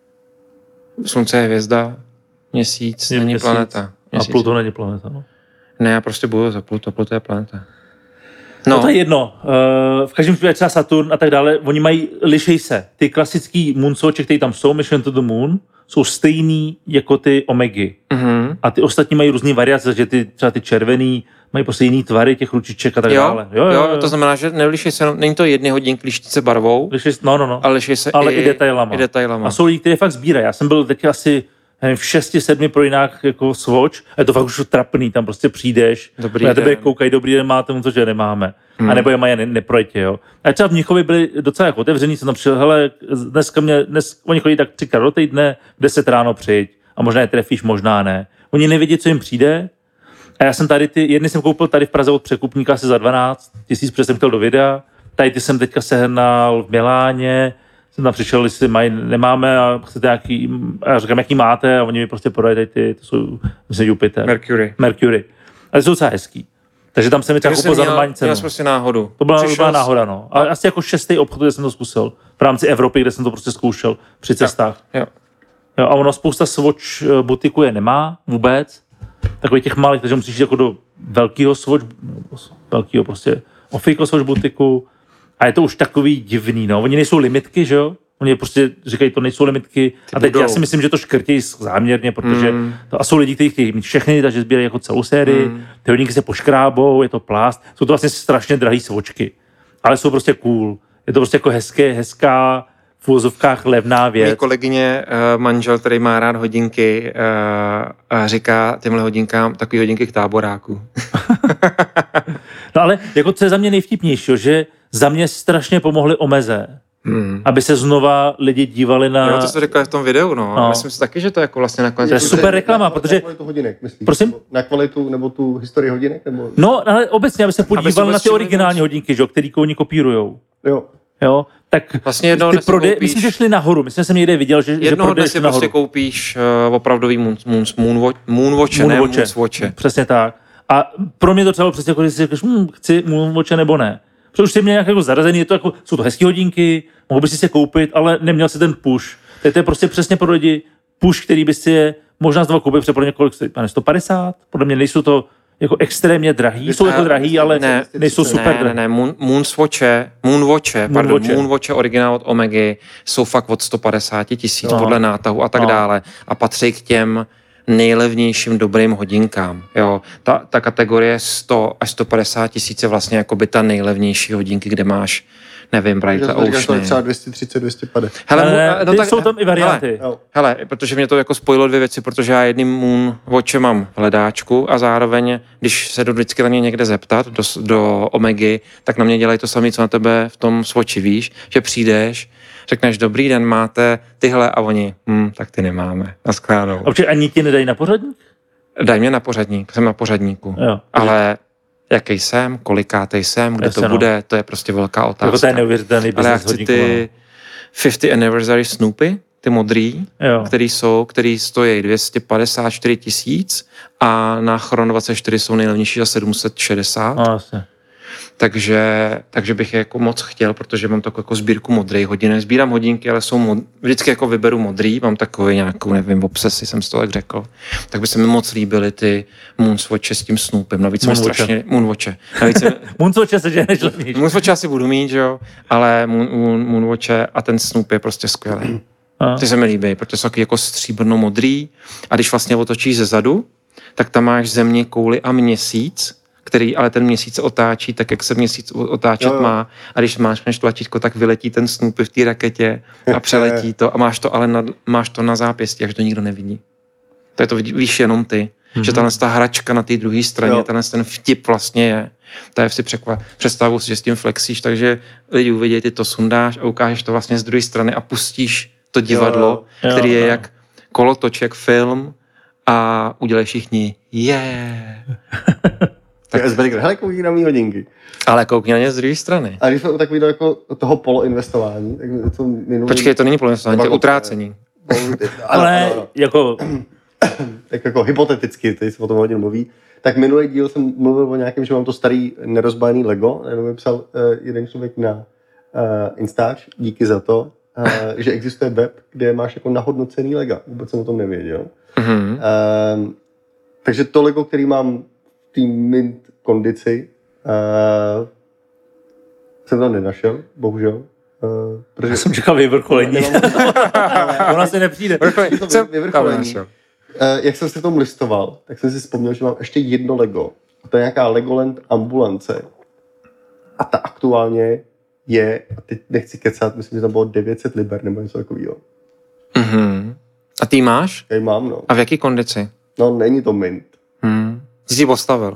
Slunce je hvězda, Měsíc není planeta. Měsíc. A Pluto není planeta, no. Ne, já prostě budu za Pluto, Pluto je planeta. No to je jedno. V každém případě třeba Saturn a tak dále, oni mají, lišej se. Ty klasický Moonswatche, které tam jsou, Mission to the Moon, jsou stejný jako ty Omegy. Mm-hmm. A ty ostatní mají různý variace, že třeba ty červený mají prostě jiný tvary těch ručiček a tak dále. Jo, to znamená, že neliší se, není to jedny hodinky lištíce barvou, ale liší se i detailama. A jsou lidi, kteří fakt sbírají. Já jsem byl teď asi v 6-7 projinách jako Swatch a je to fakt už trapný, tam prostě přijdeš, na tebe koukají, dobrý den máte, to, že nemáme. A nebo je mají neprojďte, jo. A třeba v Mnichově byli docela jako otevřený, jsem tam přišel, hele, dnes oni chodí tak 3krát do týdne, 10 ráno přijď a možná je trefíš, možná ne. Oni nevědí, co jim přijde. A já jsem tady jedny jsem koupil tady v Praze od překupníka asi za 12 000, protože jsem chtěl do videa. Tady ty jsem teďka sehnal v Miláně, jsem tam přišel, jestli nemáme a chcete nějaký, a já říkám, jaký máte a oni mi prostě podají ty, to jsou myslím Jupiter. Mercury. Ale jsou docela hezký. Takže tam jsem mi třeba koupil za normální cenu. Měl jsem si náhodu. To byla náhoda, no. A asi jako 6. obchod, kde jsem to zkusil. V rámci Evropy, kde jsem to prostě zkoušel při cestách. Jo. A ono spousta Swatch butiků je nemá vůbec. Takový těch malých, takže musíš jít jako do velkého Swatch, velkého prostě ofiko Swatch butiku. A je to už takový divný, no. Oni nejsou limitky, že jo? Oni prostě říkají, to nejsou limitky. A teď já si myslím, že to škrtějí záměrně, protože a jsou lidi, kteří chtějí mít všechny, takže sbírají jako celou sérii. Ty hodinky se poškrábou, je to plást. Jsou to vlastně strašně drahý Swatchky. Ale jsou prostě cool. Je to prostě jako hezká v uvozovkách levná věc. Mí kolegyně, manžel, který má rád hodinky, říká těmhle hodinkám takový hodinky k táboráku. No ale jako co je za mě nejvtipnější, že za mě strašně pomohly Omeze. Aby se znova lidi dívali na... Jo, to jsi říkal v tom videu, no. Myslím si taky, že to jako vlastně nakonec... To je super reklama, protože... Na kvalitu hodinek, myslíš? Prosím? Na kvalitu nebo tu historii hodinek? Nebo... No, ale obecně, aby se podívali na ty originální hodinky, že, který oni kopírujou. Jo, tak vlastně jednoho ty prodeje, myslím, že šli nahoru. Myslím, že jsem někde viděl, že jednoho si prostě koupíš opravdový Moonwatche. Přesně tak. A pro mě to třeba přesně jako, když si říkáš, chci Moonwatche nebo ne. Protože už jsi mě nějak jako zarazený, je to jako, jsou to hezký hodinky, mohl by si se koupit, ale neměl si ten push. To je prostě přesně pro lidi push, který by si je možná znovu koupil, protože pro ně kolik stojí, 150? Podle mě nejsou to jako extrémně drahý, jsou jako drahý, ale nejsou super drahý. Ne, Moonwatche originál od Omegy jsou fakt od 150 000 podle nátahu a tak dále a patří k těm nejlevnějším dobrým hodinkám. Jo, ta kategorie 100 až 150 000 je vlastně jako by ta nejlevnější hodinky, kde máš, nevím, Breitling Oceany. Třeba 230, 250. Hele, jsou tam i varianty. Hele, protože mě to jako spojilo dvě věci, protože já jedním Moonwatche mám v hledáčku a zároveň, když se jdu vždycky na ně někde zeptat do Omegy, tak na mě dělají to samé, co na tebe v tom Swatchi, víš, že přijdeš, řekneš, dobrý den, máte tyhle a oni, tak ty nemáme, naskládanou. A určitě ani ti nedají na pořadník? Daj mě na pořadník, jsem na pořadníku. Jo. Ale jaký jsem, kolikátej jsem, kde to bude, to je prostě velká otázka. To je neuvěřitelný business. Ale já chci ty 50 anniversary Snoopy, ty modrý, který stojí 254 000 a na Chrono 24 jsou nejlevnější za 760. Vlastně. Takže bych je jako moc chtěl, protože mám takovou jako sbírku modrých hodinek. Sbírám hodinky, ale jsou vždycky jako vyberu modrý, mám takový nějakou, nevím, obsesi, jsem si to tak řekl. Tak by se mi moc líbily ty Moonwatche s tím Snoopem. Navíc mám strašně... Moonwatche. Moonwatche se ženeš levnější. Moonwatche asi budu mít, že jo, ale Moonwatche a ten Snoop je prostě skvělý. Ty se mi líbí, protože jsou jako stříbrno modrý a když vlastně otočíš ze zadu, tak tam máš země, kouli a měsíc, který ale ten měsíc otáčí tak, jak se měsíc otáčet má. A když máš tlačítko, tak vyletí ten Snoopy v té raketě a přeletí to a máš to na zápěstí, až to nikdo nevidí. To je to, víš jenom ty. Že ta hračka na té druhé straně, ten vtip vlastně je. To je si představu si, že s tím flexíš, takže lidi uvidí, ty to sundáš a ukážeš to vlastně z druhé strany a pustíš to divadlo, který je jak kolotoč, jak film a udělají všichni Hele, koukni na mý hodinky. Ale koukni na ně z druhé strany. A když jsme u takového jako toho poloinvestování, tak to minulý... Počkej, to není poloinvestování, to je utrácení. Ale jako... tak jako hypoteticky, teď se o tom hodně mluví, tak minulý díl jsem mluvil o nějakém, že mám to starý nerozbalený Lego, jenom mi psal jeden člověk na Instač, díky za to, že existuje web, kde máš jako nahodnocený Lega. Vůbec jsem o tom nevěděl. Takže to Lego, který mám v té mint kondici, jsem tam nenašel, bohužel. Já jsem čekal vyvrcholení. Ona se nepřijde. Vyvrcholení. Jak jsem se v tom listoval, tak jsem si vzpomněl, že mám ještě jedno Lego. A to je nějaká Legoland ambulance. A ta aktuálně je, a teď nechci kecat, myslím, že tam bylo 900 liber nebo něco takového. A ty máš? Já ji mám, no. A v jaký kondici? No, není to mint. Ty jsi postavil.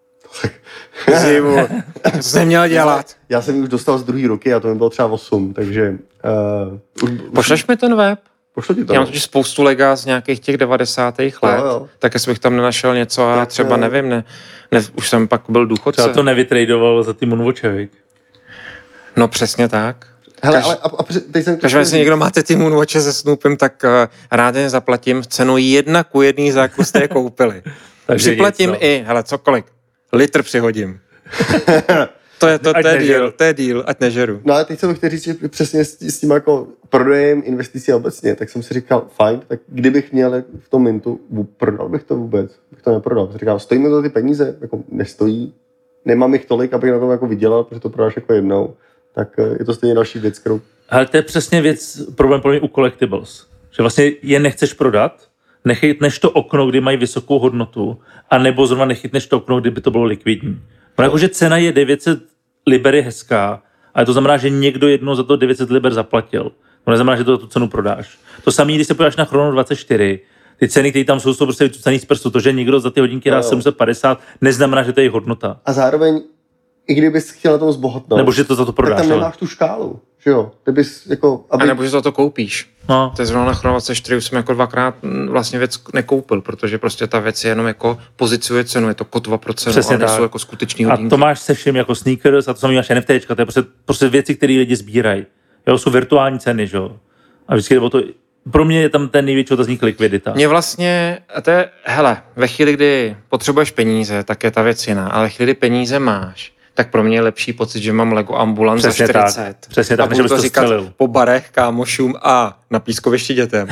To jsi neměl dělat. Já jsem ji už dostal z druhé ruky a to mi bylo třeba 8, takže... Pošleš mi ten web? Pošlu ti to. Já mám totiž spoustu lega z nějakých těch 90. let, tak jestli bych tam nenašel něco a třeba nevím, ne, už jsem pak byl důchodce. Třeba to nevytradoval za ty Moonwatche, viď? No přesně tak. Hele, Když si někdo máte ty Moonwatche se Snoopem, tak rád je zaplatím cenu 1:1 za kus jste je koupili. Připlatím i, hele, cokoliv. Litr přihodím. To je deal, ať nežeru. No ale teď jsem chtěl říct, že přesně s tím jako prodejem investicí obecně, tak jsem si říkal, fajn, tak kdybych měl v tom mintu, prodal bych to vůbec, bych to neprodal. Jsem říkal, stojí mi to ty peníze, jako nestojí, nemám jich tolik, abych na tom jako vydělal, protože to prodáš jako jednou, tak je to stejně další věc, kterou... Ale to je přesně problém pro mě u collectibles, že vlastně je nechceš prodat, nechytneš to okno, kdy mají vysokou hodnotu, a nebo zrovna nechytneš to okno, kdyby to bylo likvidní. No jakože cena je 900 liber je hezká, ale to znamená, že někdo jednou za to 900 liber zaplatil. To neznamená, že to za tu cenu prodáš. To samé, když se podíváš na Chrono 24, ty ceny, které tam jsou prostě vycucaný z prstu. To, že někdo za ty hodinky dá 750, neznamená, že to je hodnota. A zároveň, i kdybys chtěl na tom zbohatnout, nebo že to za to prodáš. Tak tam nemáš tu škálu. že jo? Ty bys jako... A nebo že za to koupíš. No. To je zrovna na Chrono 24, už jsem jako 2krát vlastně věc nekoupil, protože prostě ta věc je jenom jako pozicuje cenu, je to kotva pro cenu, přesně ale jsou jako skutečný hodinky. A to máš se všem jako sneakers a to samý máš NFTčka, to je prostě věci, které lidi sbírají. Jo, jsou virtuální ceny, že jo? A vždycky to, pro mě je tam ten největší otazník likvidita. Mně vlastně, a to je, hele, ve chvíli, kdy potřebuješ peníze, tak je ta věc jiná, ale ve chvíli, kdy peníze máš, tak pro mě je lepší pocit, že mám Lego Ambulance za 40. Přesně tak, a budu to říkat po barech, kámošům a na pískovišti dětem,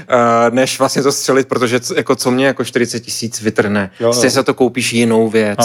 než vlastně to střelit, protože jako co mě jako 40 000 vytrhne. Stejně se to koupíš jinou věc,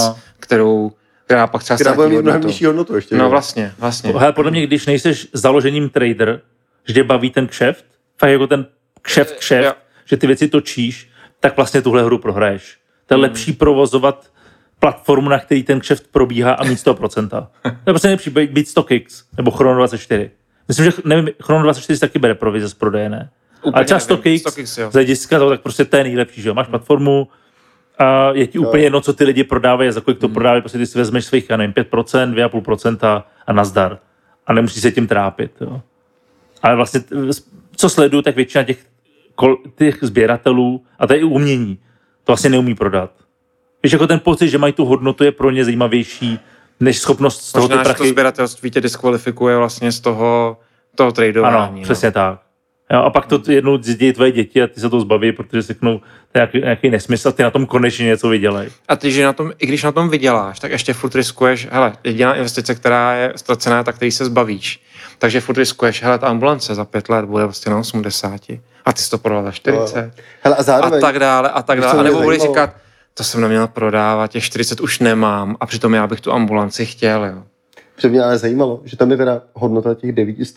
která pak třeba ztratí hodnotu. Mnohem nižší hodnotu ještě. No vlastně. Hele, podle mě, když nejseš založením trader, že tě baví ten kšeft, fakt jako ten kšeft, že ty věci točíš, tak vlastně tuhle hru prohraješ. To je lepší provozovat platformu, na který ten kšeft probíhá a mít 100%. To je prostě nejlepší být StockX nebo Chrono 24. Myslím, že nevím, Chrono 24 taky bere provize z prodeje, ne? Ale třeba StockX z hlediska toho, tak prostě to je nejlepší, že jo? Máš platformu a je ti úplně jedno, co ty lidi prodávají a za kolik to prodávají, prostě ty si vezmeš svých, já nevím, 5%, 2,5% a nazdar. A nemusíš se tím trápit, jo? Ale vlastně, co sleduju, tak většina těch sběratelů, a to je i umění, to vlastně neumí prodat. Víš, jako ten pocit, že mají tu hodnotu, je pro ně zajímavější, než schopnost z toho ty prachy... to sběratelství tě diskvalifikuje vlastně z toho tradování. Ano, přesně tak. Jo, a pak to jednou dějí tvoje děti a ty se to zbaví, protože si řeknou, to je nějaký nesmysl a ty na tom konečně něco vydělají. A ty, že na tom, i když na tom vyděláš, tak ještě furt riskuješ, hele, jediná investice, která je ztracená, tak který se zbavíš. Takže furt riskuješ, hele, ta ambulance za 5 let bude vlastně na 80 a ty jsi to prodal za 40. Hele, a zároveň... A tak dále. A nebo budeš říkat, to jsem neměl prodávat, těch 40 už nemám a přitom já bych tu ambulanci chtěl, jo. Protože mě ale zajímalo, že tam je teda hodnota těch 900.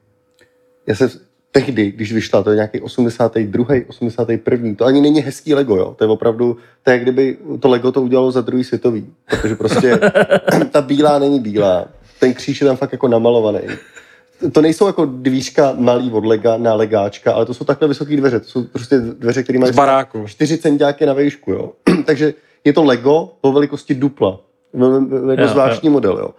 Já se tehdy, když vyšla, to je nějaký 82., 81., to ani není hezký Lego, jo. To je opravdu, to je jak kdyby to Lego to udělalo za druhý světový. Protože prostě ta bílá není bílá. Ten kříž je tam fakt jako namalovaný. To nejsou jako dvířka malý od lega na legáčka, ale to jsou takhle vysoké dveře. To jsou prostě dveře, které mají 4 centiáky na výšku, jo. Takže je to Lego po velikosti dupla. Lego zvláštní model, jo.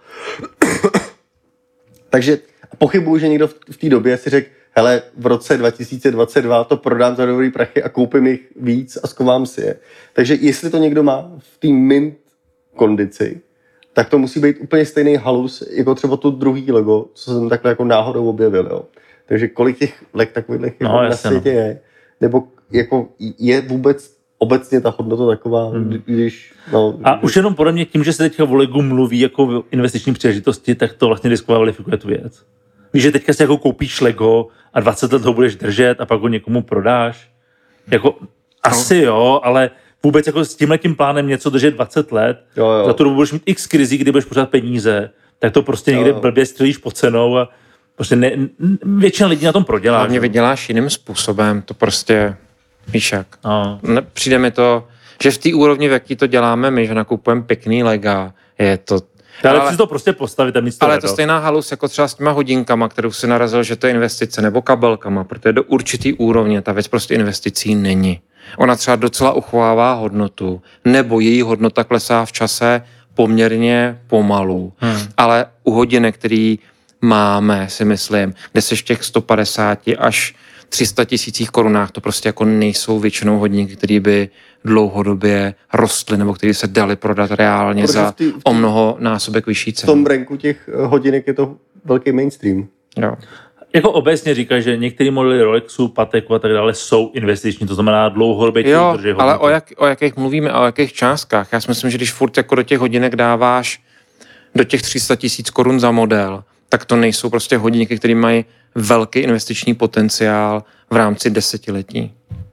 Takže pochybuju, že někdo v té době si řekl, hele, v roce 2022 to prodám za dobrý prachy a koupím jich víc a schovám si je. Takže jestli to někdo má v té mint kondici, tak to musí být úplně stejný halus, jako třeba tu druhý Lego, co jsem takhle jako náhodou objevil, jo. Takže kolik těch leg takových na světě je, nebo jako je vůbec obecně ta hodnota taková, když... A už jenom podle mě tím, že se teďka o Legu mluví jako v investiční příležitosti, tak to vlastně diskvalifikuje tu věc. Víš, že teďka si jako koupíš Lego a 20 let ho budeš držet a pak ho někomu prodáš. Jako asi jo, ale vůbec jako s tímhletím plánem něco držet 20 let, za to budeš mít x krizí, kdy budeš pořád peníze, tak to prostě někde blbě střelíš pod cenou a prostě většina lidí na tom prodělá. Hlavně vyděláš jiným způsobem, to prostě víš jak. Přijde mi to, že v té úrovni, v jaký to děláme my, že nakupujeme pěkný lega, je to... Ale chci to prostě postavit a mít ale je to stejná halus jako třeba s těma hodinkama, kterou si narazil, že to je investice, nebo kabelkama, protože do určitý úrovně ta věc prostě investicí není. Ona třeba docela uchovává hodnotu, nebo její hodnota klesá v čase poměrně pomalu. Ale u hodinek, který máme, si myslím, kde seš v těch 150 až 300 000 korunách, to prostě jako nejsou většinou hodinky, které by dlouhodobě rostly, nebo které se daly prodat reálně za o mnoho násobek vyšší cenu. V tom branku těch hodinek je to velký mainstream. Jo. Jako obecně říká, že některé modely Rolexu, Pateku a tak dále jsou investiční, to znamená dlouhodobě drží hodnoty. Ale o jakých mluvíme a o jakých částkách? Já si myslím, že když furt jako do těch hodinek dáváš do těch 300 000 korun za model, tak to nejsou prostě hodinky, které mají velký investiční potenciál v rámci desetiletí.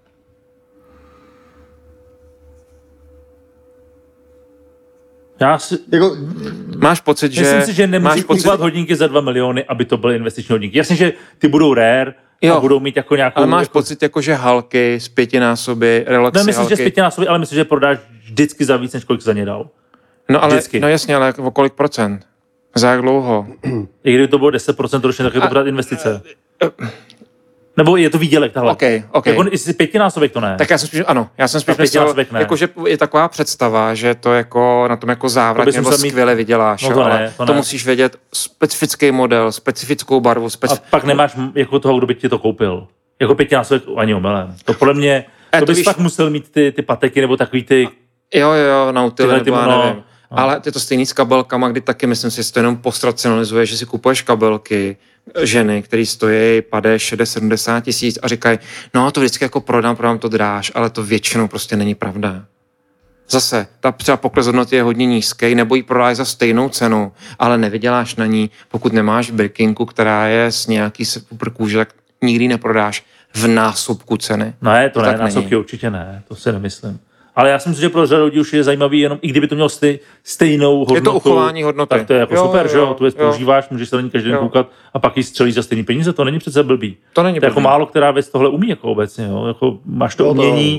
Máš pocit, že... Myslím si, že nemusíš kupovat hodinky za 2 miliony, aby to byly investiční hodinky. Jasně, že ty budou rare a budou mít jako nějakou... Ale máš pocit, jako, že halky z 5násoby, relaxy halky... Myslím, že z 5násoby, ale myslím, že prodáš vždycky za víc, než kolik za ně dal. No jasně, ale o kolik procent? Za jak dlouho? I kdyby to bylo 10% ročně, tak je to pořád investice. Nebo je to výdělek tahle? Okay. Jako, jestli 5násobek to ne. Tak já jsem spíš myslel, jako, že je taková představa, že to jako na tom jako závratně nebo skvěle vyděláš. No to musíš vědět specifický model, specifickou barvu. A pak nemáš jako toho, kdo by ti to koupil. Jako 5násobek ani omylem. To podle mě, to bys fakt musel mít ty pateky nebo takový ty... Jo, Nautily, nebo já nevím. Ale je to stejný s kabelkama, kdy taky myslím si, že to jenom postracionalizuje, že si kupuješ kabelky, ženy, které stojí 50, 60, 70 tisíc a říkají, no to vždycky jako prodám to dráž, ale to většinou prostě není pravda. Zase, ta třeba pokles hodnoty je hodně nízký, nebo ji prodáš za stejnou cenu, ale nevyděláš na ní, pokud nemáš Birkinku, která je z nějaký super kůže, tak nikdy neprodáš v násobku ceny. Ne, to ne, násobky určitě ne, to si nemyslím. Ale já si myslím, že pro řadu lidí už je zajímavý jenom, i kdyby to mělo stejnou hodnotu. Je to uchování hodnoty. Tak to je jako super, že jo, tu věc používáš, můžeš se na ní každý den koukat a pak ji střelíš za stejný peníze, to není přece blbý. To není blbý. Jako málo která věc tohle umí jako obecně, jo. Jako máš to umění,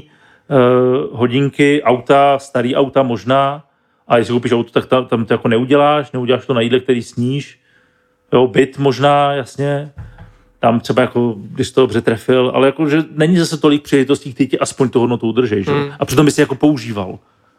hodinky, auta, starý auta možná, a jestli koupíš auto, tak tam to jako neuděláš to na jídle, který sníš. Jo, byt možná, jasně. Tam třeba jako, když to dobře trefil, ale jako, že není zase tolik příležitostí, který ti aspoň tu hodnotu udržej, že? A přitom by si jako používal.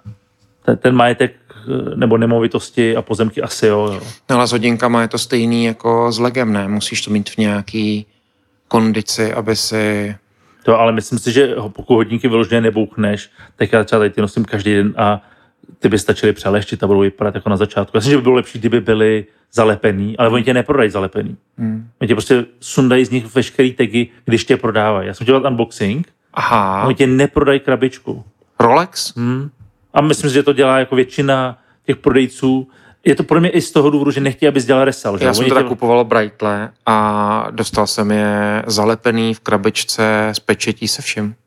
Ten majetek nebo nemovitosti a pozemky asi, jo. No, ale s hodinkama je to stejný jako s legem, ne? Musíš to mít v nějaký kondici, aby si... To, ale myslím si, že pokud hodinky vyloženě nebouchneš, tak já třeba tady ty nosím každý den a ty by stačily přeleštit a budou vypadat jako na začátku. Já myslím, že by bylo lepší, kdyby byly zalepený, ale oni tě neprodají zalepený. Oni tě prostě sundají z nich veškerý tagy, když tě prodávají. Já jsem dělal unboxing. Aha. Oni tě neprodají krabičku. Rolex? A myslím si, že to dělá jako většina těch prodejců. Je to pro mě i z toho důvodu, že nechtějí, abys dělal resell. Já jsem teda kupoval Breitle a dostal jsem je zalepený v krabičce s pečetí se vším.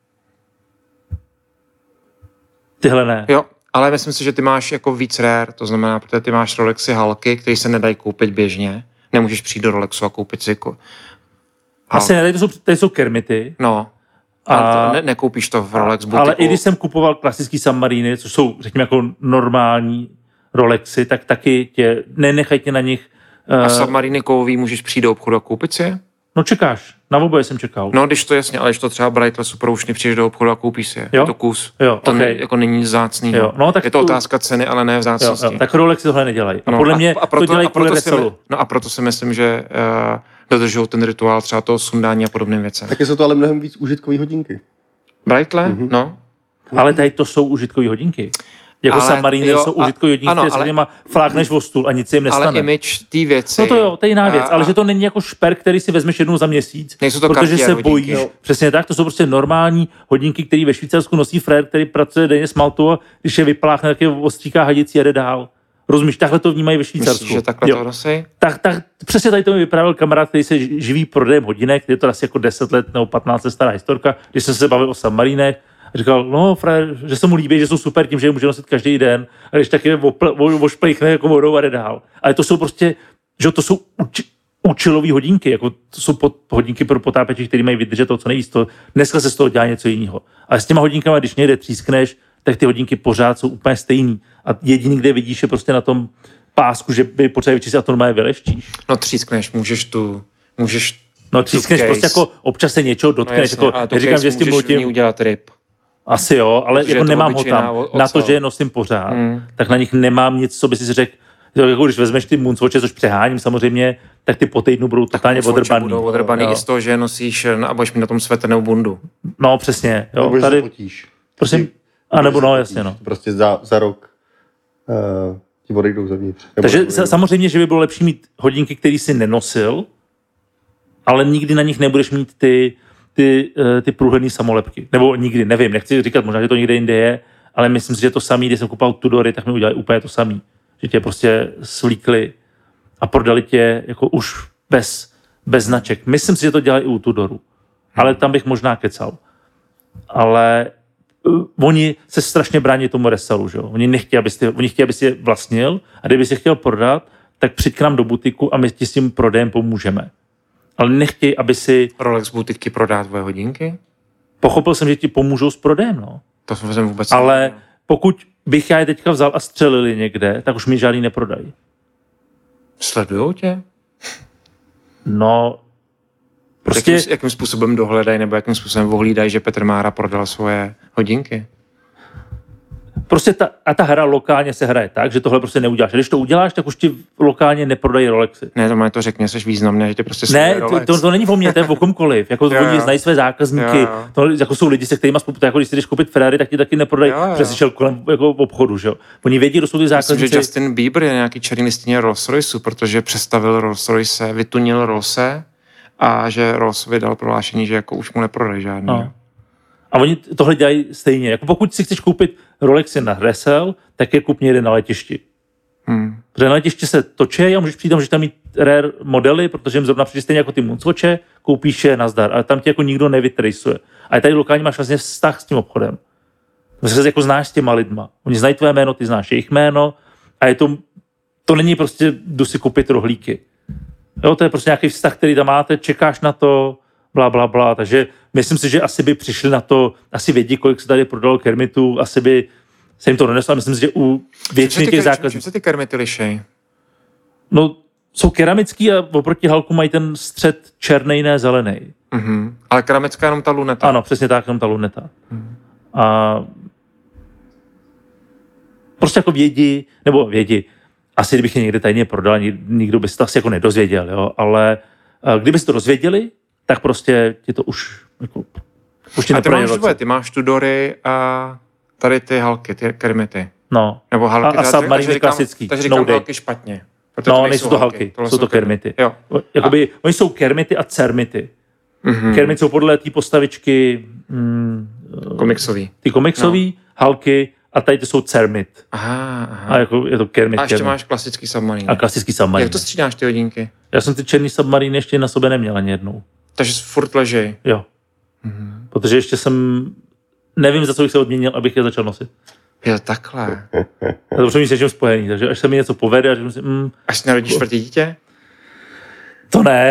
Tyhle ne. Jo. Ale myslím si, že ty máš jako víc rare, to znamená, protože ty máš Rolexy halky, které se nedají koupit běžně. Nemůžeš přijít do Rolexu a koupit si jako... Asi ne, tady jsou kermity. No, ale nekoupíš to v Rolex butiku. Ale i když jsem kupoval klasický Submariny, což jsou, řekněme, jako normální Rolexy, tak taky nenechají tě na nich... A Submariny kovový můžeš přijít do obchodu a koupit si je? No čekáš, na oboje jsem čekal. No, když to jasně, ale když to třeba Breitle super už přijdeš do obchodu a koupíš si je. Jo? Je to kus. Jo, to okay. jako není vzácný. No, tak je to otázka ceny, ale ne vzácnosti. Jo. Tak Rolexy tohle nedělají. A podle mě to dělají kvůli resellu. No a proto si myslím, že dodržují ten rituál třeba toho sundání a podobným věcem. Taky jsou to ale mnohem víc užitkový hodinky. Breitle? No. Ale tady to jsou užitkový hodinky. Jako Submariny jsou užitkový hodinky, které se těma flákneš o stůl a nic se jim nestane. Ale image té věci. No to jo, to je jiná věc, ale že to není jako šper, který si vezmeš jednou za měsíc, protože se bojíš. Jo. Přesně tak, to jsou prostě normální hodinky, který ve Švýcarsku nosí frér, který pracuje denně s maltou a když je vypláchne, tak je ostříká hadicí a jede dál. Rozumíš, takhle to vnímají ve Švýcarsku. Myslíš, že takhle to nosí? Tak přesně tady to mi vyprávěl kamarád, který se živí prodejem hodinek, je to asi jako 10 let nebo 15 let stará historka, když jsem se bavil o Submarinech. A říkal, no, frér, že se mu líbí, že jsou super tím, že je může nosit každý den, a když tak je ošplejchne jako vodou a jde dál. Ale to jsou prostě, že to jsou účelové hodinky, jako to jsou hodinky pro potápěče, který mají vydržet to, co nejvíc. Dneska se z toho dělá něco jiného. Ale s těma hodinkama, když někde třískneš, tak ty hodinky pořád jsou úplně stejný. A jediný, kde vidíš, je prostě na tom pásku, že by potřeba vyčistit a to normálně vyleštíš. No třískneš, můžeš No třískneš prostě jako občas se něčeho dotkneš, no, jako neříkám, že s tím můžeš udělat ryb. Asi jo, ale jako nemám ho tam. Na to, že je nosím pořád, tak na nich nemám nic, co by si řekl, jako když vezmeš ty Moonswatche, což přeháním samozřejmě, tak ty po týdnu budou totálně odrbaný. Budou odrbaný i z toho, že nosíš a budeš mít na tom sweater nebo bundu. No přesně. Jo, nebo tady potíš. Prosím, a nebo no jasně no. Prostě za rok ti odejdou zevnitř. Takže samozřejmě, že by bylo lepší mít hodinky, které si nenosil, ale nikdy na nich nebudeš mít ty průhledné samolepky. Nebo nikdy, nevím, nechci říkat, možná, že to někde jinde je, ale myslím si, že to samý, když jsem kupoval Tudory, tak mi udělali úplně to samý. Že tě prostě svlíkli a prodali tě jako už bez značek. Myslím si, že to dělají i u Tudoru. Ale tam bych možná kecal. Ale oni se strašně brání tomu resellu, že jo? Oni chtějí, aby si je vlastnil a kdyby si chtěl prodat, tak přijď k nám do butiku a my ti s tím prodejem pomůžeme. Ale nechtějí, aby si... Rolex butiky prodá tvoje hodinky? Pochopil jsem, že ti pomůžou s prodejem, no. To jsem vůbec... Ale pokud bych já je teďka vzal a střelili někde, tak už mi žádný neprodají. Sledujou tě? No, Prostě jakým způsobem dohledají nebo jakým způsobem ohlídají, že Petr Mára prodal svoje hodinky? Prostě ta hra lokálně se hraje tak, že tohle prostě neuděláš. A když to uděláš, tak už ti lokálně neprodají Rolexy. Ne, to řekni, jsi významný, že ty prostě ne, to není o mě, to je o komkoliv. Jako oni znají své zákazníky, to jako jsou lidi, se kterými spolupracují, jako když si jdeš koupit Ferrari, tak ti taky neprodají, protože jsi šel kolem jako obchodu, že jo. Oni vědí, kdo jsou ty zákazníci. Myslím, že Justin Bieber je nějaký černý listině Rolls-Royce, protože přestavil Rolls-Royce, vytunil Rollse a že Rolls vydal prohlášení, že jako už mu neprodají žádný. No. A oni tohle dělají stejně. Jako pokud si chceš koupit Rolexy na resell, tak je kup někde na letišti. Protože na letišti se točí a můžeš přijít, můžeš tam mít rare modely, protože jim zrovna přijde stejně jako ty Moonswatche, koupíš je nazdar, ale tam tě jako nikdo nevytrejsuje. A tady lokálně máš vlastně vztah s tím obchodem. Vlastně se jako znáš s těma lidma. Oni znají tvé jméno, ty znáš jejich jméno a je to není prostě jdu si koupit rohlíky. Jo, to je prostě nějaký vztah, který tam máte, čekáš na to, bla, bla, bla. Takže myslím si, že asi by přišli na to, asi vědí, kolik se tady prodalo kermitů, asi by se jim to doneslo. Myslím si, že u většiny těch zákazníků. Čím se ty kermity lišej? No, jsou keramický a oproti halku mají ten střed černej, ne zelený. Mm-hmm. Ale keramická jenom ta luneta. Ano, přesně tak, jenom ta luneta. A prostě jako vědí, asi kdybych je někde tajně prodal, nikdo by se to asi jako nedozvěděl, jo? Ale kdyby se to dozvěděli, tak prostě ti to už ti neprodají. Ty máš Tudory a tady ty halky, ty kermity. No. Nebo halky. A submariny klasický. Takže říkám halky špatně. No, nejsou to halky, jsou to kermity. Jakoby, oni jsou kermity a cermity. Mm-hmm. Kermity jsou podle té postavičky komiksový. Ty komiksový, halky a tady to jsou cermit. Aha. A jako je to kermit. A ještě máš klasický submarín. A klasický submarín. Jak to střídáš ty hodinky? Já jsem ty černý submaríny ještě na sobě neměl ani jednou. Takže furt ležej. Jo. Protože ještě jsem, nevím, za co bych se odměnil, abych je začal nosit. Jo, takhle. A to už s něčím spojený, takže až se mi něco povede a řeknu si... Až si narodíš čtvrtý dítě? To ne.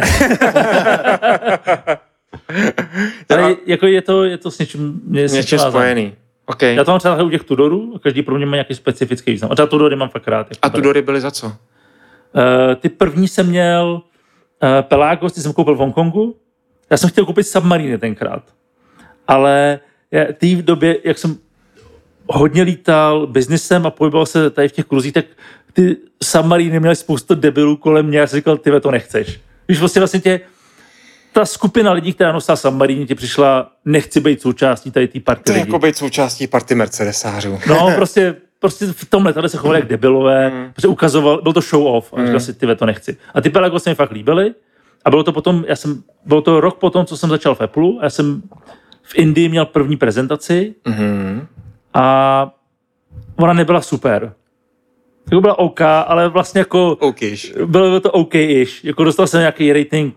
Ale jako je to s něčím spojený. Okay. Já to mám třeba u těch Tudorů a každý pro mě má nějaký specifický význam. A třeba Tudory mám fakt rád. A Tudory byly za co? Ty první jsem měl Pelagos, ty jsem koupil v Hongkongu. Já jsem chtěl koupit submaríny tenkrát. Ale v té době, jak jsem hodně lítal biznisem a pohyboval se tady v těch kruzích, tak ty submaríny měly spoustu debilů kolem mě a já jsem říkal, ty to nechceš. Když vlastně ta skupina lidí, která nosila submaríny, ti přišla, nechci být součástí tady té party lidí. To jako být součástí party Mercedesářů. No, prostě v tomhle tady se chovali jak debilové, protože ukazoval, byl to show off a říkal si, ty to nechci. A ty Pelagos se mi fakt líbily a bylo to potom, bylo to rok potom, co jsem začal v Apple a já jsem v Indii měl první prezentaci a ona nebyla super. To byla OK, ale vlastně jako... OK-ish. Bylo to OK-ish. Jako dostal jsem nějaký rating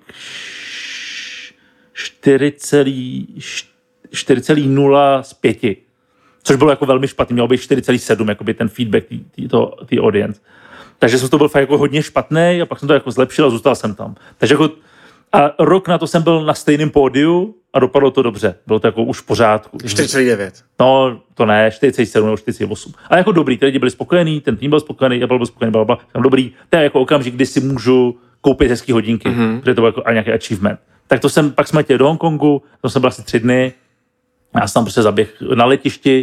4,0 z 5. Což bylo jako velmi špatný. Mělo být 4,7, jakoby ten feedback té audience. Takže jsem to byl fakt jako hodně špatný a pak jsem to jako zlepšil a zůstal jsem tam. Takže jako a rok na to jsem byl na stejném pódiu a dopadlo to dobře. Bylo to jako už v pořádku. 4,9. No, to ne, 47 nebo 48. Ale jako dobrý, ty lidi byli spokojení, ten tým byl spokojený, Apple byl spokojený, blablabla. Tam dobrý, to je jako okamžik, kdy si můžu koupit hezký hodinky, protože to byl jako nějaký achievement. Tak to jsem, pak jsme letěli do Hongkongu, to jsem byl asi 3 dny, já jsem tam prostě zaběhl na letišti.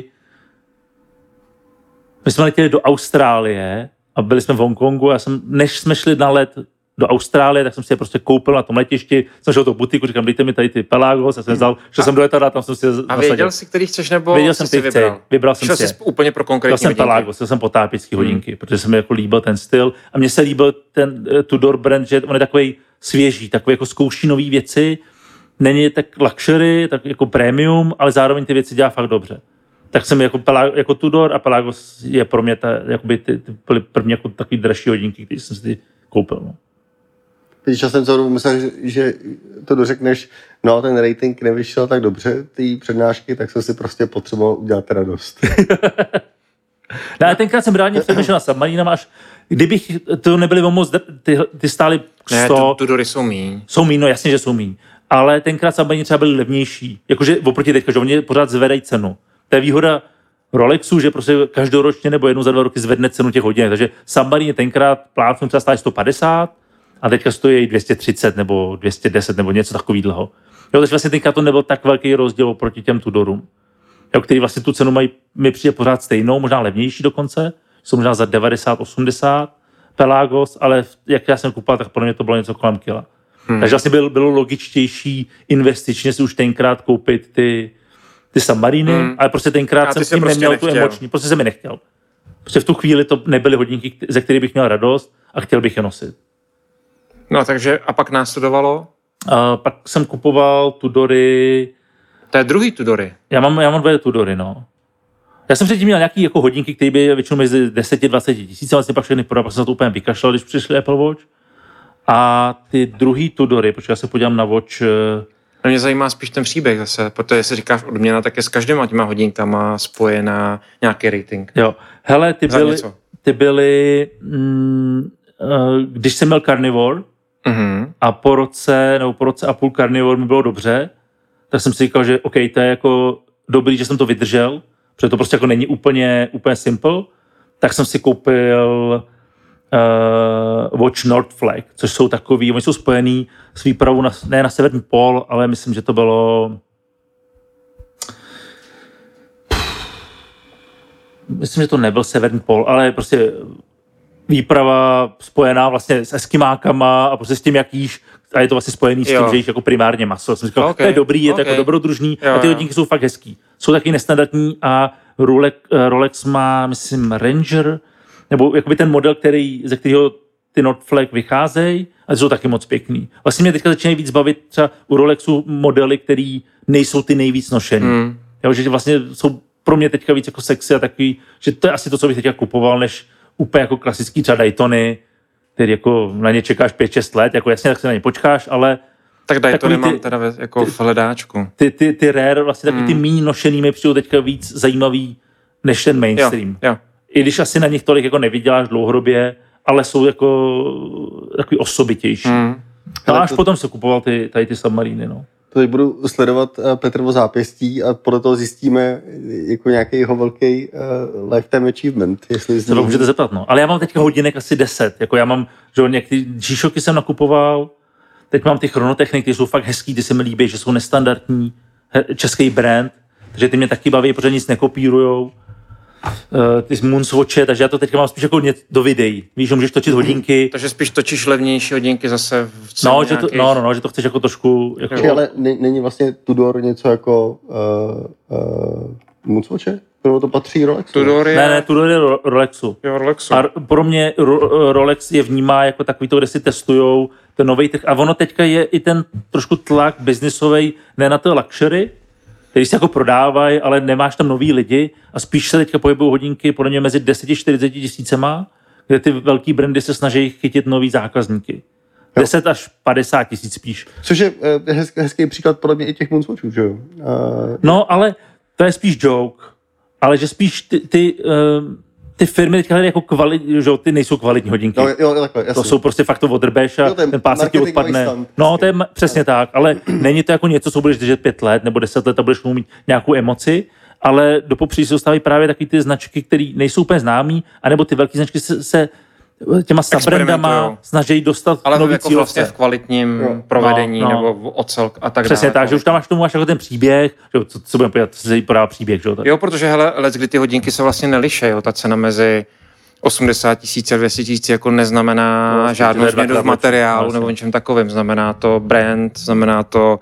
My jsme letěli do Austrálie a byli jsme v Hongkongu a než jsme šli na let do Austrálie, tak jsem si je prostě koupil na tom letišti, jsem šel do butiku, říkám, dejte mi tady ty Pelagos, já jsem vzal, šel jsem do letadla, tam jsem si je nasadil. A věděl jsi, který chceš, nebo věděl jsem, si vybral? Vybral jsem si je. Úplně pro konkrétní hodinky. Pelagos, jsem potápěčský hodinky, protože se mi jako líbil ten styl a mně se líbil ten Tudor brand, že on je takovej svěží, takový jako zkouší nový věci, není tak luxury, tak jako premium, ale zároveň ty věci dělá fakt dobře. Tak jsem jako Tudor a Pelagos je pro mě ty byly první jako takový dražší hodinky, které jsem si koupil. No. Teď časem co myslel, že to dořekneš, no ten rating nevyšel tak dobře, ty přednášky, tak jsem si prostě potřeboval udělat radost. No, ale tenkrát jsem reálně přemýšlel na submarínama, až kdybych to nebyly moc, ty stály 100. Ne, Tudory jsou míň. Jsou míň, no jasně, že jsou míň. Ale tenkrát submaríny třeba byly levnější. Jakože oproti teďka, že oni pořád zvedají cenu. To je výhoda Rolexu, že prostě každoročně nebo jednou za 2 roky zvedne cenu těch hodinek. Takže submaríny tenkrát plácnu třeba stály 150, a teďka stojí 230 nebo 210 nebo něco takového. Jo, takže vlastně teďka to nebyl tak velký rozdíl proti těm Tudorům, jo, který vlastně tu cenu mi přijde pořád stejnou, možná levnější dokonce, jsou možná za 90-80 Pelagos, ale jak já jsem kupoval, tak pro mě to bylo něco kolem kila. Takže vlastně bylo logičtější investičně si už tenkrát koupit ty submariny, ale prostě tenkrát jsem s tím prostě neměl tu emoční, prostě jsem mi nechtěl. Prostě v tu chvíli to nebyly hodinky, ze kterých bych měl radost a chtěl bych je nosit. No takže a pak následovalo? Pak jsem kupoval Tudory. To je druhý Tudory. Já mám 2 Tudory, no. Já jsem předtím měl nějaký jako hodinky, které by většinou mezi 10-20 tisíc, vlastně pak všechny prodal, pak jsem to úplně vykašlal, když přišli Apple Watch. A ty druhý Tudory, protože já se podívám na Watch. No mě zajímá spíš ten příběh zase, protože si říkáš odměna, tak je s každýma těma hodinkama spojená nějaký rating. Jo, hele, ty byly když jsem měl Carnivore a po roce a půl Carnivore mi bylo dobře, tak jsem si říkal, že OK, to je jako dobrý, že jsem to vydržel, protože to prostě jako není úplně simple, tak jsem si koupil Watch North Flag, což jsou takový, oni jsou spojený s výpravou ne na severní pól, ale myslím, že to bylo myslím, že to nebyl severní pól, ale prostě výprava spojená vlastně s eskimákama a prostě s tím, jak jíš, a je to vlastně spojený s tím, že jíš jako primárně maso. Jsem říkal, to je dobrý, je to jako dobrodružný a ty hodinky jsou fakt hezký. Jsou taky nestandardní a Rolex má, myslím, Ranger, nebo jakoby ten model, ze kterého ty North Flag vycházejí, a ty jsou taky moc pěkný. Vlastně mě teďka začínají víc bavit třeba u Rolexu modely, který nejsou ty nejvíc nošený. Jo, že vlastně jsou pro mě teďka víc jako sexy a takový, že to je asi to, co bych teďka kupoval, než úplně jako klasický třeba Daytony, který jako na ně čekáš 5-6 let, jako jasně, tak se na ně počkáš, ale tak Daytony mám teda jako v hledáčku. Ty Rare, vlastně takový ty méně nošený mi přijdou teďka víc zajímavý než ten mainstream. Jo. I když asi na nich tolik jako nevyděláš dlouhodobě, ale jsou jako takový osobitější. No až potom se kupoval ty submaríny, no. To teď budu sledovat Petrovo zápěstí a podle toho zjistíme jako nějaký jeho velký lifetime achievement. Jestli se to můžete zeptat, no. Ale já mám teďka hodinek asi 10. Jako já mám, že některé G-Shocky jsem nakupoval, teď mám ty Chronotechny, ty jsou fakt hezký, ty se mi líbí, že jsou nestandardní, český brand, takže ty mě taky baví, protože nic nekopírujou. Ty Moonswatche, takže já to teďka mám spíš jako do videí. Víš, že můžeš točit hodinky. Takže spíš točíš levnější hodinky zase v ceně že to chceš jako trošku... Jako... Ale není vlastně Tudor něco jako Moonswatche? Kterou to patří Rolexu? Tudor je... Ne, Tudor je Rolexu. Jo, Rolexu. A pro mě Rolex je vnímá jako takový to, kde si testujou ten nový trh. A ono teďka je i ten trošku tlak biznisový, ne na to luxury, který se jako prodávají, ale nemáš tam nový lidi a spíš se teďka pohybují hodinky podle mě mezi 10-40 tisícema, kde ty velký brandy se snaží chytit nový zákazníky. 10 až 50 tisíc spíš. Což je hezký příklad podle mě i těch Moonswatchů, že jo? No, ale to je spíš joke. Ale že spíš ty firmy teďka jako že ty nejsou kvalitní hodinky. Jo, takhle, jasně. To jsou prostě fakt to odrbeš a ten pásek ti odpadne. No, to je přesně tak, ale není to jako něco, co budeš držet 5 let nebo 10 let a budeš mít nějakou emoci, ale do popředí se dostávají právě taky ty značky, které nejsou úplně známý, anebo ty velké značky se těma subbrandama snaží dostat ale nový jako vlastně v kvalitním provedení nebo ocel a tak dále. Přesně tak, že už tam máš tomu jako ten příběh, že co budeme povědět, co se podává příběh. Že? Jo, protože hele, kdy ty hodinky se vlastně nelišejí, ta cena mezi 80 tisíc a 200 tisíc jako neznamená žádnou změnu v materiálu nebo něčem takovým. Znamená to brand, znamená to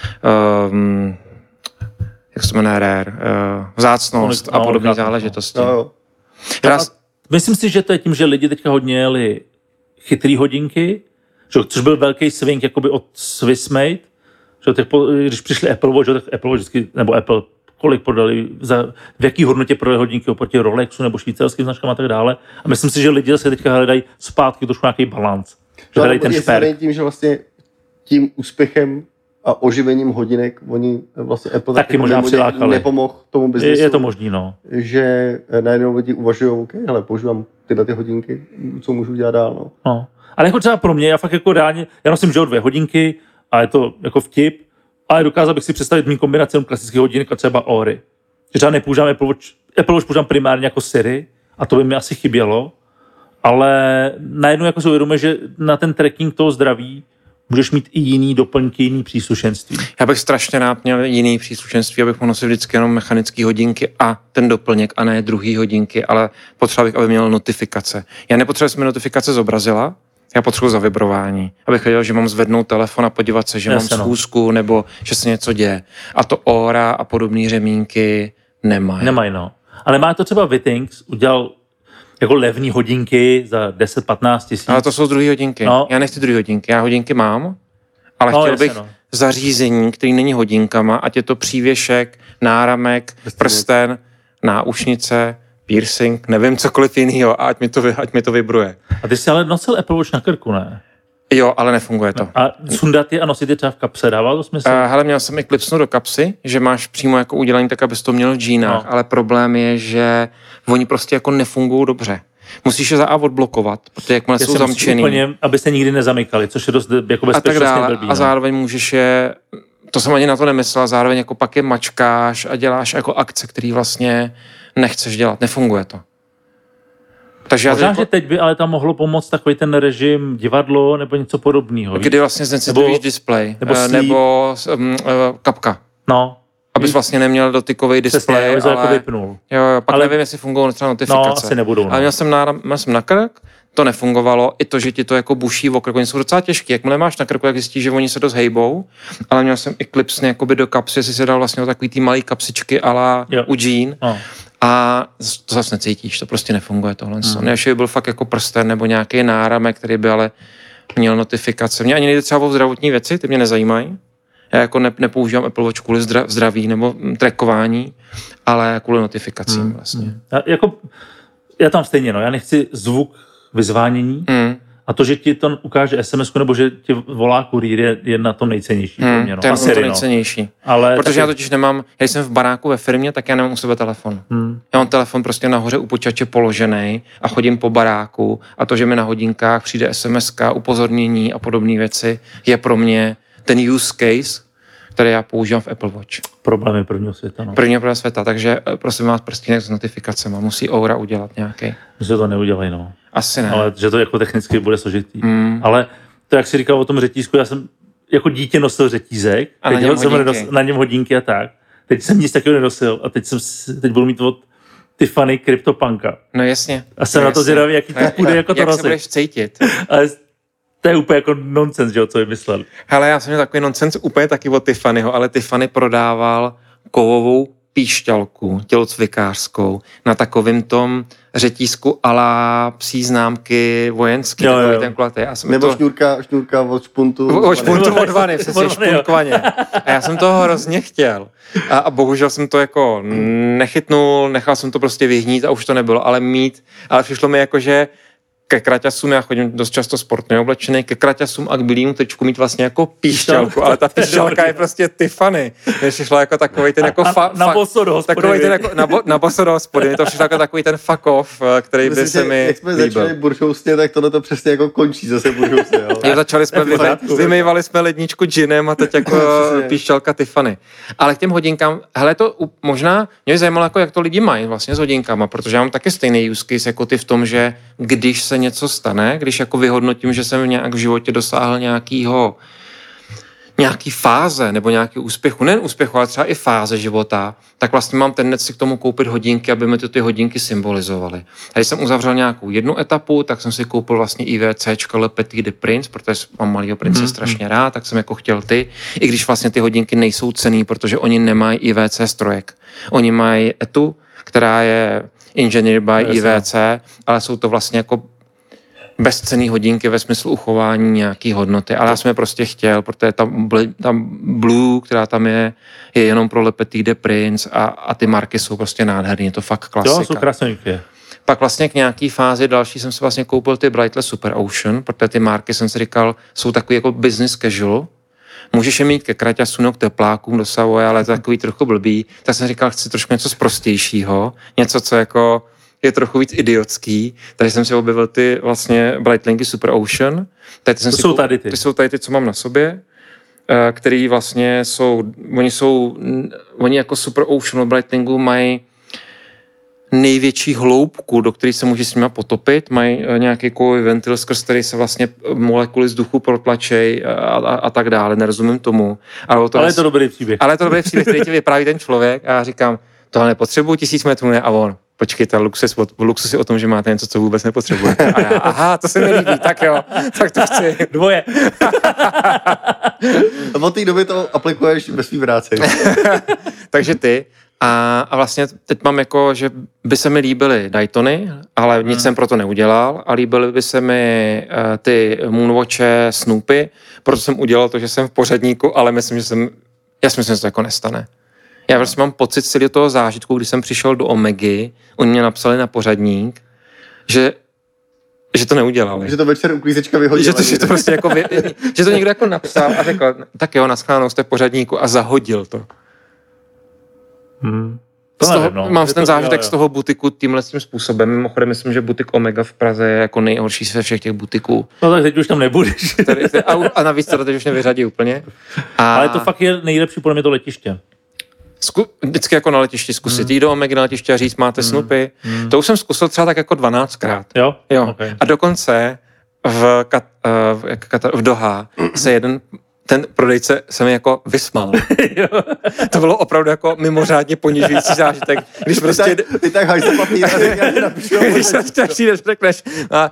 jak se jmenuje rare, vzácnost a podobné záležitosti. Myslím si, že to je tím, že lidi teďka hodně jeli chytrý hodinky, což byl velký swing jakoby od Swissmade, že když přišli Apple Watch, tak Apple Watch vždycky, nebo Apple, kolik prodali, v jaký hodnotě prodali hodinky oproti Rolexu nebo švýcarským značkám a tak dále. A myslím si, že lidi zase teďka hledají zpátky trošku nějaký balanc. Že hledají ten šperk. Tím, že vlastně tím úspěchem a oživením hodinek oni vlastně Apple taky možná nepomohl tomu biznesu. Je to možný, no. Že najednou lidi uvažují, OK, hele, používám tyhle ty hodinky, co můžu dělat dál, no. Ale jako třeba pro mě, já fakt jako reálně, já nosím, že 2 hodinky a je to jako vtip, ale dokázal bych si představit mým kombinaci klasických hodinek a třeba Ory. Že třeba nepoužívám Apple Watch používám primárně jako Siri a to by mi asi chybělo. Ale najednou jako si uvědomuje, že na ten tracking toho zdraví můžeš mít i jiný doplňky, jiný příslušenství. Já bych strašně rád měl jiný příslušenství, abych mohl nosit vždycky jenom mechanické hodinky a ten doplněk a ne druhý hodinky, ale potřeboval bych, aby měl notifikace. Já nepotřebuji, aby mi notifikace zobrazila, já potřebuji zavibrování, abych věděl, že mám zvednout telefon a podívat se, že mám schůzku nebo že se něco děje. A to Oura a podobné řemínky nemají. Nemají, no. Ale má to třeba Withings, udělal jako levní hodinky za 10-15 tisíc. Ale to jsou druhý hodinky. No. Já nechci druhý hodinky. Já hodinky mám, ale chtěl bych zařízení, který není hodinkama, ať je to přívěšek, náramek, prsten, náušnice, piercing, nevím, cokoliv jiného, a ať mi to vibruje. A ty jsi ale nosil Apple Watch na krku, ne? Jo, ale nefunguje to. A sundat je a nosit je třeba v kapse, dává to smysl? Hele, měl jsem i klipsnout do kapsy, že máš přímo jako udělaný tak, abys to měl v džínách, ale problém je, že oni prostě jako nefungují dobře. Musíš je odblokovat, protože jakmile jsou zamčený. Úplně, aby se nikdy nezamykali, což je dost jako bezpečnostně blbý. A zároveň můžeš je, to jsem ani na to nemyslel, zároveň jako pak je mačkáš a děláš jako akce, který vlastně nechceš dělat. Nefunguje to. Takže možná, že teď by ale tam mohlo pomoct takový ten režim divadlo nebo něco podobného. Kdy vlastně znecitlivíš displej nebo kapka. No. Abys vlastně neměl dotykový displej, ale jako vypnul. Jo, pak nevím, jestli fungují třeba notifikace. No, asi nebudou. Ale měl jsem na krk, to nefungovalo, i to, že ti to jako buší v okrku. Oni jsou docela těžký. Jakmile máš na krku, jak zjistíš, že oni se dost hejbou, ale měl jsem i klipsny jakoby do kapsy, jestli se dal vlastně takový ty malý kapsičky ala u džín. A to zase necítíš, to prostě nefunguje tohle. Než by byl fakt jako prsten nebo nějaký náramek, který by ale měl notifikace. Mě ani nejde třeba o zdravotní věci, ty mě nezajímají. Já jako nepoužívám Apple Watch kvůli zdraví nebo trackování, ale kvůli notifikacím vlastně. Já tam stejně, já nechci zvuk vyzvánění a to, že ti to ukáže SMS nebo že ti volá kurýr je na tom nejcennější. To je to nejcennější. Ale protože já totiž nemám, já jsem v baráku ve firmě, tak já nemám u sebe telefon. Já mám telefon prostě nahoře u počítače položený a chodím po baráku a to, že mi na hodinkách přijde SMSka, upozornění a podobné věci, je pro mě ten use case, který já používám v Apple Watch. Problémy prvního světa. Prvního světa, takže prosím vás prstínek s notifikacemi. Musí Oura udělat nějaký. Že to neudělají, Asi ne. Ale že to jako technicky bude složitý. Ale to, jak jsi říkal o tom řetízku, já jsem jako dítě nosil řetízek, a na něm hodinky a tak. Teď jsem nic takového nenosil a teď budu mít od Tiffany CryptoPunka. No jasně. A jsem na to zvědavý, jaký to bude jako to nosit. Jak se budeš cítit. Ale to je úplně jako nonsens, že jo, co vymyslel. Hele, já jsem měl takový nonsens úplně taky od Tiffanyho, ale Tiffany prodával kovovou píšťalku, tělocvikářskou, na takovým tom řetízku ala psí známky vojenský. Jo. Ten kulatý. Nebo šňůrka od špuntu. Od špuntu od vany, přesně špunkvaně. A já jsem toho hrozně chtěl. A bohužel jsem to jako nechytnul, nechal jsem to prostě vyhnít a už to nebylo, ale přišlo mi jako, že ke kraťasům, já chodím dost často sportně oblečený, ke kraťasům a k bílýmu tričku mít vlastně jako píšťalku, ale ta píšťalka je prostě Tiffany. Mně přišlo jako takovej ten jako na boso do hospody. Takovej ten jako, na boso do hospody. Mně to přišlo jako takový ten fuck off, který by se mi jak jsme začali buršoustně, tak tohle to přesně jako končí zase buršoustně. Jo, začali jsme, vymývali jsme ledničku džinem a teď jako píšťalka Tiffany. Ale k těm hodinkám, hele, to možná mě zajímalo, jako jak to lidi mají vlastně s hodinkama, protože já mám taky stejný use case jako ty v tom, že když se něco stane, když jako vyhodnotím, že jsem nějak v životě dosáhl nějaký fáze nebo nějaký úspěchu, nejen úspěchu, ale třeba i fáze života, tak vlastně mám tendenci k tomu koupit hodinky, aby mi ty hodinky symbolizovaly. A když jsem uzavřel nějakou jednu etapu, tak jsem si koupil vlastně IWCčko Le Petit de Prince, protože mám malýho prince strašně rád, tak jsem jako chtěl ty, i když vlastně ty hodinky nejsou cenný, protože oni nemají IWC strojek. Oni mají etu, která je Engineered by IWC, ale jsou to vlastně jako bezcenný hodinky ve smyslu uchování nějaký hodnoty, ale já jsem je prostě chtěl, protože ta Blue, která tam je jenom pro Le Petit de Prince a ty marky jsou prostě nádherný, je to fakt klasika. Jo, jsou krásné. Pak vlastně k nějaký fázi další jsem si vlastně koupil ty Breitling Super Ocean, protože ty marky jsem si říkal, jsou takový jako business casual. Můžeš je mít ke kraťasům, k teplákům do Savoye, ale to je takový trochu blbý. Tak jsem říkal, chci trošku něco sprostějšího, něco, co jako je trochu víc idiotský, takže jsem si objevil ty vlastně Breitlingy Super Ocean. Ty jsou tady ty, co mám na sobě, který vlastně jsou, oni jako Super Ocean od Breitlingu mají největší hloubku, do které se může s nimi potopit. Mají nějaký kovový ventil, skrz který se vlastně molekuly vzduchu protlačej a tak dále. Nerozumím tomu. Ale je to dobrý příběh. Ale je to dobrý příběh, který ti vypráví ten člověk a já říkám, tohle nepotřebuji 1000 metrů, ne? A on, počkejte, luxus je o tom, že máte něco, co vůbec nepotřebujete. A já, aha, to se mi líbí, tak jo, tak to chci. 2. A od té doby to aplikuješ bez svý práce. Takže ty. A vlastně teď mám jako, že by se mi líbily Daytony, ale nic jsem pro to neudělal a líbily by se mi ty Moonwatche Snoopy, proto jsem udělal to, že jsem v pořadníku, ale myslím, že se to jako nestane. Já vlastně mám pocit z celého toho zážitku, když jsem přišel do Omegy, oni mě napsali na pořadník, že to neudělali. Že to večer uklízečka vyhodil. Že to prostě jako, že to někdo jako napsal a řekl, tak jo, naschledanou jste v pořadníku a zahodil to. Mám ten zážitek z toho butiku tímhle tím způsobem. Mimochodem, myslím, že butik Omega v Praze je jako nejhorší ze všech těch butiků. No tak teď už tam nebudeš. A navíc to teď už nevyřadí úplně. Ale to fakt je nejlepší podle mě to letiště. Vždycky jako na letišti zkusit jít do Omegy na letiště a říct, máte Snoopy. To už jsem zkusil třeba tak jako 12krát. Jo? Okay. A dokonce v Doha se ten prodejce se mi jako vysmál. To bylo opravdu jako mimořádně ponižující zážitek. Když prostě... Ty tak hajze papír a když se přijdeš, řekneš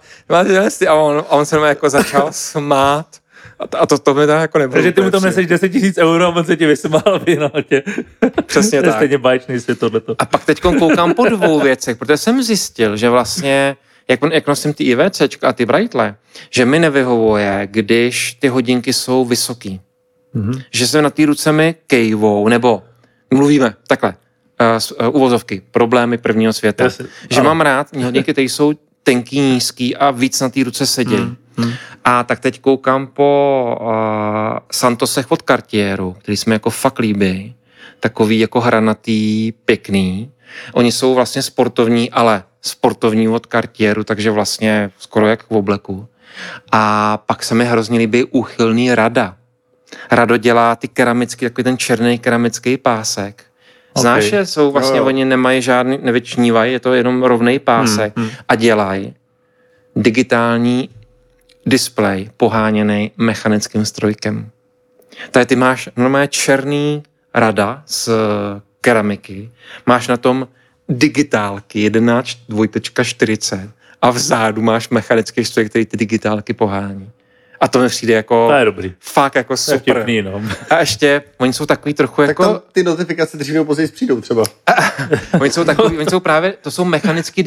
a on se mi jako začal smát. A to mi tam jako nebylo. Takže ty mu tam neseš 10 000 euro a on se ti vysmál v jinotě. Přesně tak. To je stejně báječný svět tohleto. A pak teď koukám po 2 věcech, protože jsem zjistil, že vlastně jak nosím ty IVCčka a ty Breitle, že mi nevyhovuje, když ty hodinky jsou vysoký. Mm-hmm. Že se na té ruce mi kejvou, nebo mluvíme takhle, uvozovky, problémy prvního světa. Že mám rád hodinky, které jsou tenký, nízký a víc na té ruce sedí. Mm-hmm. A tak teď koukám po Santosech od Cartieru, který se mi jako fakt líbí. Takový jako hranatý, pěkný. Oni jsou vlastně sportovní, ale sportovní od Cartieru, takže vlastně skoro jak v obleku. A pak se mi hrozně líbí úchylný Rada. Rado dělá ty keramický, takový ten černý keramický pásek. Znáš, že jsou vlastně, oni nemají žádný, nevyčnívají, je to jenom rovnej pásek a dělají digitální displej poháněný mechanickým strojkem. Tady ty máš normálně černý Rada z keramiky, máš na tom digitálky 11.2.40 a vzadu máš mechanický stroj, který ty digitálky pohání. A to mi přijde jako... To je dobrý. Fakt jako super. Vtipný, no. A ještě, oni jsou takový trochu tak jako... Tak tam ty notifikace dřív nebo později přijdou třeba. Oni jsou právě, to jsou mechanický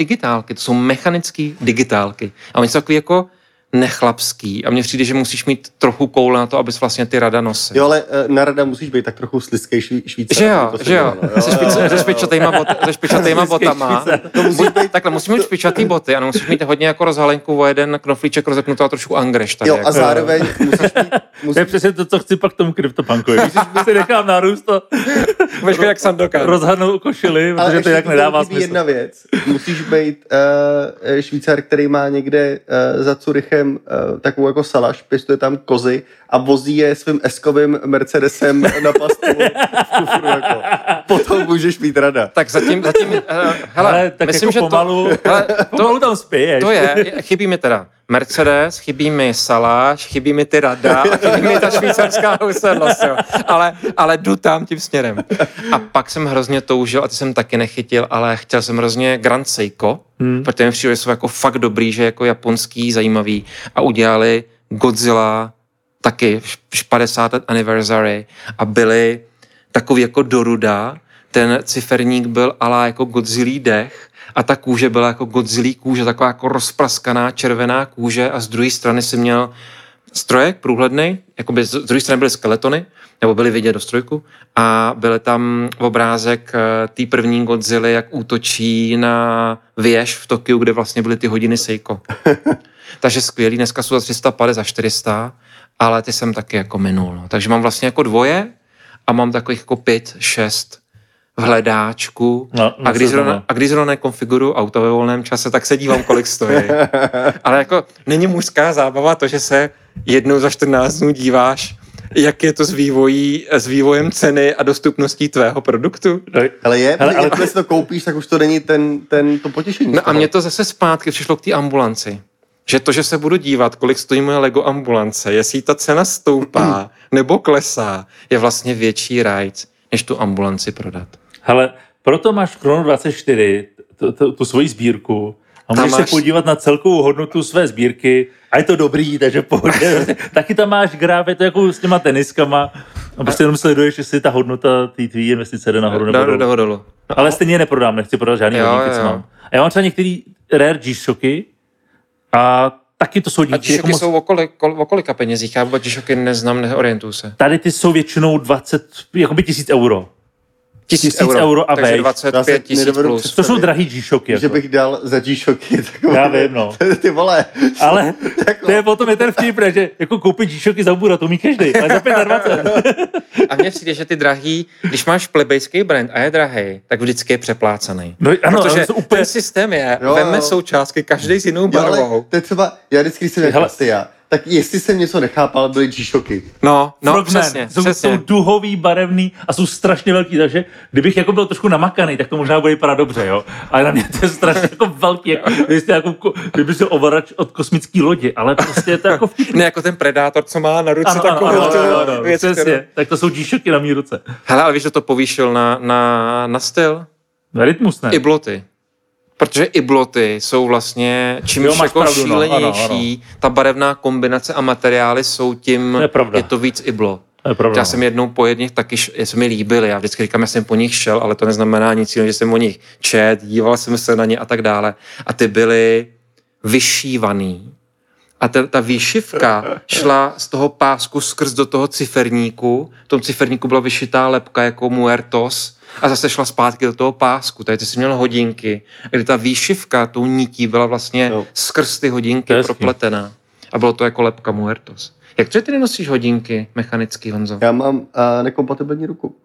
digitálky. A oni jsou takový jako nechlapský. A mně přijde, že musíš mít trochu koule na to, abys vlastně ty Rada nosil. Jo, ale na Rada musíš být tak trochu slizkej Švýcar. Že jo. Se špičatýma botama. Takhle, musíš mít špičatý boty a musíš mít hodně jako rozhalenku o jeden knoflíček rozepnutý a trošku angreš. Jo, a zároveň musíš mít... To je přesně to, co chci pak tomu CryptoPunkovi. Když si nechám nárůst to... Počkej, jak Sandokan. Rozhadnou košili, protože to jak nedává smysl. Jedna věc. Musíš být Švýcar, který má někde za Curychem takovou jako salaš, pěstuje tam kozy a vozí je svým eskovým Mercedesem na pastvu v kufru. Jako. Potom můžeš mít Rada. Tak zatím hele, tak myslím, jako že pomalu, pomalu tam spěješ. To je, chybí mi teda Mercedes, chybí mi Salaš, chybí mi ty Rada a chybí mi ta švýcarská usedlost, jo. Ale jdu tam tím směrem. A pak jsem hrozně toužil, a ty jsem taky nechytil, ale chtěl jsem hrozně Grand Seiko, protože mi přijde, že jsou jako fakt dobrý, že jako japonský, zajímavý a udělali Godzilla taky 50. anniversary a byli takový jako do ruda, ten ciferník byl ale jako Godzillí dech a ta kůže byla jako Godzillí kůže, taková jako rozpraskaná červená kůže a z druhé strany si měl strojek průhledný, jakoby z druhé strany byly skeletony, nebo byly vidět do strojku a byl tam obrázek té první Godzilly, jak útočí na věž v Tokiu, kde vlastně byly ty hodiny Seiko. Takže skvělý, dneska jsou za 350, za 400, ale ty jsem taky jako minul. No. Takže mám vlastně jako 2 a mám takových jako 5, 6 v hledáčku a když zrovna nekonfiguruju auto ve volném čase, tak se dívám, kolik stojí. Ale jako není mužská zábava to, že se jednou za 14 dnů díváš jak je to s vývojem ceny a dostupností tvého produktu? Ale když to koupíš, tak už to není to potěšení. No a mě to zase zpátky přišlo k té ambulanci. Že to, že se budu dívat, kolik stojí moje Lego ambulance, jestli ta cena stoupá nebo klesá, je vlastně větší rajc, než tu ambulanci prodat. Hele, proto máš v Chrono 24 tu svoji sbírku a můžeš se podívat na celkovou hodnotu své sbírky a je to dobrý, takže pohodě. Taky tam máš graf, je to jako s těma teniskama a prostě jenom sleduješ, jestli ta hodnota té tvý investice jde nahoru nebo dolů. Ale stejně neprodám, nechci prodat žádný hodinky, co mám. A já mám třeba některý rare G-Shocky a taky to jsou hodinky. A G-Shocky jsou o kolika penězích? Já vůbec G-Shocky neznám, neorientuju se. Tady ty jsou většinou 1000 euro. 1000 euro a takže 25 000 plus. To jsou drahý G-Shocky. Že bych dal za G-Shocky. Já vím, no. Ty vole. Ale to je potom je ten vtip, že jako koupit G-Shocky za bura, to umí každej, ale za 25. A mně přijde, že ty drahý, když máš plebejský brand a je drahý, tak vždycky je přeplácaný. No, ano, protože ten systém je, veme součástky, každý s jinou barvou. Ale to je třeba, já vždycky jsem jak tak jestli jsem něco nechápal, byly G-Shocky. No, přesně. Jsou duhový, barevný a jsou strašně velký, takže kdybych jako byl trošku namakaný, tak to možná bude vypadat dobře, jo. Ale na mě to je strašně jako velký, kdyby se ovladač od kosmický lodi, ale prostě je to jako vtipný. Ne jako ten predátor, co má na ruce takovou věc. Přesně, tak to jsou G-Shocky na mý ruce. Hele, ale víš, že to povýšil na styl? Na rytmus, ne? I bloty. Protože i bloty jsou vlastně čím jako šílenější, ta barevná kombinace a materiály jsou tím, je to víc iblo. Já jsem jednou po jedných taky, se mi líbily, já vždycky říkám, já jsem po nich šel, ale to neznamená nic jiného, že jsem o nich díval jsem se na ně a tak dále. A ty byly vyšívaný. A ta výšivka šla z toho pásku skrz do toho ciferníku. V tom ciferníku byla vyšitá lebka jako Muertos a zase šla zpátky do toho pásku. Tady ty jsi měl hodinky, kdy ta výšivka tou nití byla vlastně skrz ty hodinky propletená. A bylo to jako lebka Muertos. Jak to, že ty nenosíš hodinky mechanický, Honzo? Já mám nekompatibilní ruku.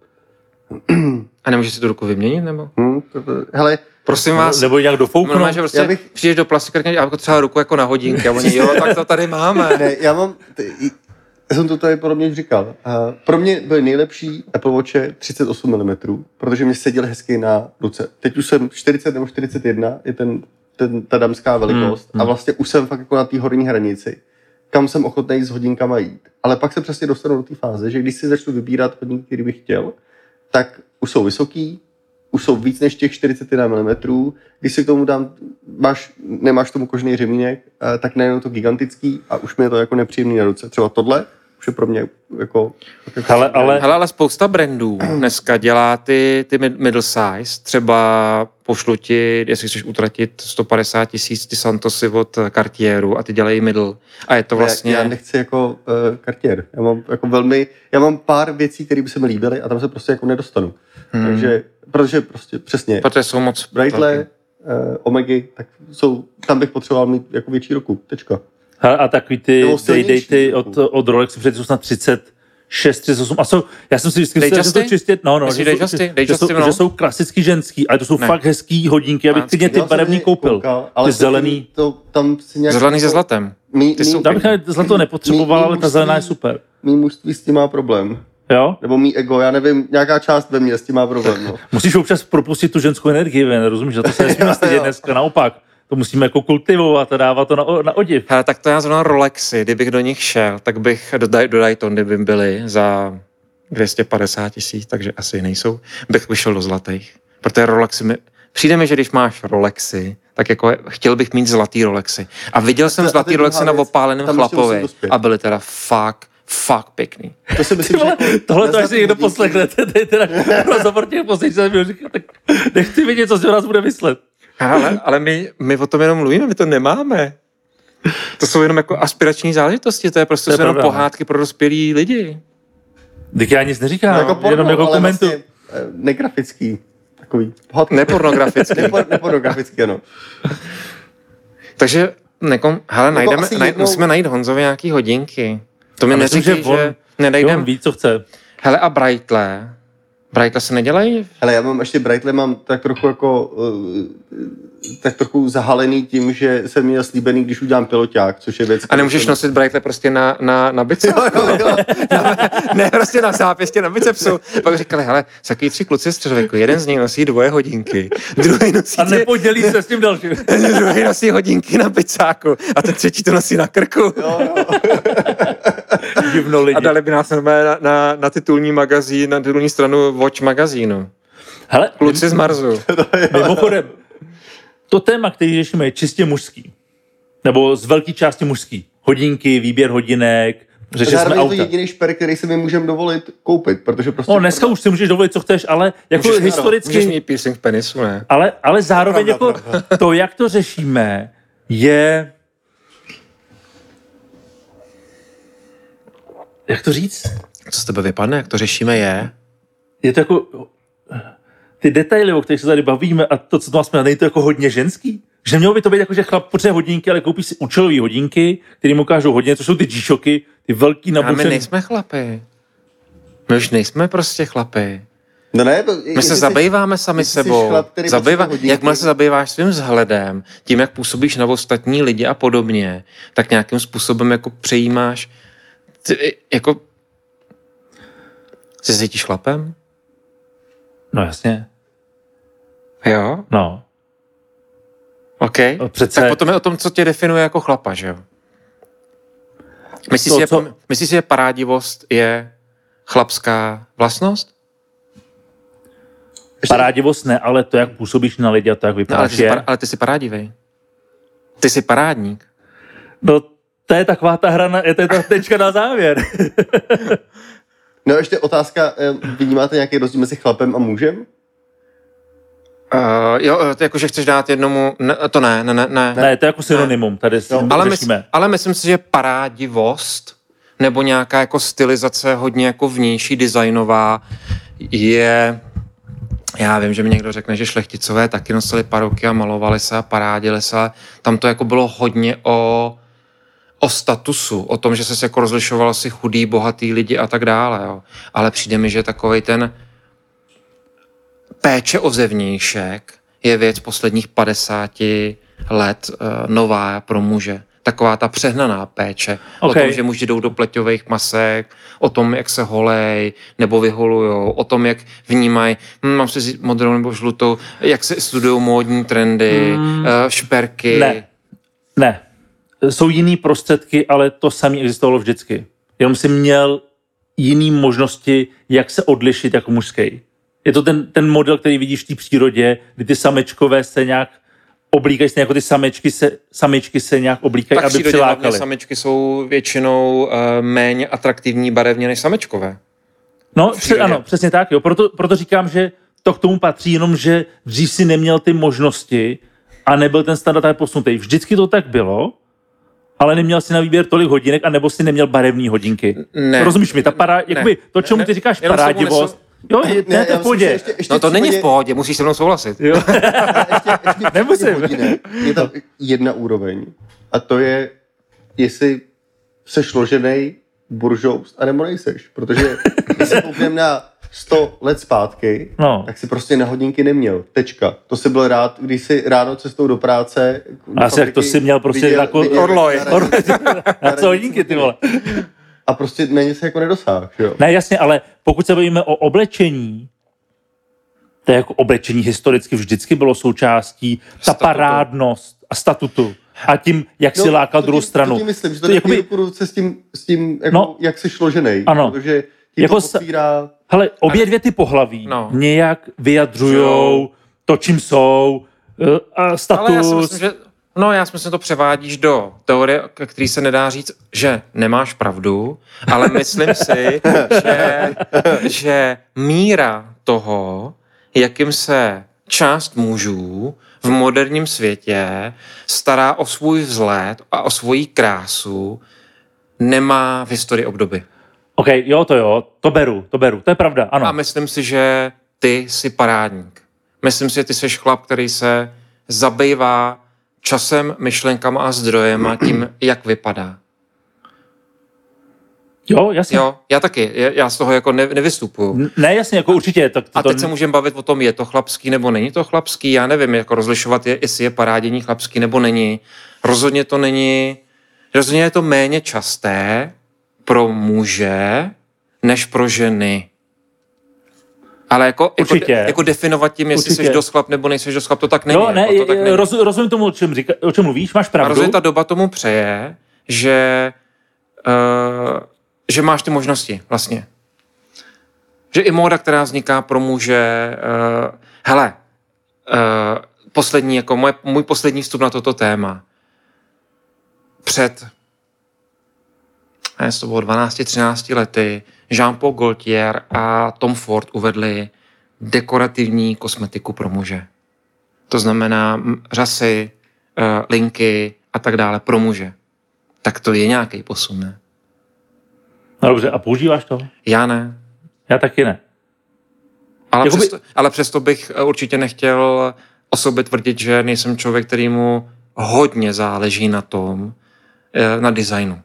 A nemůžeš si tu ruku vyměnit, nebo? Hele, prosím vás. Nebo nějak dofouknout. No, že prostě přijdeš do plastikarny a jako třeba ruku jako na hodinky a oni, jo, tak to tady máme. Ne, já jsem to tady podobně říkal. Pro mě byly nejlepší Apple Watche 38 mm, protože mě seděly hezky na ruce. Teď už jsem 40 nebo 41, je ta damská velikost a vlastně už jsem fakt jako na té horní hranici, kam jsem ochotný s hodinkama jít. Ale pak se přesně dostanu do té fáze, že když si začnu vybírat hodinky, které bych chtěl, tak už jsou vysoký, už jsou víc než těch 41 mm. Když si k tomu nemáš k tomu kožný řemínek, tak najednou to gigantický a už mi je to jako nepříjemný na ruce. Třeba tohle už je pro mě jako... Ale spousta brandů dneska dělá ty middle size. Třeba pošlu ti, jestli chceš utratit 150 000 ty Santosy od Cartieru a ty dělají middle. A je to vlastně... Já nechci jako Cartier. Já mám pár věcí, které by se mi líbily a tam se prostě jako nedostanu. Takže, protože prostě přesně... Protože jsou moc... Brightly, Omegy, tak tam bych potřeboval mít jako větší ruku. Tečka. A takový ty dejty od Rolexu, protože jsou snad 36, 38. A já jsem si vždycky myslel, že to čistě, že jsou klasický ženský, ale to jsou fakt hezký hodinky, abych klidně ty barevný koupil. Ty zelený. Zelený se zlatem. Tam bych zlato nepotřeboval, ale ta zelená je super. Mý mužství s tím má problém. Jo? Nebo mý ego, já nevím, nějaká část ve mně s tím má problém. No. Musíš občas propustit tu ženskou energii, rozumíš, že to se nesmíme stydět dneska, naopak. To musíme jako kultivovat a dávat to na odiv. Hele, tak to já zrovna Rolexy, kdybych do nich šel, tak bych do Daytony by byly za 250 000, takže asi nejsou, bych vyšel do zlatých. Protože Rolexy přijde mi, že když máš Rolexy, tak jako chtěl bych mít zlatý Rolexy. A viděl jsem zlatý Rolexy na opáleném chlapovi a byly teda fakt pěkný. To si myslím, tohle to, až si někdo poslechnete, to je teda rozhovor těch posledních, tak nechci vidět, co si o nás bude myslet. Ale my o tom jenom mluvíme, my to nemáme. To jsou jenom jako aspirační záležitosti, to je prostě jenom pohádky pro dospělí lidi. Tak já nic neříkám, jako porno, jenom jako komentu. Vlastně negrafický. Takový. Nepornografický. Nepornografický, ano. Takže musíme najít Honzovi nějaký hodinky. To mi neříkej, že nenajdeme. Ví, co chce. Hele, a Brightly se nedělají? Hele, já mám ještě Brightly, mám tak trochu jako tak trochu zahalený tím, že jsem měl slíbený, když udělám piloťák, což je věc... A nemůžeš nosit brajtle prostě na bicepsu? Ne, prostě na zápěstě, na bicepsu. Pak říkali, hele, takový 3 kluci z středověku, jeden z nich nosí 2 hodinky, druhý nosí... A nepodělí se s tím dalším. Druhý nosí hodinky na bicáku a ten třetí to nosí na krku. Divno lidi. A dali by nás na titulní magazín, na titulní stranu Watch magazínu. Hele, kluci z Marsu. Mimochodem, to téma, který řešíme, je čistě mužský. Nebo z velké části mužský. Hodinky, výběr hodinek, řešili jsme auta. Je to jediný šper, který si my můžeme dovolit koupit, protože prostě... No, dneska už si můžeš dovolit, co chceš, ale jako můžeš, historicky... Můžeš mít piercing v penisu, ne? Ale zároveň pravda. To, jak to řešíme, je... Jak to říct? Co z tebe vypadne, jak to řešíme, je... Je to jako... Ty detaily, o kterých se tady bavíme a to, co to máme, není to jako hodně ženský? Že nemělo by to být jako, že chlap potřebuje hodinky, ale koupí si účelové hodinky, které mu ukážou hodně, to jsou ty G-Shocky, ty velký nabušený. A my nejsme chlapy. My už nejsme prostě chlapy. No ne, my se zabýváme sami sebou. Jakmile se zabýváš svým vzhledem, tím, jak působíš na ostatní lidi a podobně, tak nějakým způsobem jako přejímáš, jako se cítíš chlapem? No jasně. Jo? No. OK. Přece... Tak potom je o tom, co tě definuje jako chlapa, že jo? Myslíš si, že parádivost je chlapská vlastnost? Parádivost ne, ale to, jak působíš na lidi a to, jak vypadáš, ale ty jsi parádivej. Ty jsi parádník. No, to je taková ta hra, to je ta tečka na závěr. No ještě otázka, vnímáte nějaký rozdíl mezi chlapem a mužem? Jo, jakože chceš dát jednomu, to ne. Ne, to je jako synonymum, tady ale myslím si, že parádivost nebo nějaká jako stylizace hodně jako vnější designová je, já vím, že mi někdo řekne, že šlechticové taky nosili paruky a malovali se a parádili se, tam to jako bylo hodně o statusu, o tom, že se jako rozlišoval si chudý, bohatý lidi a tak dále, jo. Ale přijde mi, že takovej ten péče o zevnějšek je věc posledních 50 let nová pro muže. Taková ta přehnaná péče. Okay. O tom, že muži jdou do pleťových masek, o tom, jak se holej nebo vyholujou, o tom, jak vnímají, mám si vzít modrou nebo žlutou, jak se studují módní trendy, šperky. Ne. Jsou jiný prostředky, ale to samé existovalo vždycky. Jenom si měl jiný možnosti, jak se odlišit jako mužský. Je to ten model, který vidíš v té přírodě, kdy ty samečkové se nějak oblíkají, jako ty samičky se nějak oblíkají, aby přilákaly. Tak samičky jsou většinou méně atraktivní barevně než samečkové. No, ano, přesně tak. Jo. Proto říkám, že to k tomu patří, jenom že dřív si neměl ty možnosti a nebyl ten standard posunutý. Vždycky to tak bylo, ale neměl si na výběr tolik hodinek, anebo si neměl barevný hodinky. Ne. Rozumíš mi? To, čemu ty říkáš parádivost, jo, ne, to je v pohodě. Ještě no to není v pohodě, musíš se mnou souhlasit. Jo. ještě nemusím. Je tam jedna úroveň a to je, jestli seš loženej buržoust, anebo nejseš. Protože jestli koukneme na 100 let zpátky, tak si prostě na hodinky neměl. Tečka. To si byl rád, když si ráno cestou do práce... Asi jak to si měl prostě jako orloj. Na co hodinky, ty vole. A prostě na ně se jako nedosáh, jo? Ne, jasně, ale pokud se bavíme o oblečení, to je jako oblečení historicky vždycky bylo součástí ta parádnost a statutu. A tím, jak si lákal druhou stranu. To tím myslím, že to je ruku ruce s tím jako, jak jsi složenej. Ano. Protože tím jako to otvírá... Hele, obě dvě ty pohlaví nějak vyjadřujou to, čím jsou, a status... Já si myslím, že to převádíš do teorie, který se nedá říct, že nemáš pravdu, ale myslím si, že míra toho, jakým se část mužů v moderním světě stará o svůj vzhled a o svoji krásu, nemá v historii obdoby. OK, to beru, to je pravda, ano. A myslím si, že ty jsi parádník. Myslím si, že ty jsi chlap, který se zabývá časem, myšlenkama a zdrojema tím, jak vypadá. Jo, jasně. Jo, já taky. Já z toho jako nevystupuju. Ne, jasně, jako určitě. A teď se můžeme bavit o tom, je to chlapský nebo není to chlapský. Já nevím, jako rozlišovat, jestli je parádění chlapský nebo není. Rozhodně to není. Rozhodně je to méně časté pro muže než pro ženy. Ale jako definovat tím, jestli jsi dost chlap nebo nejsi dost chlap, to tak není. No, ne, to tak není. Rozumím tomu, o čem mluvíš, máš pravdu. A rozhodně ta doba tomu přeje, že máš ty možnosti vlastně. Že i móda, která vzniká pro muže, poslední, jako můj poslední vstup na toto téma. Před 12-13 lety Jean-Paul Gaultier a Tom Ford uvedli dekorativní kosmetiku pro muže. To znamená řasy, linky a tak dále pro muže. Tak to je nějaký posun, ne? No dobře, a používáš to? Já ne. Já taky ne. Ale přesto bych určitě nechtěl o sobě tvrdit, že nejsem člověk, kterýmu hodně záleží na tom, na designu.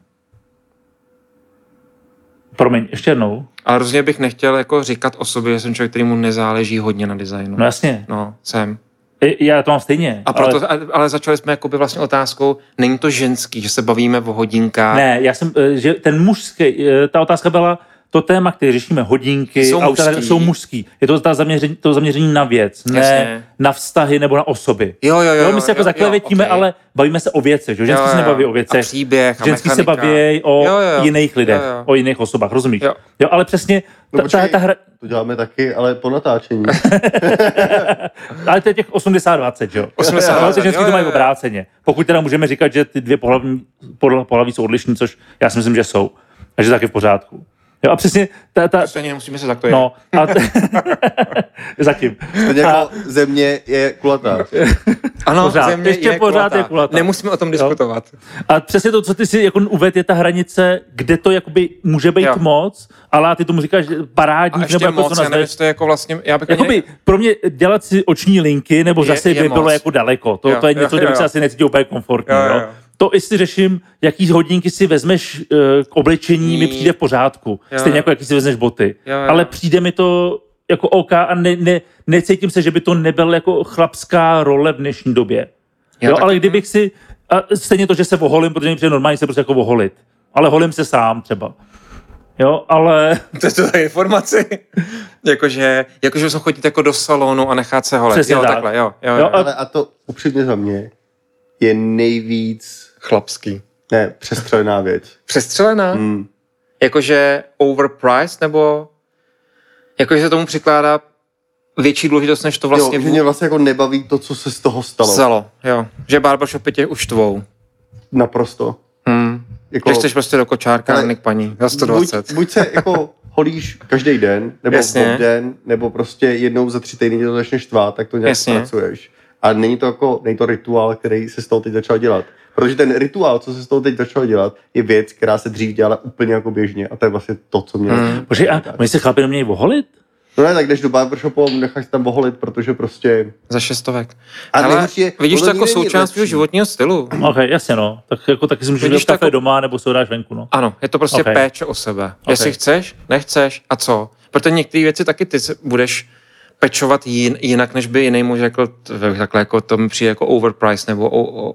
Promiň, ještě jednou. Ale rozhodně bych nechtěl jako říkat o sobě, že jsem člověk, kterýmu nezáleží hodně na designu. No jasně. No, jsem. Já to mám stejně. Ale začali jsme jakoby vlastně otázkou, není to ženský, že se bavíme o hodinkách. Ne, že ten mužský, ta otázka byla, to téma, které řešíme, hodinky, jsou mužský. Je to zaměření na věc, ne jasně. Na vztahy nebo na osoby. Jo, my se jako zaklevetíme, okay. Ale bavíme se o věcech. Že? Ženský se nebaví o věcech. A příběh, a ženský se baví o jiných lidech, o jiných osobách, rozumíš? Jo, ale přesně ta hra... To děláme taky, ale po natáčení. Ale to je těch 80-20, jo? 80-20. Ale ty ženský to mají obráceně. Pokud teda můžeme říkat, že ty dvě pohlaví jsou odlišní, což já si myslím, že jsou. A že taky v pořádku. Jo, a přesně nemusíme se takto no, zatím. To jako země je kulatá. Ano, pořád. Země ještě pořád je kulatá. Nemusíme o tom diskutovat. A přesně to, co ty si jako uvedl, je ta hranice, kde to jakoby může být moc, ale ty tomu říkáš parádník, nebo jako moc, co nazveš. To je jako vlastně, jakoby pro mě dělat si oční linky, nebo zase by bylo jako daleko. To je něco, kde bych se asi necítil úplně komfortní. Jo. To, jestli řeším, jaký hodinky si vezmeš k oblečení, mi přijde v pořádku. Stejně jako jaký si vezmeš boty. Ale přijde mi to jako OK a necítím se, že by to nebyl jako chlapská role v dnešní době. Ale kdybych si... A stejně to, že se oholím, protože mi přijde normálně se prostě jako oholit. Ale holím se sám třeba. Jo, ale... To je informace. jakože jsem chodit jako do salonu a nechat se holit. Přesně tak. Takhle, jo. Ale a to upřímně za mě je nejvíc chlapský. Ne, přestřelená věc. Přestřelená? Jakože overpriced, nebo jakože se tomu přikládá větší důležitost, než to vlastně... Jo, že mě vlastně jako nebaví to, co se z toho stalo. Jo. Že barbershopy tě už tvou. Naprosto. Jako, když chceš prostě do kočárka, k paní, za 120. Buď se jako holíš každý den, nebo den, nebo prostě jednou za 3 týdny tě to začne štvát, tak to nějak pracuješ. A není to rituál, který se z toho teď začal dělat. Protože ten rituál, co se z toho teď začal dělat, je věc, která se dřív dělala úplně jako běžně. A to je vlastně to, co mě... Bože, a oni se chlapi nemějí oholit? No ne, tak jdeš do barbershopu a necháš tam oholit, protože prostě... Za 600. Ale vidíš to jako součást svého životního stylu. Ok, jasně no. Tak jako taky si můžeš dělat kafe doma, nebo se ho dáš venku, no. Ano, je to prostě péče o sebe. Jestli chceš, nechceš a co. Protože některé věci taky ty budeš pečovat jinak, než by jiný muž řekl, takhle jako to mi přijde jako overpriced nebo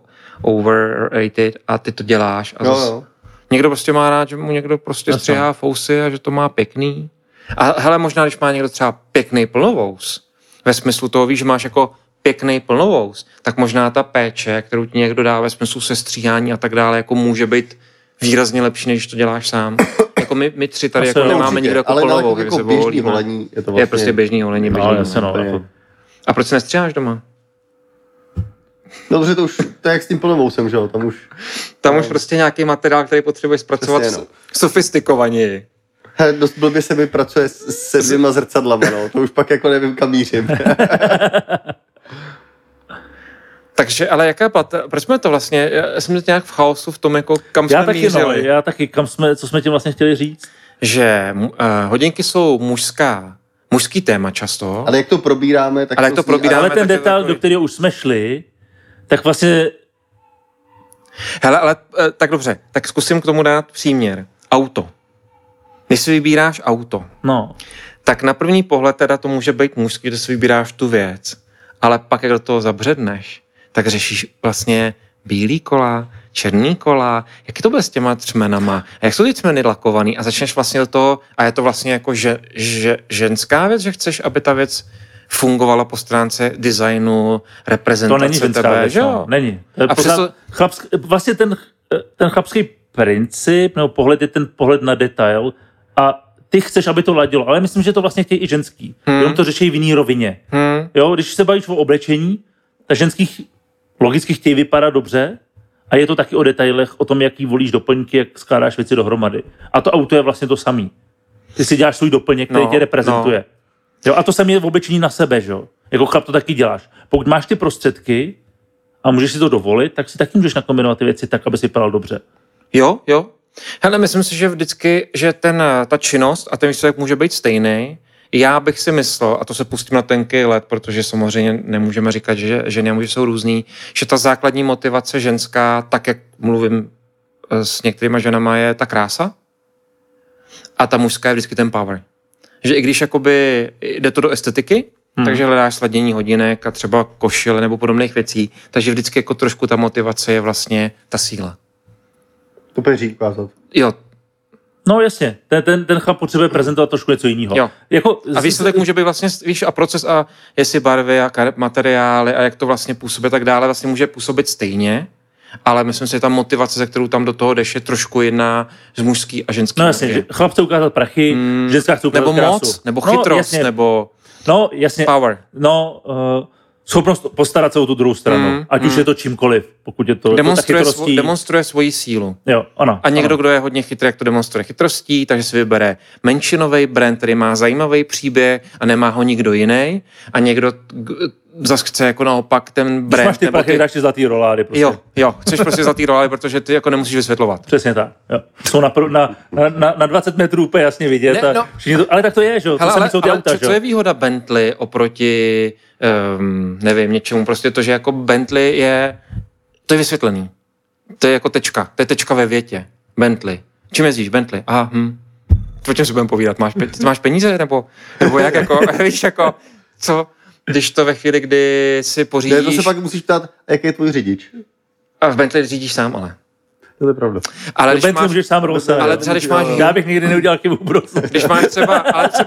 overrated a ty to děláš. A někdo prostě má rád, že mu někdo prostě střihá fousy a že to má pěkný. A hele, možná, když má někdo třeba pěkný plnovous, ve smyslu toho víš, že máš jako pěkný plnovous, tak možná ta péče, kterou ti někdo dá ve smyslu sestříhání a tak dále, jako může být výrazně lepší, než to děláš sám. Jako my tři tady jako nemáme nikdo jako plnovou, jako běžný holení. Je prostě běžný holení. A proč se nestříháš doma? Dobře, to je jak s tím plnovousem, že jo? Tam už prostě nějaký materiál, který potřebuješ zpracovat sofistikovaněji. Dost blbě se mi pracuje se 2 zrcadlama, no. To už pak jako nevím, kam mířím. Takže, ale jaká proč jsme to vlastně, já jsem nějak v chaosu v tom, jako kam jsme mířili. Já taky, co jsme tím vlastně chtěli říct? Že hodinky jsou mužský téma často. Ale jak to probíráme, tak ale ten detail, do kterého už jsme šli, tak vlastně... Hele, ale tak dobře, tak zkusím k tomu dát příměr. Auto. Když si vybíráš auto, tak na první pohled teda to může být mužský, že si vybíráš tu věc, ale pak, jak do toho zabředneš, tak řešíš vlastně bílý kola, černý kola, jak je to bude s těma třmenama, a jak jsou ty třmeny lakovaný a začneš vlastně do toho, a je to vlastně jako ženská věc, že chceš, aby ta věc fungovala po stránce designu, reprezentace to není ženská tebe, věc, že jo? Není. A přesto... Vlastně ten chlapský princip, nebo pohled je ten pohled na detail a ty chceš, aby to ladilo, ale myslím, že to vlastně chtějí i ženský. Jenom to řeší v jiný rovině. Jo, když se bavíš o oblečení, tak ženských logicky chtějí vypadat dobře a je to taky o detailech, o tom, jaký volíš doplňky, jak skládáš věci dohromady. A to auto je vlastně to samý. Ty si děláš svůj doplněk, který tě reprezentuje. Jo, a to samé je v oblečení na sebe, že jo. Jako chlap to taky děláš. Pokud máš ty prostředky a můžeš si to dovolit, tak si taky můžeš nakombinovat ty věci tak, aby si vypadal dobře. Jo. Hele, myslím si, že vždycky, že ta činnost a ten výsledek může být stejný. Já bych si myslel, a to se pustím na tenký led, protože samozřejmě nemůžeme říkat, že ženy a muži jsou různý, že ta základní motivace ženská, tak jak mluvím s některýma ženama, je ta krása a ta mužská je vždycky ten power. Že i když jakoby jde to do estetiky, takže hledáš sladění hodinek a třeba košile nebo podobných věcí, takže vždycky jako trošku ta motivace je vlastně ta síla. To peří ukázat. Jo. No jasně, ten chlap potřebuje prezentovat trošku něco jiného. Jako, a výsledek může být vlastně, víš, a proces a jestli barvy a materiály a jak to vlastně působí tak dále, vlastně může působit stejně, ale myslím si, že ta motivace, ze kterou tam do toho jdeš, je trošku jiná z mužský a ženský. No jasně, že chlap chce ukázat prachy, ženská chce ukázat nebo krásu. Moc, nebo chytrost, nebo power. Schopnost postarat se o tu druhou stranu, ať už je to čímkoliv, pokud je to demonstruje svoji sílu. Jo, ano. A někdo, kdo je hodně chytrý, jak to demonstruje chytrostí, takže si vybere menšinový brand, který má zajímavý příběh a nemá ho nikdo jiný. A někdo zase chce jako naopak ten brand. Když máš ty prachy, dáš si zlatý rolády. Prostě. Jo, chceš prostě zlatý rolády, protože ty jako nemusíš vysvětlovat. Přesně tak. Jo. Jsou na 20 metrů úplně jasně vidět. Ale tak to je, že jo? Co je výhoda Bentley oproti nevím, něčemu, prostě to, že jako Bentley to je vysvětlený. To je jako tečka. To je tečka ve větě. Bentley. Čím jezdíš? Bentley. Aha, O čem si budeme povídat? Máš peníze? Nebo jak jako, víš, jako, co, když to ve chvíli, kdy si pořídíš... To se pak musíš ptát, jaký je tvůj řidič. A v Bentley řídíš sám, ale. To je pravda. Ale když máš, můžeš sám rozsávat. Ale třeba, když máš... Já bych nikdy neudělal chybu prostě. Když máš třeba,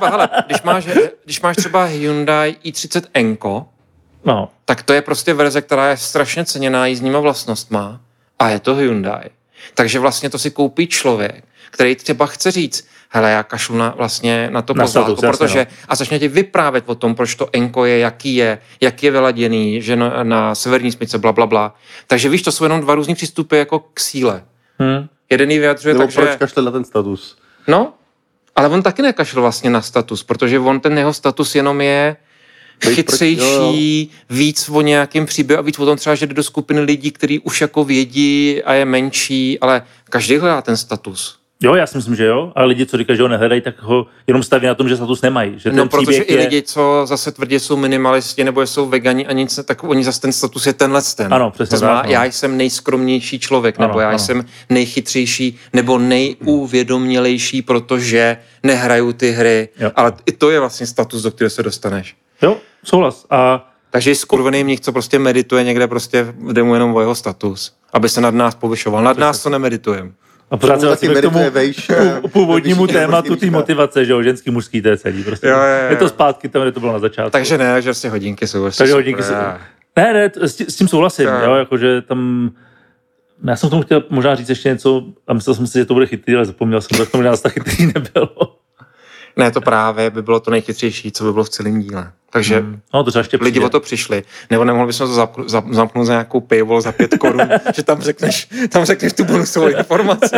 když máš třeba Hyundai i30 Enko, tak to je prostě verze, která je strašně ceněná jízdníma vlastnostma a je to Hyundai. Takže vlastně to si koupí člověk, který třeba chce říct, hele, já kašlu na to pozvátko, protože a začne ti vyprávět o tom, proč to Enko je, jaký je vyladěný, že na severní smyčce, blablabla. Takže víš, to jsou jenom dva různý přístupy jako k síle. Jeden jí vyjadřuje tak, že... proč kašle na ten status? No, ale on taky nekašl vlastně na status, protože ten jeho status jenom je chytřejší, víc o nějakém příběhu a víc o tom třeba, že jde do skupiny lidí, kteří už jako vědí a je menší, ale každý hledá ten status. Jo, já si myslím, že jo, ale lidi, co říkají, že ho nehledají, tak ho jenom staví na tom, že status nemají. Že ten protože i lidi, co zase tvrdí, jsou minimalisti nebo jsou vegani a nic, tak oni zase ten status je tenhle ten. Ano, přesně tak. Já jsem nejskromnější člověk, nebo já jsem nejchytřejší, nebo nejuvědomělejší, protože nehraju ty hry. Jo. Ale i to je vlastně status, do kterého se dostaneš. Jo, souhlas. Takže skurvený mních, co prostě medituje někde, prostě jde mu jenom o jeho status, aby se nad nás povyšoval. Nad nás to nemeditujeme. A pořád se vlastně k tomu původnímu tématu té motivace, že jo, ženský, mužský, to je celý. Prostě. Jo. Je to zpátky tam, kde to bylo na začátku. Takže ne, že vlastně hodinky jsou vlastně takže hodinky jsou. Ne, s tím souhlasím, jo, jakože tam... Já jsem tomu chtěl možná říct ještě něco a myslel jsem si, že to bude chytrý, ale zapomněl jsem, že to možná tak chytrý nebylo. Ne, to právě by bylo to nejchytřejší, co by bylo v celém díle. Takže lidi o to přišli. Nebo nemohli bychom to zamknout za nějakou paywall za 5 korun, že tam řekneš tu bonusovou informaci.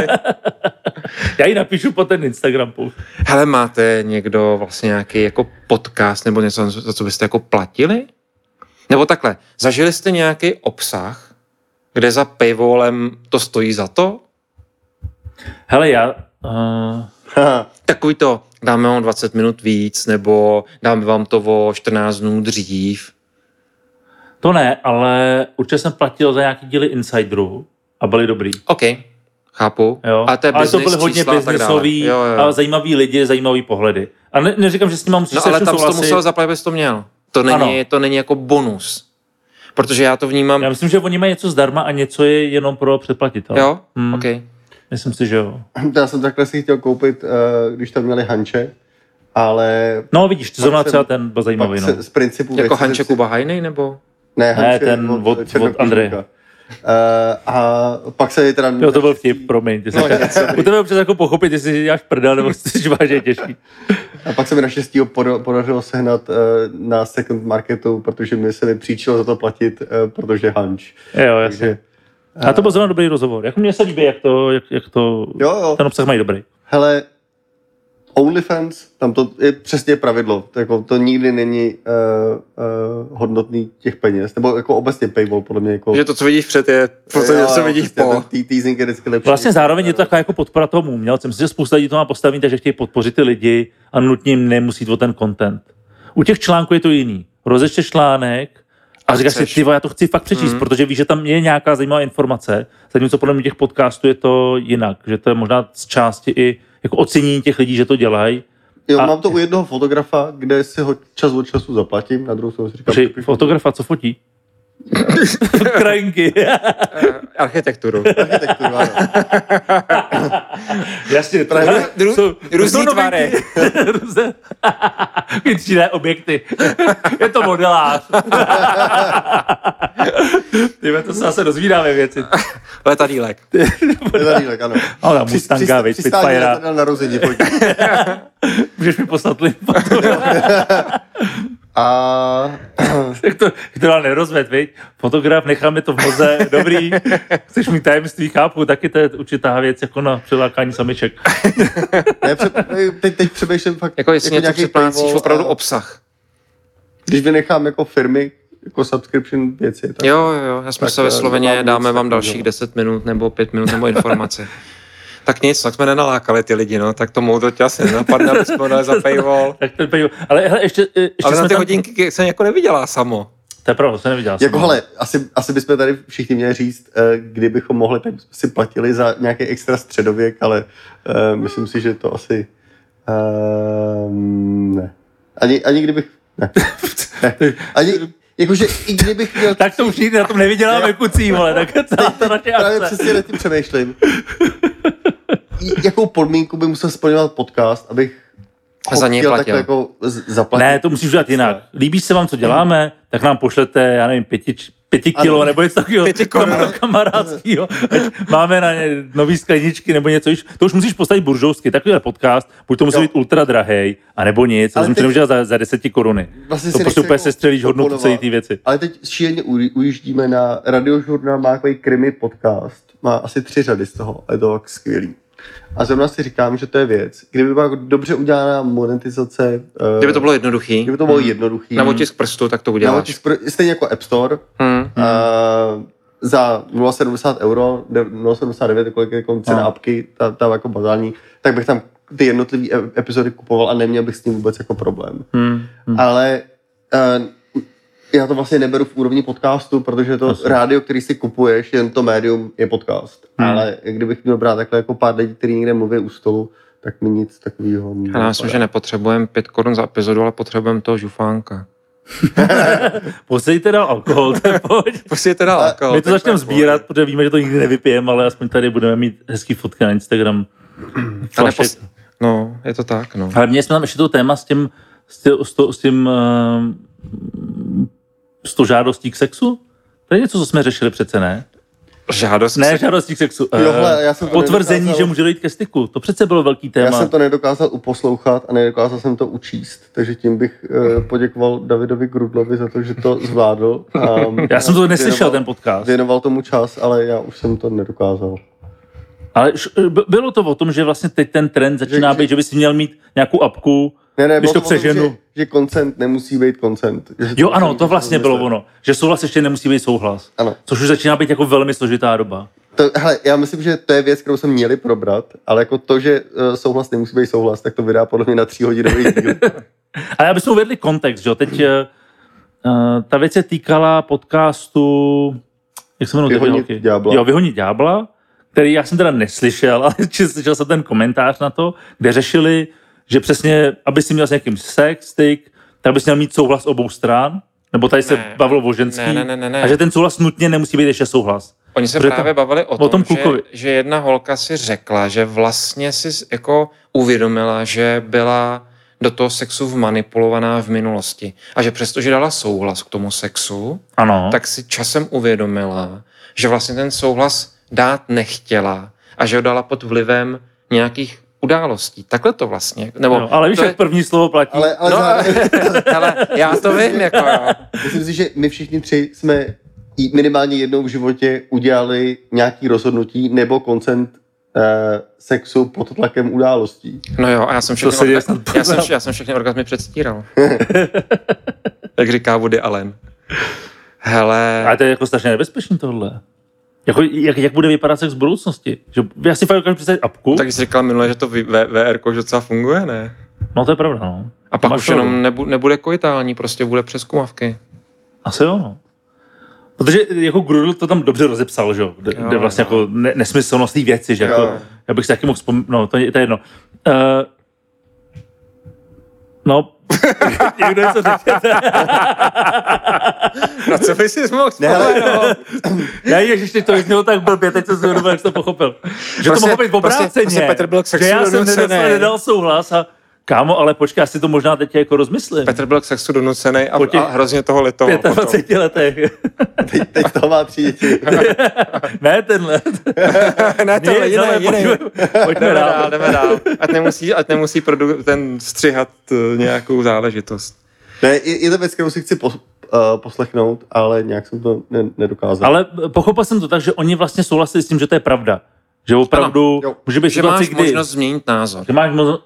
Já ji napíšu po ten Instagram post. Hele, máte někdo vlastně nějaký jako podcast nebo něco, za co byste jako platili? Nebo takhle, zažili jste nějaký obsah, kde za paywallem to stojí za to? Hele, já... Takový to, dáme vám 20 minut víc, nebo dáme vám to o 14 dnů dřív. To ne, ale určitě jsem platil za nějaký díly Insiderů a byly dobrý. OK. Chápu. Jo. A ale to byly hodně biznesový a zajímavý lidi, zajímavý pohledy. A neříkám, že s tím musíš ale tam jsi to musel zaplatit, abys to měl. To není jako bonus. Protože já to vnímám... Já myslím, že oni mají něco zdarma a něco je jenom pro předplatitel. Jo? OK. Myslím si, že jo. Já jsem takhle si chtěl koupit, když tam měli Hanče, ale... No vidíš, to zrovna třeba ten byl zajímavý. Z principu... Jako Hanče Kuba Hajnej, nebo? Ne, ten od Andreje. A pak se teda... Jo, to byl vtip, promiň. U tebe občas jako pochopit, jestli si děláš prdel, nebo si vážně těžký. A pak se mi naštěstí podařilo sehnat na second marketu, protože mi se příčilo za to platit, protože Hanč. Jo, jasně. A to byl zrovna dobrý rozhovor. Jako mně se líbí, jak to jo. Ten obsah mají dobrý. Hele, OnlyFans, tam to je přesně pravidlo. To nikdy není hodnotný těch peněz. Nebo jako obecně paywall, podle mě. Jako... Že to, co vidíš před, je v podstatě, co vidíš po. Teasing je vždycky lepší. Vlastně zároveň je to taková jako podpora tomu umělce. Myslím, že spousta lidí to má postavený, takže chtějí podpořit ty lidi a nutně jim nemusí o ten content. U těch článků je to jiný. Rozečteš článek a říkáš si, já to chci fakt přečíst, protože víš, že tam je nějaká zajímavá informace. Zatímco podle mě těch podcastů je to jinak. Že to je možná z části i jako ocenění těch lidí, že to dělají. Jo, mám to u jednoho fotografa, kde si ho čas od času zaplatím, na druhou stranu si říkám... Fotografa, co fotí? Krajinky. Architekturu, ano. Jasně, různý tvary. Většiné objekty. Je to modelář. To se zase dozvídáme věci. Letadílek, ano. Ale Mustanga, Spitfire. Narození, pojď. Můžeš mi poslat link. A... Jak to ale nerozved, viď? Fotograf, necháme to v noze, dobrý. Chceš mít tajemství, chápu, taky to je určitá věc, jako na přilákání samiček. Teď přemýšlím fakt... Jako jestli něco připlácíš opravdu obsah. Když vynechám jako firmy, jako subscription věci. Tak, jo, já jsme se vysloveně, dáme vám dalších 10 minut nebo 5 minut nebo informace. Tak nic, tak jsme nenalákali ty lidi, no, tak to moudro tě asi nenapadne, aby jsme dali za paywall. Tak ten paywall. Ale hele, ještě ale na ty hodinky se jako nevydělá samo. To je pravda, se nevydělá jako hele, asi bychom tady všichni měli říct, kdybychom mohli, tak bychom si platili za nějaký extra středověk, ale myslím si, že to asi ne. Ani kdybych... Ne. Ani... Jakože i kdybych měl... Tak to už nikdy na tom nevyděláme kucí, vole, tak celá ta naše akce. Právě přesně nad tím přemýšlím. Jakou podmínku by musel splňovat podcast, abych za něj platil. Jako zaplatil? Ne, to musíš udělat jinak. Líbí se vám, co děláme, tak nám pošlete, já nevím, 5 kilo nebo něco takového kamarádského. Máme na ně nový skleničky nebo něco. To už musíš postavit buržousky. Takovýhle podcast, buď to musí být ultra drahej, anebo nic. To musíš udělat za 10 koruny. Vlastně to prostě úplně sestřelíš hodnotu celé té věci. Ale teď šíleně ujíždíme na Radiožurnál, má takový krimi podcast. Má asi 3 řady z toho. Je to tak skvělý. A zrovna si říkám, že to je věc. Kdyby byla dobře udělaná monetizace... Kdyby to bylo jednoduchý. Na otisk prstu, tak to uděláš. Stejně jako App Store. Za 0,70 euro, 0,79, kolik je cena apky, ta jako bazální, tak bych tam ty jednotlivé epizody kupoval a neměl bych s tím vůbec jako problém. Ale já to vlastně neberu v úrovni podcastu, protože to rádio, který si kupuješ, jen to médium je podcast. Ale kdybych měl brát takhle jako pár lidí, kteří někde mluví u stolu, tak mi nic takového... Já myslím, že nepotřebujeme 5 korun za epizodu, ale potřebujeme toho žufánka. Posejte dál alkohol, pojď. Posejte dál alkohol. My to začneme sbírat, protože víme, že to nikdy nevypijeme, ale aspoň tady budeme mít hezký fotky na Instagram. No, je to tak, no. Ale měli jsme tam ještě to téma s tou žádostí k sexu? To je něco, co jsme řešili přece, ne? Žádostí k sexu. Potvrzení, že může dojít ke styku. To přece bylo velký téma. Já jsem to nedokázal uposlouchat a nedokázal jsem to učíst. Takže tím bych poděkoval Davidovi Grudlovi za to, že to zvládl. Já jsem to neslyšel, ten podcast. Věnoval tomu čas, ale já už jsem to nedokázal. Ale bylo to o tom, že vlastně teď ten trend začíná být, že bys měl mít nějakou apku, když to přeženu. Že consent nemusí být consent. Jo, ano, to vlastně bylo ono. Že souhlas ještě nemusí být souhlas. Ano. Což už začíná být jako velmi složitá doba. Hele, já myslím, že to je věc, kterou jsme měli probrat, ale jako to, že souhlas nemusí být souhlas, tak to vydá podle mě na 3hodinový díl. Ale abychom uvedli kontext, že teď ta věc se týkala podcastu, jak se jmenuje? Vyhonit ďábla. Jo, Vyhonit ďábla, který já jsem teda neslyšel, ale slyšel jsem ten komentář na to, kde řešili, že přesně, aby si měl s někým sex, styk, tak bys měl mít souhlas obou stran, nebo tady se bavilo o ženský, ne. A že ten souhlas nutně nemusí být ještě souhlas. Oni se právě bavili o tom že jedna holka si řekla, že vlastně si jako uvědomila, že byla do toho sexu vmanipulovaná v minulosti. A že přestože dala souhlas k tomu sexu, tak si časem uvědomila, že vlastně ten souhlas dát nechtěla a že ho dala pod vlivem nějakých událostí. Takhle to vlastně. Nebo no, ale víš, jak první slovo platí. Ale já to vím. Jako, myslím si, že my všichni tři jsme minimálně jednou v životě udělali nějaký rozhodnutí nebo koncent sexu pod tlakem událostí. No jo, a já jsem všechny orgazmy předstíral. Jak říká Woody Allen. Hele. Ale to je jako strašně nebezpečný tohle. Jako, jak bude vypadat sex v budoucnosti? Že já si fakt dokážu představit apku. Tak jsi říkal minule, že to VR docela funguje, ne? No to je pravda, no. A pak už jenom nebude koitální, prostě bude přes kumavky. Asi jo, no. Protože jako Grudl to tam dobře rozepsal, že jo? Kde vlastně jako nesmyslnost té věci, že jako, já bych si taky mohl vzpomínat, no to je jedno. No, někdo něco řekněte. No co bys si mohl vzpomenout? Ne, ježiš, teď to vyznělo tak blbě, teď jsem si uvědomil, jak jsi to pochopil. Že to mohlo být v obráceně. Petr byl k sexu že já jsem nedal souhlas a kámo, ale počkej, já si to možná teď jako rozmyslím. Petr byl k sexu donucenej a hrozně toho litoval. 25 letech. Teď toho má 3 děti. Ne tenhle. Ne tenhle, jiný. Pojďme dál. Ať nemusí ten střihat nějakou záležitost. Ne, je to věc, kterou si chci poslechnout, ale nějak jsem to nedokázal. Ale pochopil jsem to tak, že oni vlastně souhlasili s tím, že to je pravda. Že opravdu může být situace, kdy... Že máš možnost změnit názor. Že máš možnost...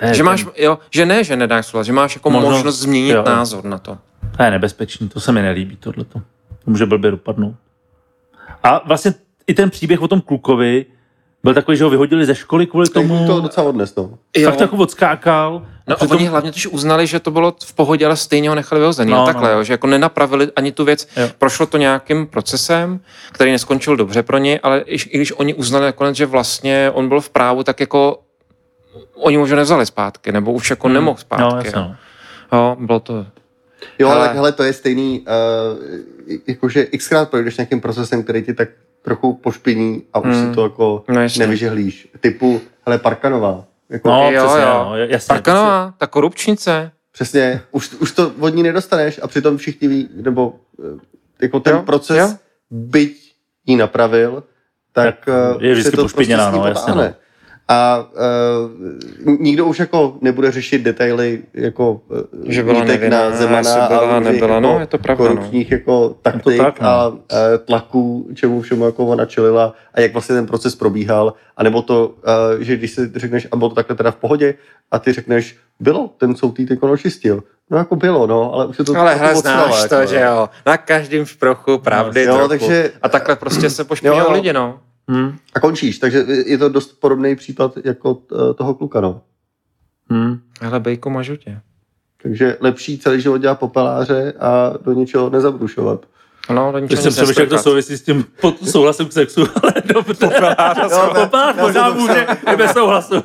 že nedáš souhlas, že máš jako možnost změnit názor na to. To je nebezpečný, to se mi nelíbí, tohleto. To může blbě dopadnout. A vlastně i ten příběh o tom klukovi byl takový, že ho vyhodili ze školy kvůli tomu. To docela odnes, no. Tak jako odskákal. No a oni hlavně tož uznali, že to bylo v pohodě, ale stejně ho nechali vyhozený. Jo, že jako nenapravili ani tu věc. Jo. Prošlo to nějakým procesem, který neskončil dobře pro ně, ale i když oni uznali nakonec, že vlastně on byl v právu, tak jako oni možná nevzali zpátky, nebo už jako nemohl zpátky. Jo, bylo to... Jo, ale hele, to je stejný, jakože xkrát projdeš nějakým procesem, který ti tak trochu pošpiní a už si to jako nevyžehlíš. Typu, hele, Parkanová. Jako, jasně. Parkanová, ta korupčnice. Přesně, už to od ní nedostaneš a přitom všichni ví, nebo jako ten proces, byť jí napravil, tak je vždycky pošpiněná, prostě jasně. A nikdo už jako nebude řešit detaily jako že byla na Zemana a nebyla, jako no, je to pravda, korupčních jako taktik a tlaků, čemu všemu jako ona čelila a jak vlastně ten proces probíhal. A nebo to, že když si řekneš, a bylo to takhle teda v pohodě, a ty řekneš, bylo, ten soudý jako očistil. No jako bylo, no, ale už se to... Ale hele, znáš to, že jo, na každém šprochu pravdy trochu. Takže, a takhle prostě se pošpinil lidi, no. A končíš, takže je to dost podobný případ jako toho kluka, no. Hele, bejko mažutě. Takže lepší celý život dělat popeláře a do ničeho nezabrušovat. No, do ničeho nezabrušovat. Jak to souvisí s tím souhlasem k sexu, ale dobře. Popelář možná může i bez souhlasu.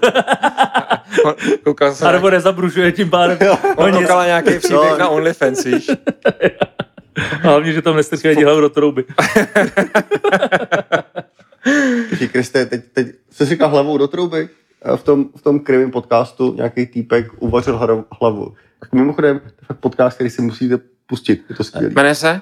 A nebo nezabrušuje tím pádem. On koukala nějaký příběh na OnlyFans, víš. Hlavně, že tam nestrkají hlavu do trouby. Kriste, teď jsi říkal hlavou do trouby. V tom krimi podcastu nějaký týpek uvařil hlavu. Tak mimochodem, to je fakt podcast, který si musíte pustit. Je to skvělý. Jmenuje se?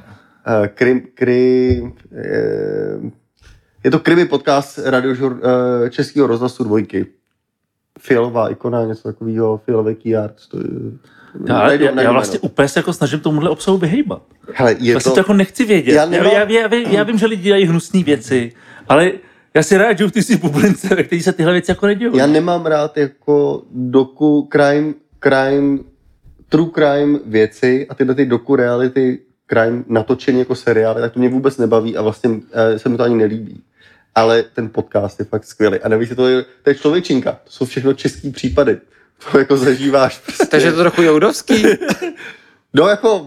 Je to krimi podcast Českého rozhlasu 2. Fialová ikona, něco takového, fialový keyard. Já vlastně úplně se jako snažím tomuhle obsahu vyhejbat. Hele, vlastně to jako nechci vědět. Já vím, že lidi dělají hnusné věci, ale já si rád žiju v té bublince, ve které se tyhle věci jako nedějí. Já nemám rád jako doku true crime věci a tyhle ty doku reality crime natočený jako seriály, tak to mě vůbec nebaví a vlastně se mi to ani nelíbí. Ale ten podcast je fakt skvělý. A nevíš, to je člověčinka. To jsou všechno český případy. To jako zažíváš. Prostě. Takže je to trochu joudovský. No jako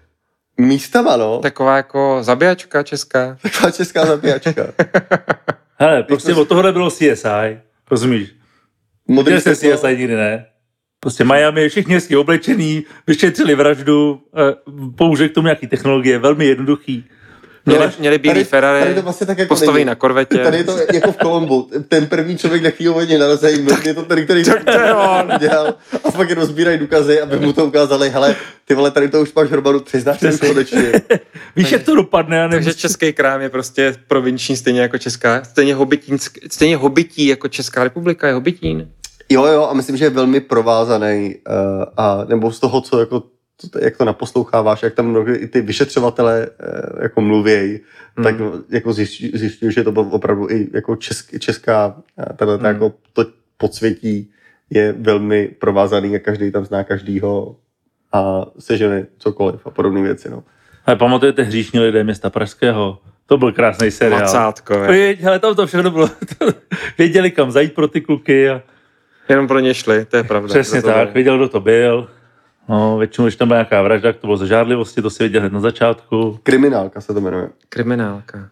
místama, no. Taková jako zabíjačka česká. Taková česká zabíjačka. Hele, prostě od tohohle bylo CSI, rozumíš? Modrý se CSI nikdy ne. Prostě Miami, všichni hezky oblečený, vyšetřili vraždu, použili k tomu nějaký technologie, velmi jednoduchý. Měli bílý Ferrari, vlastně tak jako postaví na korvetě. Tady je to jako v Columbu. Ten první člověk, na kterýho hodně narazí, je to ten, který dělal. A pak rozbírají důkazy, aby mu to ukázali. Hele, ty vole, tady to už máš hromadu, přiznáš se konečně. Víš, jak to dopadne? Takže český krám je prostě provinční, stejně jako česká. Stejně hobití jako Česká republika je hobitín. Jo, a myslím, že je velmi provázaný. Nebo z toho, co jako jak to naposloucháváš, jak tam mnohdy i ty vyšetřovatelé jako mluvějí, tak jako zjišťuju, že to bylo opravdu i jako česká jako to podsvětí je velmi provázaný a každý tam zná každýho a sežene cokoliv a podobné věci. No. Ale pamatujete Hříšní lidé města Pražského? To byl krásný seriál. 20. Ale tam to všechno bylo. Věděli, kam zajít pro ty kluky. A... Jenom pro ně šli, to je pravda. Přesně tak, věděl, kdo to byl. No, většinou, když tam byla nějaká vražda, to bylo ze žádlivosti, to si věděl hned na začátku. Kriminálka se to jmenuje. Kriminálka.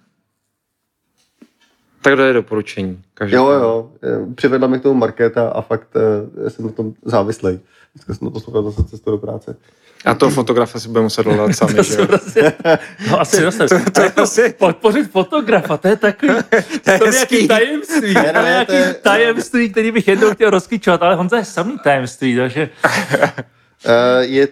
Tak to je doporučení. Jo. Přivedla mi k tomu Markéta a fakt jsem na tom závislej. Dneska jsem to poslouchal zase cestou do práce. A toho fotografa si budeme muset dodat sami, že jo? No asi dostat. Podpořit fotografa, to je takový... To je nějaký tajemství. To je nějaký tajemství, který bych jednou chtěl rozkyčovat, ale Honza je samý tajemství, takže... Je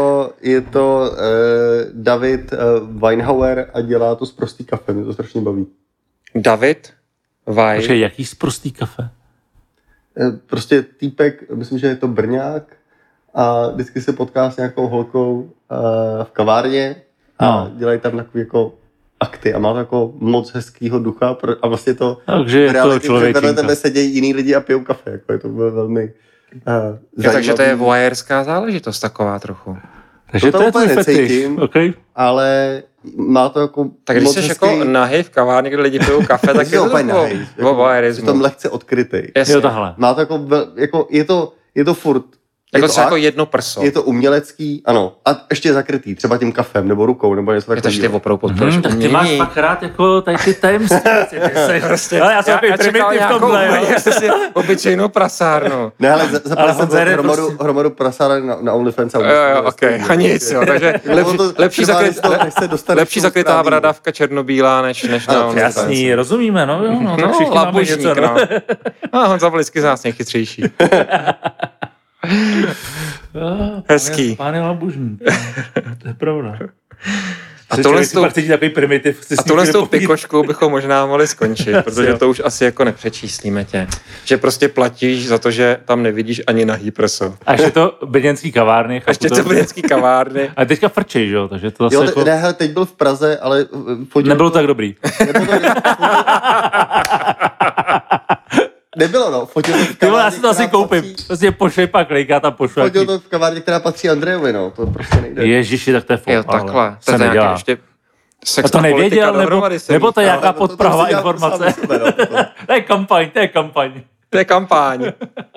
to David Weinhauer a dělá to z prostý kafe, mě to strašně baví. David Wein. Počkej, jaký z prostý kafe? Prostě týpek, myslím, že je to Brňák a vždycky se potká s nějakou holkou v kavárně a dělají tam takový jako akty a má to jako moc hezkýho ducha a vlastně to takže je to člověčinka. Vedle tebe sedějí jiný lidi a pijou kafe, jako je to bylo velmi takže to je voyerská záležitost taková trochu. Takže to je tvůj fetiš, okay. Ale má to jako tak když jsi jako nahej v kavárně, kde lidi pijou kafe, tak je to nahej. Voyerismu. Je to lehce odkrytej. Jo, tahle. Má to jako je to furt jako třeba jako jedno prso. Je to umělecký, ano. A ještě zakrytý, třeba tím kafem, nebo rukou, nebo něco takového. Je to opravdu podporuješ tak ty máš fakt rád jako tady ty tajemství. Ale já jsem takový primitiv v tomhle. Obyčejnou prasárnu. Ne, ale zapal jsem hromadu prasárny na OnlyFans. Jo, okej. A nic, jo. Takže lepší zakrytá bradavka černobílá, než na OnlyFans. Jasný, rozumíme, no jo. No, labužník, no. Honza byl vždycky zásně chytřejší. Hezký. Pán je labužník. To je pravda. A tohle s tou pikoškou bychom možná mohli skončit, protože to už asi jako nepřečíslíme tě. Že prostě platíš za to, že tam nevidíš ani nahý prso. A ještě to brněnský kavárny. A teďka frčej, že jo? Takže to zase jako... Ne, teď byl v Praze, ale... Nebylo tak dobrý. Nebylo, no. Fotil to v kavárně, já si to asi koupím. Prostě pošlej pak lejka tam pošlu. Fotil to v kavárně, která patří Andrejovi, no. To prostě nejde. Ježiši, tak to je fakt. Jo, takhle. To nedělá. A to nevěděl, nebo to je nějaká podprahová informace? To je kampaň. To je kampaň.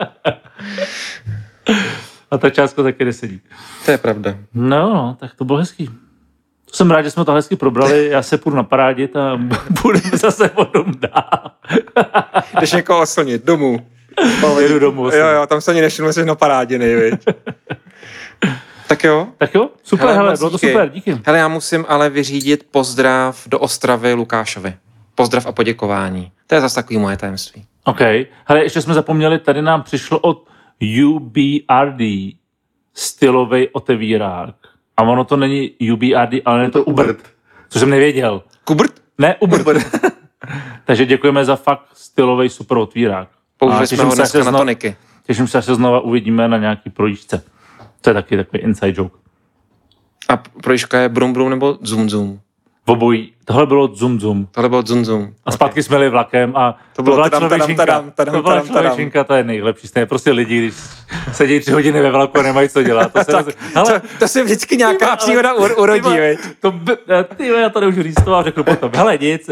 A ta částka taky nesedí. To je pravda. No, tak to bylo hezký. Jsem rád, že jsme to hezky probrali, já se půjdu naparádit a budeme zase potom dál. Jdeš někoho oslnit, domů. Jedu domů. Jo, tam se ani nešel, jsi na paráděnej, viď. Tak jo, super, bylo to super, díky. Hele, já musím ale vyřídit pozdrav do Ostravy Lukášovi. Pozdrav a poděkování. To je zase takový moje tajemství. OK. Hele, ještě jsme zapomněli, tady nám přišlo od UBRD stylovej otevírák. A ono to není UBRD, ale je to Ubert. Což jsem nevěděl. Kubert? Ne, Ubert. Takže děkujeme za fakt stylovej super otvírák. Použili jsme ho dneska na toniky. Těším se, až se znova uvidíme na nějaký projížďce. To je taky takový inside joke. A projížďka je brum brum nebo zum zum? Obojí. Tohle bylo zum zum. A zpátky jsme jeli vlakem a to byla člověčinka. To byla člověčinka, to je nejlepší. Stejně prostě lidi, když sedí 3 hodiny ve vlaku a nemají co dělat. To se vždycky nějaká příhoda urodí, veď? Já to nemůžu říct, to vám řeknu potom. Hele, nic.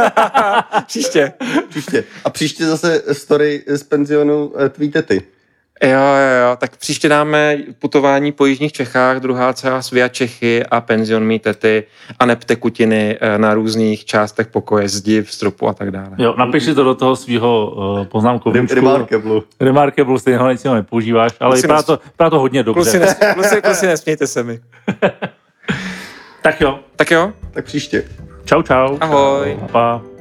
Příště. A příště zase story z penzionu tvý tety. Jo, tak příště dáme putování po jižních Čechách, druhá část via Čechy a penzion mý tety a neb tekutiny na různých částech pokoje, zdi, vstrupu a tak dále. Jo, napiš si to do toho svýho poznámkovníčku. Remarkable, stejného nic nepoužíváš, ale vypadá to hodně dobře. Kluci, nesmějte se mi. Tak jo. Tak příště. Čau. Ahoj. Pa.